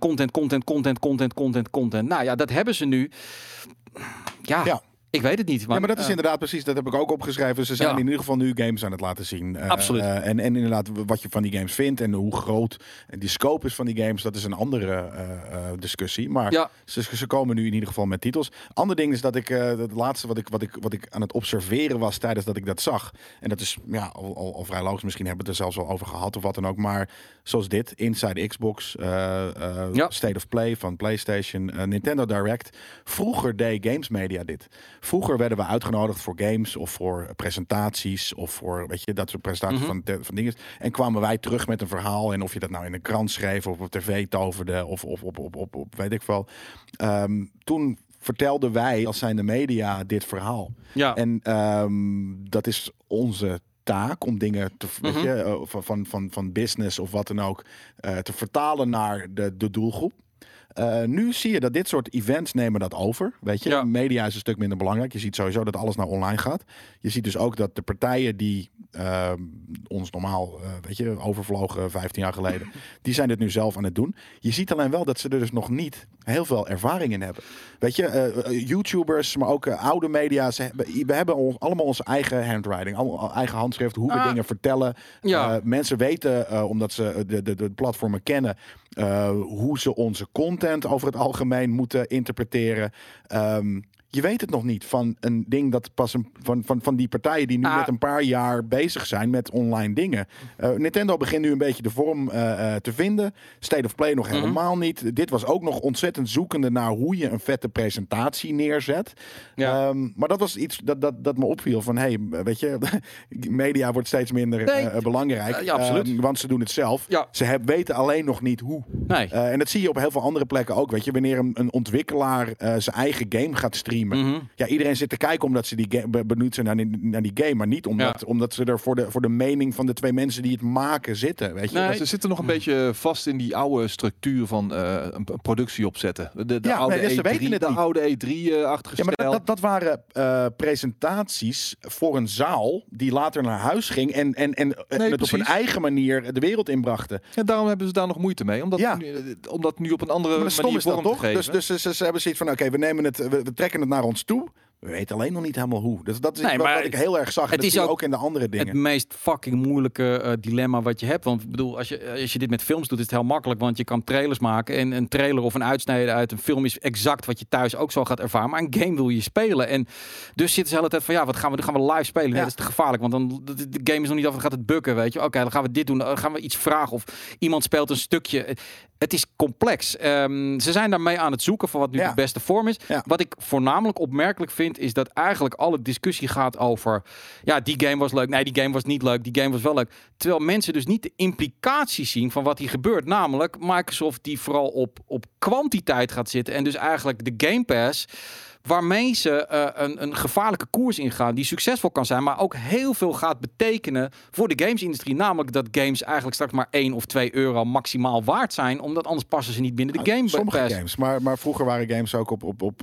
Nou ja, dat hebben ze nu. Ja. Ik weet het niet. Maar dat is inderdaad precies, dat heb ik ook opgeschreven. Ze zijn in ieder geval nu games aan het laten zien. Absoluut. En inderdaad, wat je van die games vindt en hoe groot die scope is van die games, dat is een andere discussie. Maar ze komen nu in ieder geval met titels. Ander ding is dat ik, het laatste wat ik aan het observeren was tijdens dat ik dat zag. En dat is al vrij logisch, misschien hebben we het er zelfs al over gehad of wat dan ook. Maar zoals dit, Inside Xbox, State of Play van PlayStation, Nintendo Direct. Vroeger deed Games Media dit. Vroeger werden we uitgenodigd voor games of voor presentaties of voor, weet je, dat soort presentaties van dingen. En kwamen wij terug met een verhaal. En of je dat nou in een krant schreef of op tv toverde of op weet ik veel. Toen vertelden wij als zijnde media dit verhaal. Ja. En dat is onze taak om dingen te, weet je, van business of wat dan ook te vertalen naar de doelgroep. Nu zie je dat dit soort events nemen dat over. Weet je, media is een stuk minder belangrijk. Je ziet sowieso dat alles naar online gaat. Je ziet dus ook dat de partijen die ons normaal, overvlogen 15 jaar geleden. Die zijn dit nu zelf aan het doen. Je ziet alleen wel dat ze er dus nog niet heel veel ervaring in hebben. Weet je, YouTubers, maar ook oude media. We hebben allemaal onze eigen handwriting, eigen handschrift, hoe we dingen vertellen. Ja. Mensen weten, omdat ze de platformen kennen, hoe ze onze content over het algemeen moeten interpreteren. Je weet het nog niet van een ding dat pas van die partijen die nu met een paar jaar bezig zijn met online dingen. Nintendo begint nu een beetje de vorm te vinden. State of Play nog helemaal niet. Dit was ook nog ontzettend zoekende naar hoe je een vette presentatie neerzet. Ja. Maar dat was iets dat me opviel van, weet je, media wordt steeds minder belangrijk. Ja, absoluut. Want ze doen het zelf. Ja. Ze weten alleen nog niet hoe. Nee. En dat zie je op heel veel andere plekken ook. Weet je, wanneer een ontwikkelaar zijn eigen game gaat streamen. Ja, iedereen zit te kijken omdat ze benieuwd zijn naar die game, maar niet omdat ze er voor de mening van de twee mensen die het maken zitten. Weet je? Nee, ze zitten nog een beetje vast in die oude structuur van een productie opzetten. De oude E3-achtige stijl. Maar dat waren presentaties voor een zaal die later naar huis ging en het op een eigen manier de wereld inbrachten. Ja, daarom hebben ze daar nog moeite mee. Omdat nu op een andere manier vorm te geven. Dus ze hebben zoiets van, oké, we nemen we trekken het naar ons toe. We weten alleen nog niet helemaal hoe. Dus dat is wat ik heel erg zag. En dat zie je ook in de andere dingen. Het meest fucking moeilijke dilemma wat je hebt. Want ik bedoel, als je dit met films doet, is het heel makkelijk. Want je kan trailers maken. En een trailer of een uitsnede uit een film is exact wat je thuis ook zo gaat ervaren. Maar een game wil je spelen. En dus zitten ze de hele tijd van, wat gaan we doen? Gaan we live spelen? Nee, dat is te gevaarlijk. Want dan de game is nog niet af, dan gaat het bukken, weet je. Oké, dan gaan we dit doen. Dan gaan we iets vragen. Of iemand speelt een stukje. Het is complex. Ze zijn daarmee aan het zoeken van wat nu de beste vorm is. Ja. Wat ik voornamelijk opmerkelijk vind, is dat eigenlijk alle discussie gaat over, die game was leuk, nee, die game was niet leuk, die game was wel leuk. Terwijl mensen dus niet de implicaties zien van wat hier gebeurt. Namelijk Microsoft die vooral op kwantiteit gaat zitten en dus eigenlijk de Game Pass, waarmee ze een gevaarlijke koers ingaan die succesvol kan zijn, maar ook heel veel gaat betekenen voor de gamesindustrie. Namelijk dat games eigenlijk straks maar 1 of 2 euro maximaal waard zijn, omdat anders passen ze niet binnen de Game Pass. Sommige games, maar vroeger waren games ook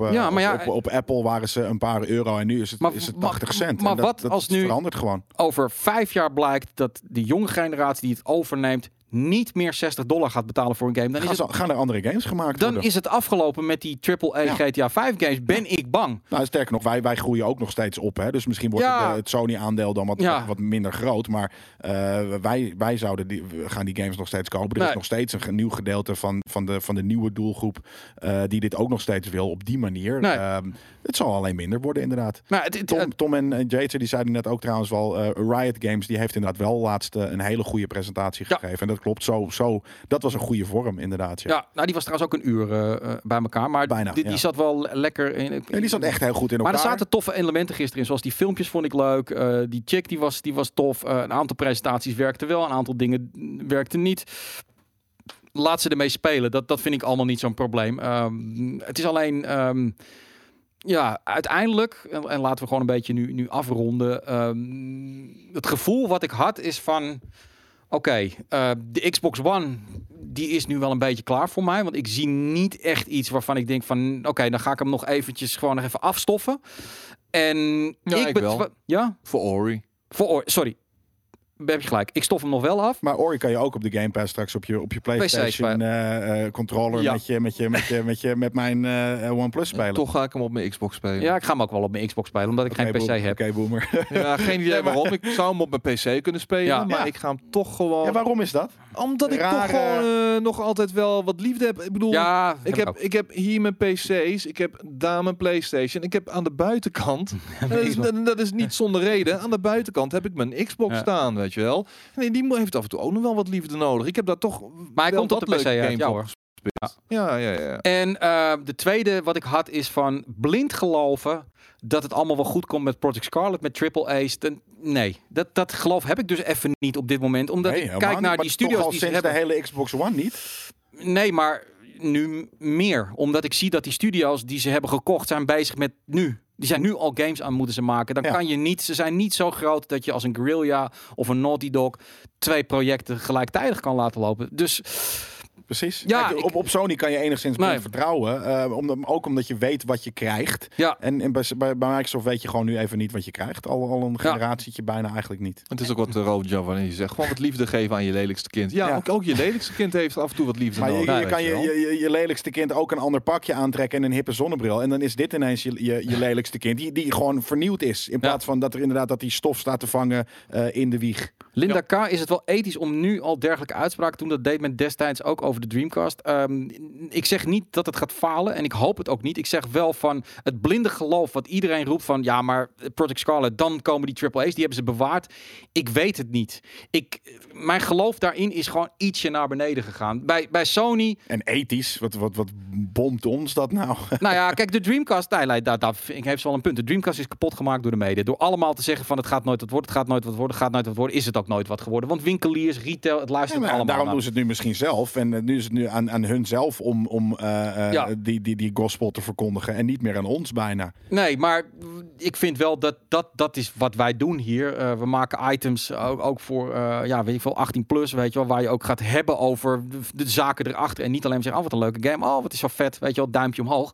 op Apple waren ze een paar euro en nu is het 80 cent. Maar dat als nu verandert gewoon. Over 5 jaar blijkt dat de jonge generatie die het overneemt niet meer $60 gaat betalen voor een game. Dan gaan er andere games gemaakt worden. Dan is het afgelopen met die AAA GTA 5 games. Ben ik bang. Nou, sterker nog, wij groeien ook nog steeds op. Hè? Dus misschien wordt het Sony-aandeel dan wat minder groot. Maar wij gaan die games nog steeds kopen. Er is nog steeds een nieuw gedeelte van de nieuwe doelgroep die dit ook nog steeds wil op die manier. Nee. Het zal alleen minder worden, inderdaad. Tom en Jason, die zeiden net ook trouwens wel, Riot Games, die heeft inderdaad wel laatst een hele goede presentatie gegeven. En dat klopt, dat was een goede vorm, inderdaad. Ja, nou, die was trouwens ook een uur bij elkaar. Maar bijna, die zat wel lekker in. Die zat echt heel goed in elkaar. Maar er zaten toffe elementen gisteren in. Zoals die filmpjes vond ik leuk. Die chick, die was tof. Een aantal presentaties werkten wel. Een aantal dingen werkten niet. Laat ze ermee spelen. Dat vind ik allemaal niet zo'n probleem. Het is alleen... uiteindelijk, en laten we gewoon een beetje nu afronden. Het gevoel wat ik had is van... Oké, de Xbox One, die is nu wel een beetje klaar voor mij. Want ik zie niet echt iets waarvan ik denk van... Oké, dan ga ik hem nog eventjes gewoon nog even afstoffen. En Voor Ori. Sorry. Heb je gelijk. Ik stof hem nog wel af. Maar Ori kan je ook op de Game Pass straks op je PlayStation controller met mijn OnePlus spelen. Toch ga ik hem op mijn Xbox spelen. Ja, ik ga hem ook wel op mijn Xbox spelen, omdat ik geen PC heb. Oké, boomer. Ja, geen idee waarom. Ik zou hem op mijn PC kunnen spelen, maar ik ga hem toch gewoon... Ja, waarom is dat? Omdat ik toch gewoon nog altijd wel wat liefde heb. Ik bedoel, ik heb hier mijn PC's, ik heb daar mijn PlayStation, ik heb aan de buitenkant, dat is niet zonder reden, aan de buitenkant heb ik mijn Xbox staan, weet je wel. Nee, die heeft af en toe ook nog wel wat liefde nodig. Ik heb daar toch maar hij komt op de PC uit, hoor. Ja. En de tweede wat ik had is van blind geloven dat het allemaal wel goed komt met Project Scarlet, met AAA's. Nee, dat geloof heb ik dus even niet op dit moment. Omdat ik kijk naar die studio's die ze hebben. De hele Xbox One niet? Nee, maar nu meer. Omdat ik zie dat die studio's die ze hebben gekocht zijn bezig met nu. Die zijn nu al games aan moeten ze maken. Dan kan je niet. Ze zijn niet zo groot dat je als een Guerrilla of een Naughty Dog 2 projecten gelijktijdig kan laten lopen. Dus Precies. Ja, Kijk, op Sony kan je enigszins vertrouwen. Ook omdat je weet wat je krijgt. Ja. En bij Microsoft weet je gewoon nu even niet wat je krijgt. Al een generatietje bijna eigenlijk niet. Het is ook wat Robert Jan wanneer je zegt. Gewoon wat liefde geven aan je lelijkste kind. Ja, ook je lelijkste kind heeft af en toe wat liefde nodig. Maar je kan je lelijkste kind ook een ander pakje aantrekken en een hippe zonnebril. En dan is dit ineens je lelijkste kind. Die gewoon vernieuwd is. In plaats van dat er inderdaad dat die stof staat te vangen in de wieg. Linda K. is het wel ethisch om nu al dergelijke uitspraken te doen. Dat deed men destijds ook over de Dreamcast. Ik zeg niet dat het gaat falen en ik hoop het ook niet. Ik zeg wel van het blinde geloof wat iedereen roept van ja, maar Project Scarlet, dan komen die AAA's, die hebben ze bewaard. Ik weet het niet. Mijn geloof daarin is gewoon ietsje naar beneden gegaan. Bij Sony... En ethisch, wat bomt ons dat nou? Nou ja, kijk, de Dreamcast, daar heeft ze wel een punt. De Dreamcast is kapot gemaakt door de media. Door allemaal te zeggen van het gaat nooit wat worden, het gaat nooit wat worden, het gaat nooit wat worden, is het ook nooit wat geworden. Want winkeliers, retail, het luistert allemaal daarom naar. doen ze het nu misschien zelf. En nu is het nu aan hun zelf om die gospel te verkondigen. En niet meer aan ons bijna. Nee, maar ik vind wel dat is wat wij doen hier. We maken items ook voor, weet je veel, 18 plus, weet je wel. Waar je ook gaat hebben over de zaken erachter. En niet alleen zeggen, wat een leuke game. Oh, wat is zo vet. Weet je wel, duimpje omhoog.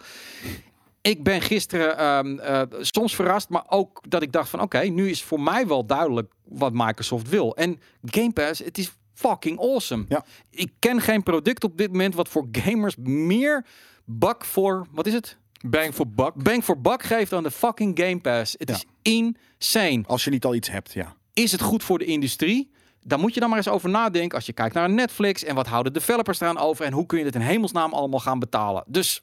Ik ben gisteren soms verrast, maar ook dat ik dacht van oké, nu is voor mij wel duidelijk wat Microsoft wil. En Game Pass, het is fucking awesome. Ja. Ik ken geen product op dit moment wat voor gamers meer bak voor, wat is het? Bang voor buck geeft dan de fucking Game Pass. Het is insane. Als je niet al iets hebt, ja. Is het goed voor de industrie? Daar moet je dan maar eens over nadenken als je kijkt naar Netflix en wat houden developers eraan over en hoe kun je dit in hemelsnaam allemaal gaan betalen. Dus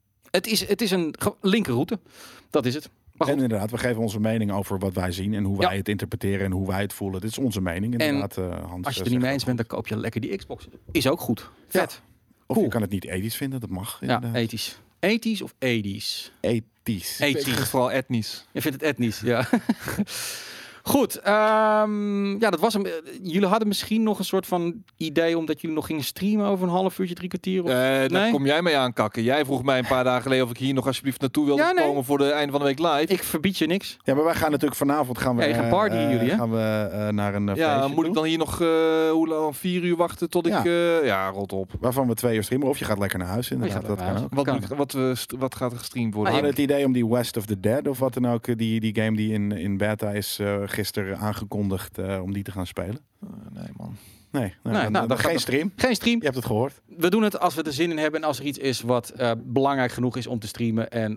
het is een linkerroute. Dat is het. En inderdaad, we geven onze mening over wat wij zien en hoe wij het interpreteren en hoe wij het voelen. Dit is onze mening. Inderdaad, Hans, als je er niet mee eens bent, dan koop je lekker die Xbox. Is ook goed. Vet. Ja. Of je kan het niet ethisch vinden, dat mag. Inderdaad. Ja, ethisch. Ethisch of ethisch? Ethisch. Ik vind het vooral etnisch. Je vindt het etnisch, ja. Goed, dat was hem. Jullie hadden misschien nog een soort van idee omdat jullie nog gingen streamen over een half uurtje, 3 kwartier? Of... Daar kom jij mee aankakken. Jij vroeg mij een paar dagen geleden of ik hier nog alsjeblieft naartoe wilde komen voor de einde van de week live. Ik verbied je niks. Ja, maar wij gaan natuurlijk vanavond gaan we jullie, hè? Gaan we naar een feestje moet ik dan hier nog hoe lang 4 uur wachten tot ik rot op. Waarvan we 2 uur streamen of je gaat lekker naar huis inderdaad. Dat kan ook. Wat gaat er gestreamd worden? We hadden het idee om die West of the Dead of wat dan ook, die game die in beta is gisteren aangekondigd om die te gaan spelen. Nee man. Nee, dan geen stream. Geen stream. Je hebt het gehoord. We doen het als we er zin in hebben en als er iets is wat belangrijk genoeg is om te streamen. En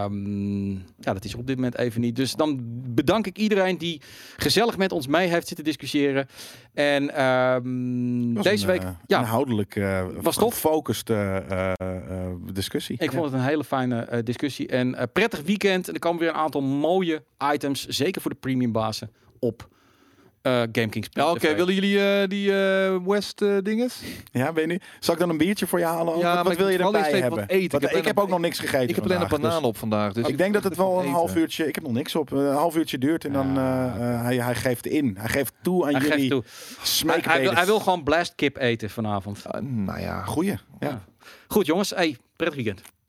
dat is op dit moment even niet. Dus dan bedank ik iedereen die gezellig met ons mee heeft zitten discussiëren. En deze week inhoudelijk was tof. Gefocust discussie. Ik vond het een hele fijne discussie. En prettig weekend. En er komen weer een aantal mooie items, zeker voor de premium bazen, op GameKings. Ja, oké. Willen jullie die West dinges? Ja, ben je nu? Zal ik dan een biertje voor je halen? Ja, wat wil je erbij hebben? Ik heb ook nog niks gegeten. Ik heb alleen een banaan op vandaag. Dus ik denk dat het wel een half uurtje. Ik heb nog niks op. Een half uurtje duurt en dan hij geeft in. Hij geeft toe aan jullie. Hij wil gewoon blast kip eten vanavond. Nou ja, goeie. Ja. Goed jongens, prettig weekend.